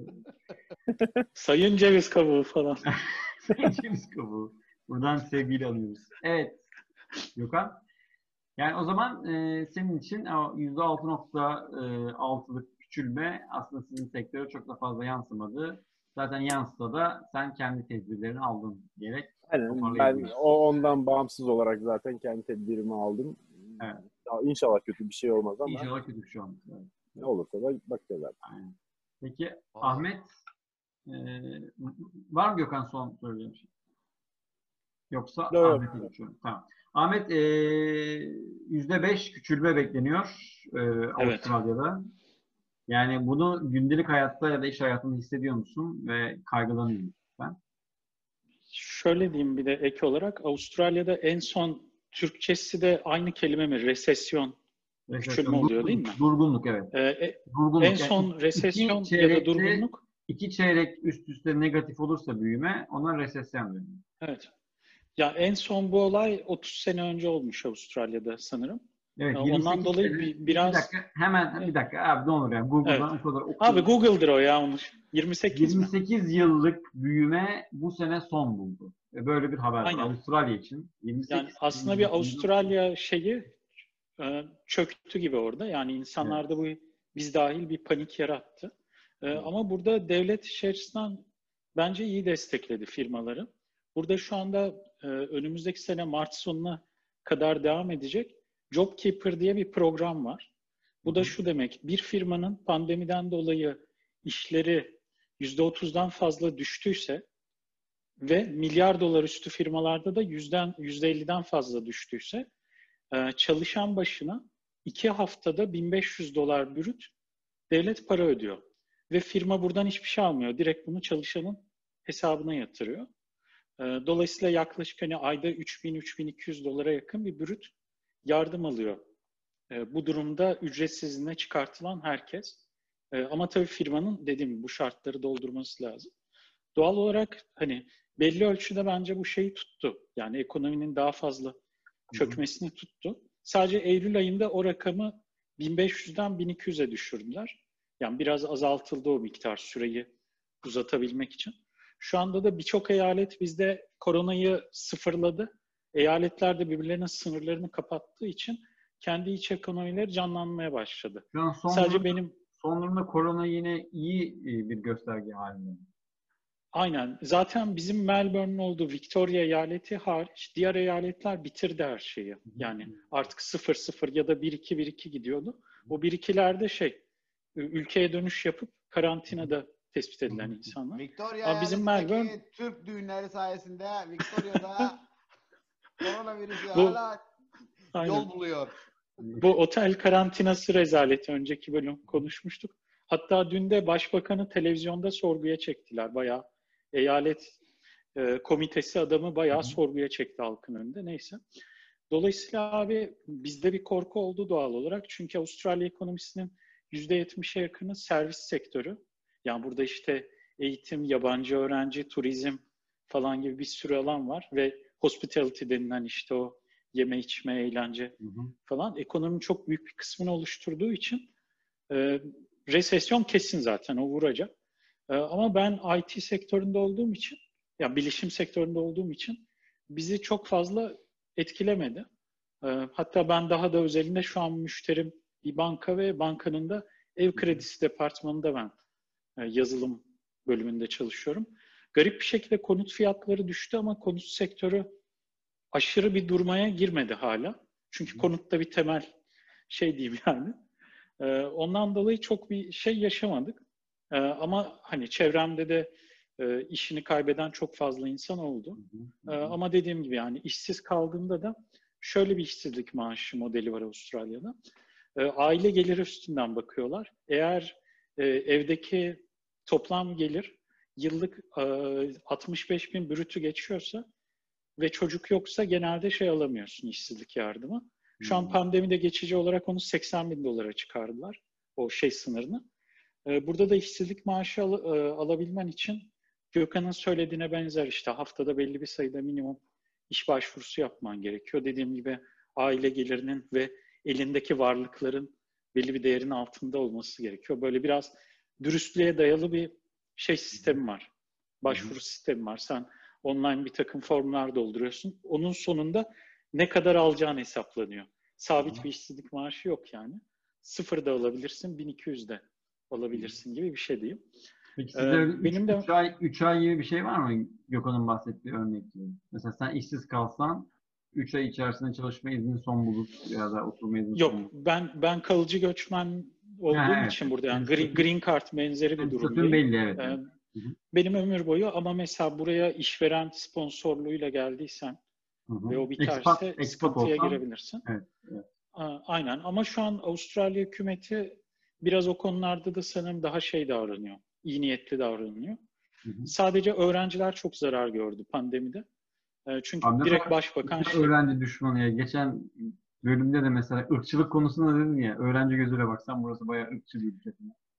Sayın ceviz kabuğu falan. Ceviz kabuğu. Buradan sevgiyle alıyoruz. Evet. Gökhan. Yani o zaman e, senin için o yüzde altı nokta altılık küçülme aslında sizin sektöre çok da fazla yansımadı. Zaten yansısa da sen kendi tedbirlerini aldın diyerek Aynen ben toparlayabiliriz. o ondan bağımsız olarak zaten kendi tedbirimi aldım. Evet. Ya İnşallah kötü bir şey olmaz ama İnşallah kötü bir şey olmaz. Evet. ne olursa da bakacağız artık. Aynen. Peki Vallahi. Ahmet, e, var mı Gökhan son söyleyeceğim şey? Yoksa Yok, yok. Ahmet'e geçiyorum. Tamam. Ahmet, e, yüzde beş küçülme bekleniyor e, Avustralya'da. Yani bunu gündelik hayatta ya da iş hayatında hissediyor musun ve kaygılanıyor musun sen? Şöyle diyeyim bir de ek olarak, Avustralya'da en son Türkçesi de aynı kelime mi? Resesyon, küçülme oluyor değil mi? Durgunluk, evet. Ee, e- Durgunluk. en Yani son iki resesyon ya da çeyrekte- durgunluk. İki çeyrek üst üste negatif olursa büyüme, ona resesyon deniyor. Evet. Ya en son bu olay otuz sene önce olmuş Avustralya'da sanırım. Evet, Ya yirmi sekiz ondan dolayı sene- bir- biraz- Bir dakika, hemen bir dakika abi ne olur yani Google'dan Evet. o kadar okuyun. Abi Google'dır o ya onu. yirmi sekiz mi? yirmi sekiz yıllık büyüme bu sene son buldu. Ve böyle bir haber var Aynen. Avustralya için. yirmi sekiz Yani aslında bir Avustralya şeyi e, çöktü gibi orada. Yani insanlarda bu biz dahil bir panik yarattı. E, ama burada devlet iş açısından bence iyi destekledi firmaları. Burada şu anda e, önümüzdeki sene Mart sonuna kadar devam edecek JobKeeper diye bir program var. Bu da şu demek: bir firmanın pandemiden dolayı işleri yüzde otuzdan fazla düştüyse ve milyar dolar üstü firmalarda da yüzden yüzde elliden fazla düştüyse e, çalışan başına iki haftada bin beş yüz dolar brüt devlet para ödüyor. Ve firma buradan hiçbir şey almıyor. Direkt bunu çalışanın hesabına yatırıyor. E, dolayısıyla yaklaşık hani ayda üç bin üç bin iki yüz dolara yakın bir brüt yardım alıyor. E, bu durumda ücretsiz izne çıkartılan herkes. E, ama tabii firmanın dediğim gibi bu şartları doldurması lazım. Doğal olarak hani belli ölçüde bence bu şeyi tuttu. Yani ekonominin daha fazla çökmesini tuttu. Sadece Eylül ayında o rakamı bin beş yüzden bin iki yüze düşürdüler. Yani biraz azaltıldı o miktar, süreyi uzatabilmek için. Şu anda da birçok eyalet bizde koronayı sıfırladı. Eyaletler de birbirlerinin sınırlarını kapattığı için kendi iç ekonomileri canlanmaya başladı. Şu an son Sadece durumda, benim son durumda korona yine iyi bir gösterge halinde. Aynen. Zaten bizim Melbourne'ün olduğu Victoria eyaleti hariç diğer eyaletler bitirdi her şeyi. Yani artık sıfır sıfır ya da bir iki bir iki gidiyordu. O bir ikilerde şey ülkeye dönüş yapıp karantinada tespit edilen insanlar. Victoria Ama bizim eyaletindeki Melbourne Türk düğünleri sayesinde Victoria'da koronavirüsü bu hala aynen. yol buluyor. Bu otel karantinası rezaleti önceki bölüm konuşmuştuk. Hatta dün de başbakanı televizyonda sorguya çektiler. Bayağı eyalet e, komitesi adamı bayağı sorguya çekti halkın önünde. Neyse. Dolayısıyla abi bizde bir korku oldu doğal olarak. Çünkü Avustralya ekonomisinin yüzde yetmişe yakını servis sektörü. Yani burada işte eğitim, yabancı öğrenci, turizm falan gibi bir sürü alan var. Ve hospitality denilen işte o yeme, içme, eğlence hı hı. falan ekonominin çok büyük bir kısmını oluşturduğu için e, resesyon kesin zaten o vuracak. E, ama ben I T sektöründe olduğum için, yani bilişim sektöründe olduğum için bizi çok fazla etkilemedi. E, hatta ben daha da özelinde şu an müşterim bir banka ve bankanın da ev kredisi departmanında ben e, yazılım bölümünde çalışıyorum. Garip bir şekilde konut fiyatları düştü ama konut sektörü aşırı bir durmaya girmedi hala. Çünkü konutta bir temel şey diyeyim yani. Ee, ondan dolayı çok bir şey yaşamadık. Ee, ama hani çevremde de e, işini kaybeden çok fazla insan oldu. Ee, ama dediğim gibi yani işsiz kaldığında da şöyle bir işsizlik maaşı modeli var Avustralya'da. Ee, aile geliri üstünden bakıyorlar. Eğer e, evdeki toplam gelir yıllık e, altmış beş bin brütü geçiyorsa ve çocuk yoksa genelde şey alamıyorsun, işsizlik yardımı. Şu an pandemide geçici olarak onu seksen bin dolara çıkardılar. O şey sınırını. Burada da işsizlik maaşı al, alabilmen için Gökhan'ın söylediğine benzer işte haftada belli bir sayıda minimum iş başvurusu yapman gerekiyor. Dediğim gibi aile gelirinin ve elindeki varlıkların belli bir değerin altında olması gerekiyor. Böyle biraz dürüstlüğe dayalı bir şey sistemi var. Başvuru sistemi var. Sen online bir takım formlar dolduruyorsun. Onun sonunda ne kadar alacağın hesaplanıyor. Sabit bir işsizlik maaşı yok yani. Sıfır da alabilirsin, bin iki yüz de alabilirsin gibi bir şey diyeyim. Peki sizde ee, benim de üç ay üç ay gibi bir şey var mı Gökhan'ın bahsettiği örnek gibi? Mesela sen işsiz kalsan üç ay içerisinde çalışma izni son bulup ya da oturma izni yok, son bulup. ben ben kalıcı göçmen olduğum ha, evet. için burada yani green, green card benzeri bir durum değil. belli evet. Ee, benim ömür boyu ama mesela buraya işveren sponsorluğuyla geldiysen hı hı. ve o biterse expat, expat sıkıntıya olsam, girebilirsin. Evet, evet. Aynen ama şu an Avustralya hükümeti biraz o konularda da sanırım daha şey davranıyor. İyi niyetli davranıyor. Hı hı. Sadece öğrenciler çok zarar gördü pandemide. Çünkü Abi direkt başbakan şey... Öğrenci düşmanı ya. Geçen bölümde de mesela ırkçılık konusunda dedin ya. Öğrenci gözüyle baksan burası bayağı ırkçı bir ülke.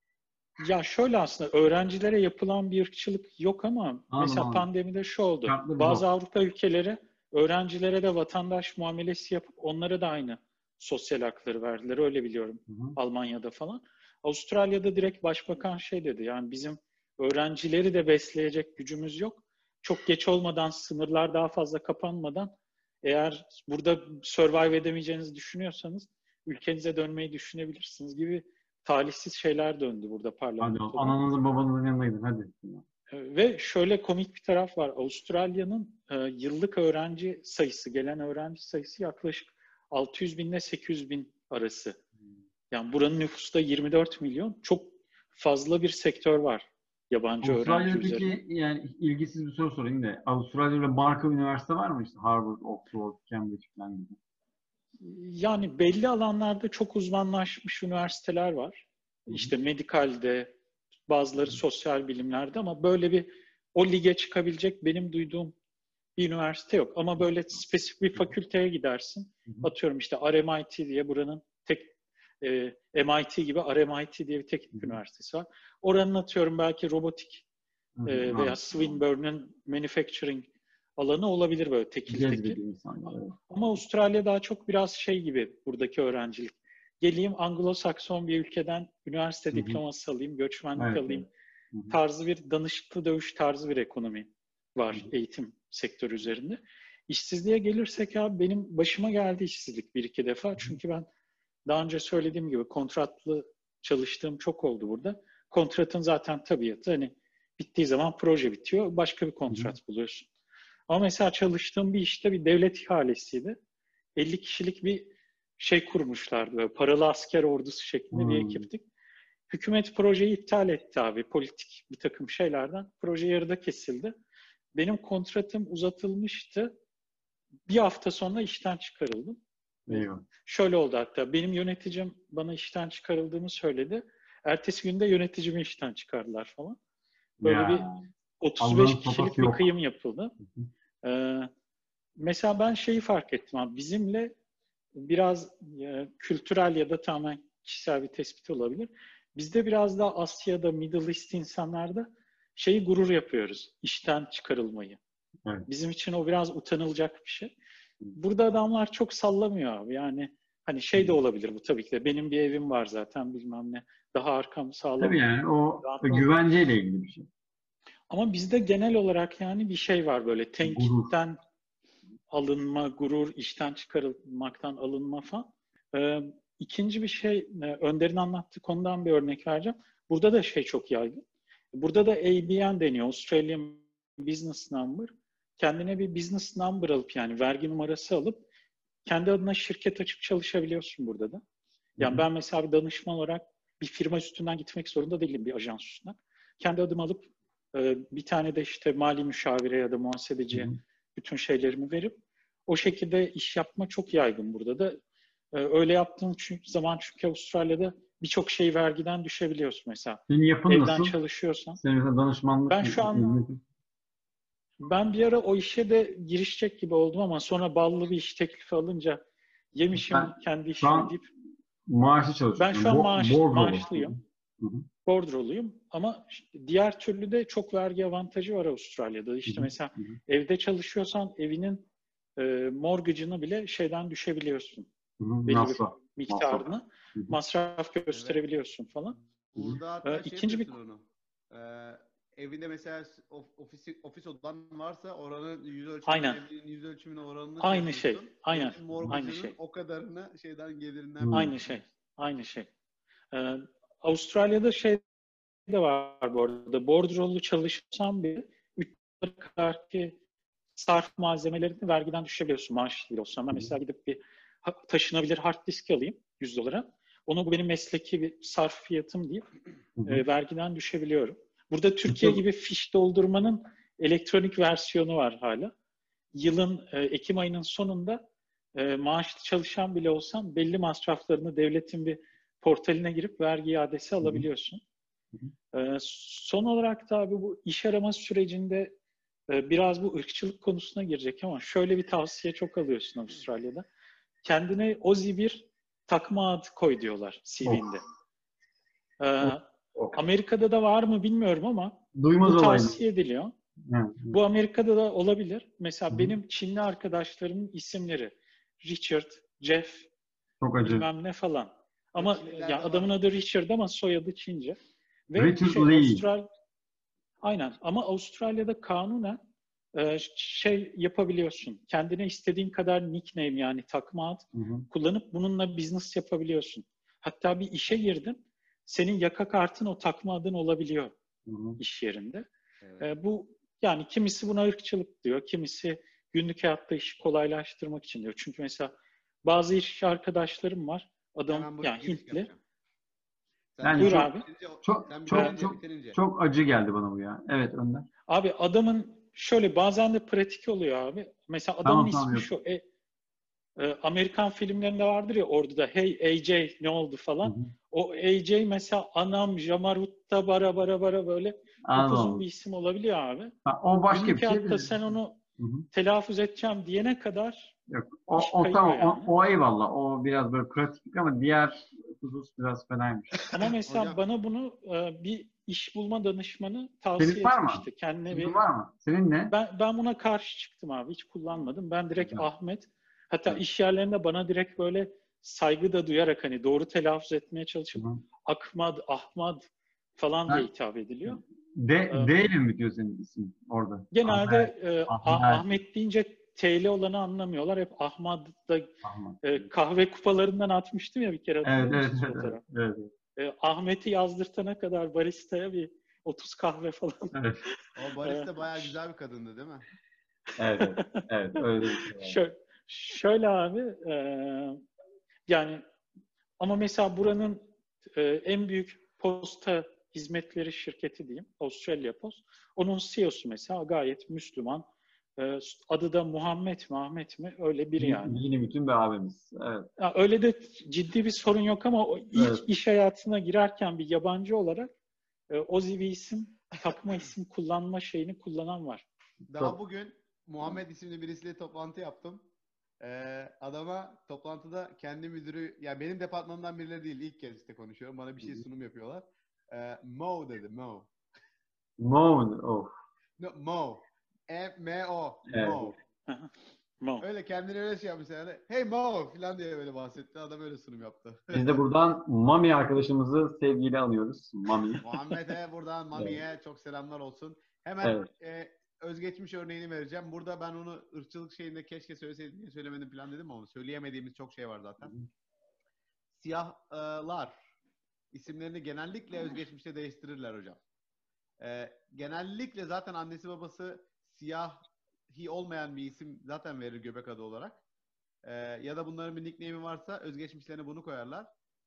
Ya şöyle aslında öğrencilere yapılan bir ırkçılık yok ama anladım, mesela anladım. Pandemide şu oldu. Şartlı Bazı o. Avrupa ülkeleri öğrencilere de vatandaş muamelesi yapıp onlara da aynı sosyal hakları verdiler. Öyle biliyorum. Hı hı. Almanya'da falan. Avustralya'da direkt başbakan şey dedi. Yani bizim öğrencileri de besleyecek gücümüz yok. Çok geç olmadan, sınırlar daha fazla kapanmadan eğer burada survive edemeyeceğinizi düşünüyorsanız ülkenize dönmeyi düşünebilirsiniz gibi talihsiz şeyler döndü burada parlamentoda. Hadi ananızın babanızın yanına gidin hadi. Ve şöyle komik bir taraf var. Avustralya'nın e, yıllık öğrenci sayısı, gelen öğrenci sayısı yaklaşık altı yüz bin ile sekiz yüz bin arası. Yani buranın nüfusu da yirmi dört milyon. Çok fazla bir sektör var yabancı öğrenci üzerine. Peki yani ilgisiz bir soru sorayım da Avustralya'da marka üniversite var mı işte Harvard, Oxford, Cambridge falan gibi? Yani belli alanlarda çok uzmanlaşmış üniversiteler var. Hı-hı. İşte medikalde, bazıları sosyal bilimlerde ama böyle bir o lige çıkabilecek benim duyduğum bir üniversite yok. Ama böyle spesifik bir fakülteye gidersin. Hı-hı. Atıyorum işte R M I T diye buranın tek e, M I T gibi R M I T diye bir teknik Hı-hı. üniversitesi var. Oranın atıyorum belki robotik e, veya Swinburne'ın manufacturing alanı olabilir böyle tekil tekil. Evet. Ama Avustralya daha çok biraz şey gibi buradaki öğrencilik. Geleyim Anglo-Sakson bir ülkeden üniversite Hı-hı. diploması alayım, göçmenlik evet, alayım evet. tarzı bir danışıklı dövüş tarzı bir ekonomi var Hı-hı. eğitim sektörü üzerinde. İşsizliğe gelirsek abi benim başıma geldi işsizlik bir iki defa. Hı-hı. Çünkü ben daha önce söylediğim gibi kontratlı çalıştığım çok oldu burada. Kontratın zaten tabiatı hani Bittiği zaman proje bitiyor. Başka bir kontrat buluyorsun. Ama mesela çalıştığım bir işte bir devlet ihalesiydi. elli kişilik bir şey kurmuşlardı. Böyle paralı asker ordusu şeklinde bir Hmm. ekiptik. Hükümet projeyi iptal etti abi. Politik bir takım şeylerden. Proje yarıda kesildi. Benim kontratım uzatılmıştı. Bir hafta sonra işten çıkarıldım. Eyvallah. Şöyle oldu hatta. Benim yöneticim bana işten çıkarıldığımı söyledi. Ertesi günde yöneticimi işten çıkardılar falan. Böyle Ya, bir otuz Allah'ın beş kişilik sopası bir yok. kıyım yapıldı. Ee, mesela ben şeyi fark ettim abi. Bizimle biraz e, kültürel ya da tamamen kişisel bir tespit olabilir. Bizde biraz daha Asya'da, Middle East insanlarda şeyi gurur yapıyoruz. İşten çıkarılmayı. Evet. Bizim için o biraz utanılacak bir şey. Burada adamlar çok sallamıyor abi. Yani hani şey de olabilir bu tabii ki de. Benim bir evim var zaten bilmem ne. Daha arkam sağlam. Tabii yani o Rahat- güvenceyle ilgili bir şey. Ama bizde genel olarak yani bir şey var böyle Gurur. tenkitten alınma, gurur, işten çıkarılmaktan alınma falan. Ee, ikinci bir şey, e, Önder'in anlattığı konudan bir örnek vereceğim. Burada da şey çok yaygın. Burada da A B N deniyor, Australian Business Number. Kendine bir business number alıp yani vergi numarası alıp kendi adına şirket açıp çalışabiliyorsun burada da. Yani ben mesela bir danışman olarak bir firma üstünden gitmek zorunda değilim, bir ajans üstünden. Kendi adımı alıp e, bir tane de işte mali müşavire ya da muhasebeciye Hı hı. bütün şeylerimi verip o şekilde iş yapma çok yaygın burada da. Ee, öyle yaptığın çünkü zaman çünkü Avustralya'da birçok şey vergiden düşebiliyorsun mesela. Senin yapın Evden nasıl? çalışıyorsan. Senin mesela danışmanlık Ben şu an ben bir ara o işe de girişecek gibi oldum ama sonra ballı bir iş teklifi alınca yemişim Ben kendi şu işimi an deyip maaşlı çalışıyorum. ben şu an Bo maaş, bordrolu. maaşlıyım. Hı hı. Bordroluyum ama işte diğer türlü de çok vergi avantajı var Avustralya'da. İşte Hı hı. mesela Hı hı. evde çalışıyorsan evinin e, mortgage'ını bile şeyden düşebiliyorsun. Hı hı. Belli bir Masraf. miktarını. Hı hı. Masraf gösterebiliyorsun falan. Burada hatta Ee, şey ikinci bir yapıyorsun onu. Ee, evinde mesela of- ofis ofis odan varsa oranın yüz ölçümüne, aynen evinin yüz ölçümüne oranını şey aynı şey. yapıyorsun. Aynen Evin aynı mortgage'ının şey. o kadarını şeyden gelirinden Hı. Aynı veriyorsun. şey. Aynı şey. Ee, Avustralya'da şey de var bu arada. Bordrolu çalışan bir üç yıllara kadar ki sarf malzemelerini vergiden düşebiliyorsun maaşlı bile olsan. Ben Hı hı. mesela gidip bir ha- taşınabilir hard disk alayım yüz dolara. Onu bu benim mesleki bir sarf fiyatım deyip Hı hı. e, vergiden düşebiliyorum. Burada Türkiye Peki, gibi fiş doldurmanın elektronik versiyonu var hala. Yılın e, Ekim ayının sonunda e, maaşlı çalışan bile olsan belli masraflarını devletin bir portaline girip vergi iadesi hı hı. alabiliyorsun. E, son olarak da abi bu iş arama sürecinde e, biraz bu ırkçılık konusuna girecek ama şöyle bir tavsiye çok alıyorsun Avustralya'da. Kendine Aussie bir takma ad koy diyorlar Of, C V'nde. E, of, of. Amerika'da da var mı bilmiyorum ama Duymaz bu olaydım. tavsiye ediliyor. Hı hı. Bu Amerika'da da olabilir. Hı Mesela hı. benim Çinli arkadaşlarımın isimleri Richard, Jeff, Çok acı. bilmem ne falan. Ama Çinliler ya de adamın var. adı Richard ama soyadı Çince. Ve Richard şey Lee. Austral aynen ama Avustralya'da kanunen e, şey yapabiliyorsun. Kendine istediğin kadar nickname yani takma ad Hı hı. kullanıp bununla business yapabiliyorsun. Hatta bir işe girdin. Senin yaka kartın o takma adın olabiliyor Hı hı. iş yerinde. Evet. E, bu yani kimisi buna ırkçılık diyor, kimisi günlük hayatta işi kolaylaştırmak için diyor. Çünkü mesela bazı iş arkadaşlarım var, adam Hemen bu yani giriş Hintli. yapacağım. Sen Yani Buyur bitirince, çok abi. çok sen çok E, bitirince çok bitirince. çok acı geldi bana bu ya. Evet Önder. abi adamın şöyle bazen de pratik oluyor abi. Mesela adamın Tamam tamam ismi yok. şu. E, e, Amerikan filmlerinde vardır ya orada da hey A J ne oldu Hı falan. hı. O A J mesela anam jamarutta bara bara bara böyle upuzun bir Anladım. isim olabiliyor abi. Ha, o başka Günlük bir şey. hayatta Biz... sen onu Hı hı. telaffuz edeceğim diyene kadar Yok. iş O, o kayıyor tamam. O, yani. o eyvallah. O biraz böyle pratik ama diğer husus biraz fenaymış. Ama mesela Hocam bana bunu e, bir iş bulma danışmanı Senin tavsiye var mı? etmişti. Kendine Senin bir var mı? Senin ne? ben ben buna karşı çıktım abi. Hiç kullanmadım. Ben direkt Güzel. Ahmet. Hatta Evet. iş yerlerinde bana direkt böyle saygı da duyarak hani doğru telaffuz etmeye çalışıp Hı hı. Akmad, Ahmad falan diye Sen hitap ediliyor. D, Ee, D ile mi bitiyor senin isim orada? genelde Ahmet. e, Ah- Ahmet. Ahmet deyince T'li olanı anlamıyorlar. Hep Ahmad'da Ahmet. e, kahve kupalarından atmıştım ya bir kere Evet hatırlıyor evet musunuz evet evet. fotoğraf? evet. evet. E, Ahmet'i yazdırtana kadar baristaya bir otuz kahve falan. Evet. O barista bayağı güzel bir kadındı değil mi? Evet, evet, evet, öyle bir şey var. Şöyle, şöyle abi, e, yani ama mesela buranın e, en büyük posta hizmetleri şirketi diyeyim, Australia Post. Onun C E O'su mesela gayet Müslüman. E, adı da Muhammed mi, Ahmet mi? Öyle biri yani. Yeni bütün bir abimiz. Evet. Ya öyle de ciddi bir sorun yok ama o ilk Evet. iş hayatına girerken bir yabancı olarak e, Ozi bir isim, takma isim kullanma şeyini kullanan var. Daha Çok. bugün Muhammed isimli birisiyle toplantı yaptım. Ee, adama toplantıda kendi müdürü, ya benim departmanımdan birileri değil, ilk kez işte konuşuyorum. Bana bir şey sunum yapıyorlar. Ee, Mo dedi, Mo. Moan. Oh. No, Mo. M-M-O. Evet. Mo. Mo. Öyle kendini öyle şey yapmış yani. Hey Mo falan diye böyle bahsetti. Adam öyle sunum yaptı. Biz de buradan Mami arkadaşımızı sevgiyle anıyoruz. Mami. Muhammed'e buradan Mami'ye çok selamlar olsun. Hemen Evet. e, özgeçmiş örneğini vereceğim. Burada ben onu ırkçılık şeyinde keşke söyleseydim diye söylemedim falan dedim ama söyleyemediğimiz çok şey var zaten. Siyahlar isimlerini genellikle özgeçmişte değiştirirler hocam. E, genellikle zaten annesi babası siyahi olmayan bir isim zaten verir göbek adı olarak. E, ya da bunların bir nickname'i varsa özgeçmişlerine bunu koyarlar.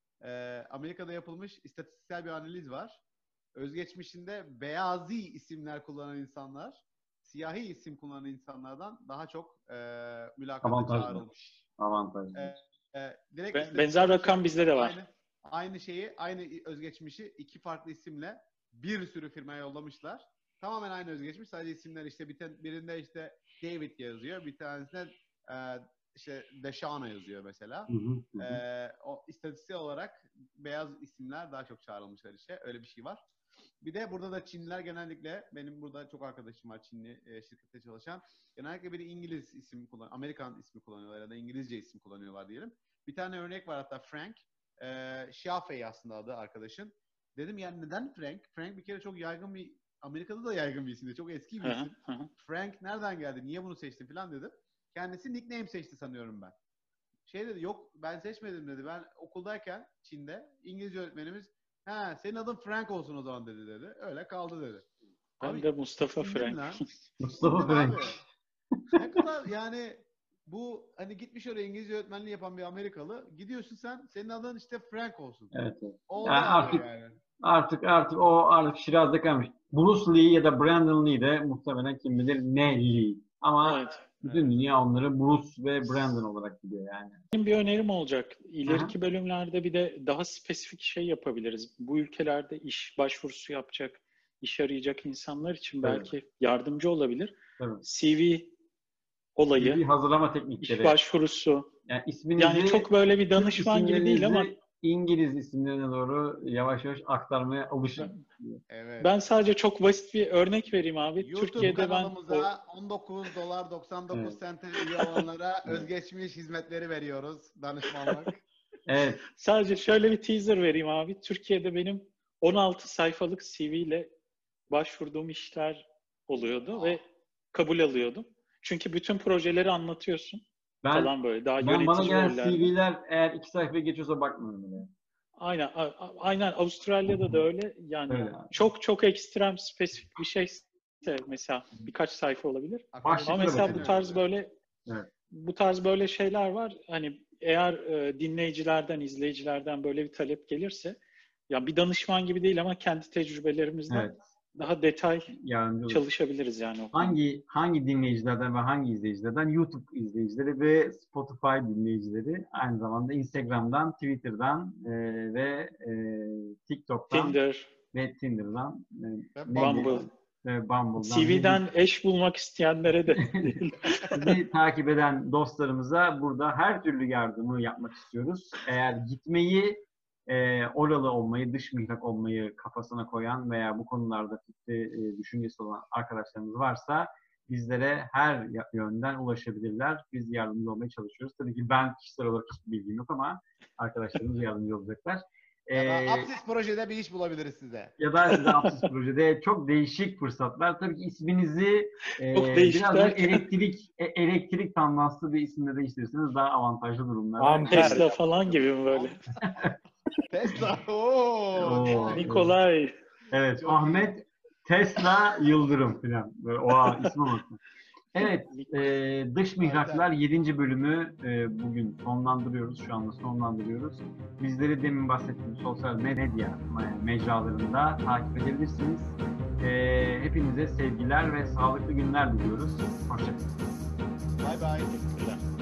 E, Amerika'da yapılmış istatistiksel bir analiz var. Özgeçmişinde beyazi isimler kullanan insanlar, siyahi isim kullanan insanlardan daha çok e, mülakata Avantajlı. çağrılmış. Avantajlı. E, e, direkt Ben, istatistik benzer olarak rakam bizde de var. Aynı, aynı şeyi, aynı özgeçmişi iki farklı isimle bir sürü firmaya yollamışlar. Tamamen aynı özgeçmiş. Sadece isimler işte bir birinde işte David yazıyor, bir tanesinde e, işte Deshana yazıyor mesela. Hı hı, hı. Ee, o istatistik olarak beyaz isimler daha çok çağrılmışlar işte. Öyle bir şey var. Bir de burada da Çinliler genellikle, benim burada çok arkadaşım var Çinli e, şirkette çalışan. Genellikle bir İngiliz isim kullan, Amerikan ismi kullanıyorlar ya da İngilizce isim kullanıyorlar diyelim. Bir tane örnek var hatta Frank. E, Xiafei aslında adı arkadaşın. Dedim yani neden Frank? Frank bir kere çok yaygın bir, Amerika'da da yaygın bir isimdi. Çok eski bir Hı hı, isim. hı hı. Frank nereden geldi? Niye bunu seçtin falan dedim. Kendisi nickname seçti sanıyorum ben. Şey dedi, yok ben seçmedim dedi. Ben okuldayken Çin'de İngilizce öğretmenimiz ha senin adın Frank olsun o zaman dedi dedi. Öyle kaldı dedi. Ben Abi de Mustafa tiksindim Frank. lan. Mustafa Tiksindim abi. Frank. Ne kadar yani bu hani gitmiş oraya İngilizce öğretmenliği yapan bir Amerikalı. Gidiyorsun sen, senin adın işte Frank olsun. Evet, evet. Oldu Yani abi artık yani. artık artık o artık Şiraz'da kalmış. Bruce Lee ya da Brandon Lee de muhtemelen kim bilir ne Lee. Ama Evet. bütün dünya onları Bruce ve Brandon olarak biliyor yani. Benim bir önerim olacak. Aha. İleriki bölümlerde bir de daha spesifik şey yapabiliriz. Bu ülkelerde iş başvurusu yapacak, iş arayacak insanlar için Evet. belki yardımcı olabilir. Evet. C V olayı, Bir hazırlama iş teknikleri. başvurusu. Yani isminizi, Yani çok böyle bir Türk danışman gibi değil ama isimlerinizi İngiliz isimlerine doğru yavaş yavaş aktarmaya alışın. Evet. ben sadece çok basit bir örnek vereyim abi. YouTube Türkiye'de ben o, kanalımıza on dokuz dolar doksan dokuz Evet. sente üye olanlara Evet. özgeçmiş hizmetleri veriyoruz. Danışmanlık. Evet. sadece şöyle bir teaser vereyim abi. Türkiye'de benim on altı sayfalık C V ile başvurduğum işler oluyordu ve kabul alıyordum. Çünkü bütün projeleri anlatıyorsun Ben falan böyle. Daha ben bana yönetici gelen rollerde. C V'ler eğer iki sayfaya geçiyorsa bakmıyorum bile. Aynen, a- aynen Avustralya'da da öyle. Yani Öyle abi. çok çok ekstrem, spesifik bir şeyse mesela birkaç sayfa olabilir. Ama Başlıklara mesela bakın. bu tarz böyle Evet. bu tarz böyle şeyler var. Hani eğer e, dinleyicilerden, izleyicilerden böyle bir talep gelirse, ya bir danışman gibi değil ama kendi tecrübelerimizden Evet. daha detay Yardımcı olur. çalışabiliriz yani o konuda. Hangi hangi dinleyicilerden ve hangi izleyicilerden? YouTube izleyicileri ve Spotify dinleyicileri, aynı zamanda Instagram'dan, Twitter'dan e, ve e, TikTok'tan Tinder, ve Tinder'dan e, Ve neydi? Bumble, Ve Bumble'dan C V'den eş bulmak isteyenlere de değil. bizi takip eden dostlarımıza burada her türlü yardımı yapmak istiyoruz. Eğer gitmeyi, e, oralı olmayı, dış mihrak olmayı kafasına koyan veya bu konularda fikri, e, düşüncesi olan arkadaşlarımız varsa bizlere her yönden ulaşabilirler. Biz yardımcı olmaya çalışıyoruz. Tabii ki ben kişisel olarak hiçbir bilgim yok ama arkadaşlarımız yardımcı olacaklar. Ya da Ee, Apsis projede bir iş bulabiliriz size. ya da size Apsis projede çok değişik fırsatlar. Tabii ki isminizi e, Çok değişik biraz böyle derken elektrik e, elektrik tandanslı bir isimle değiştirirseniz daha avantajlı durumlarda. Amper. Tesla falan gibi mi böyle? Tesla. Oo. Oo. nice. Nikolay. Evet, Çok Ahmet Tesla Yıldırım falan. Böyle, oha ismi bakın. Evet, e, Dış Mihraklar yedinci bölümü e, bugün sonlandırıyoruz. Şu anda sonlandırıyoruz. Bizleri demin bahsettiğim sosyal medya mecralarında takip edebilirsiniz. E, hepinize sevgiler ve sağlıklı günler diliyoruz. Hoşçakalın. Bay bay. Teşekkürler.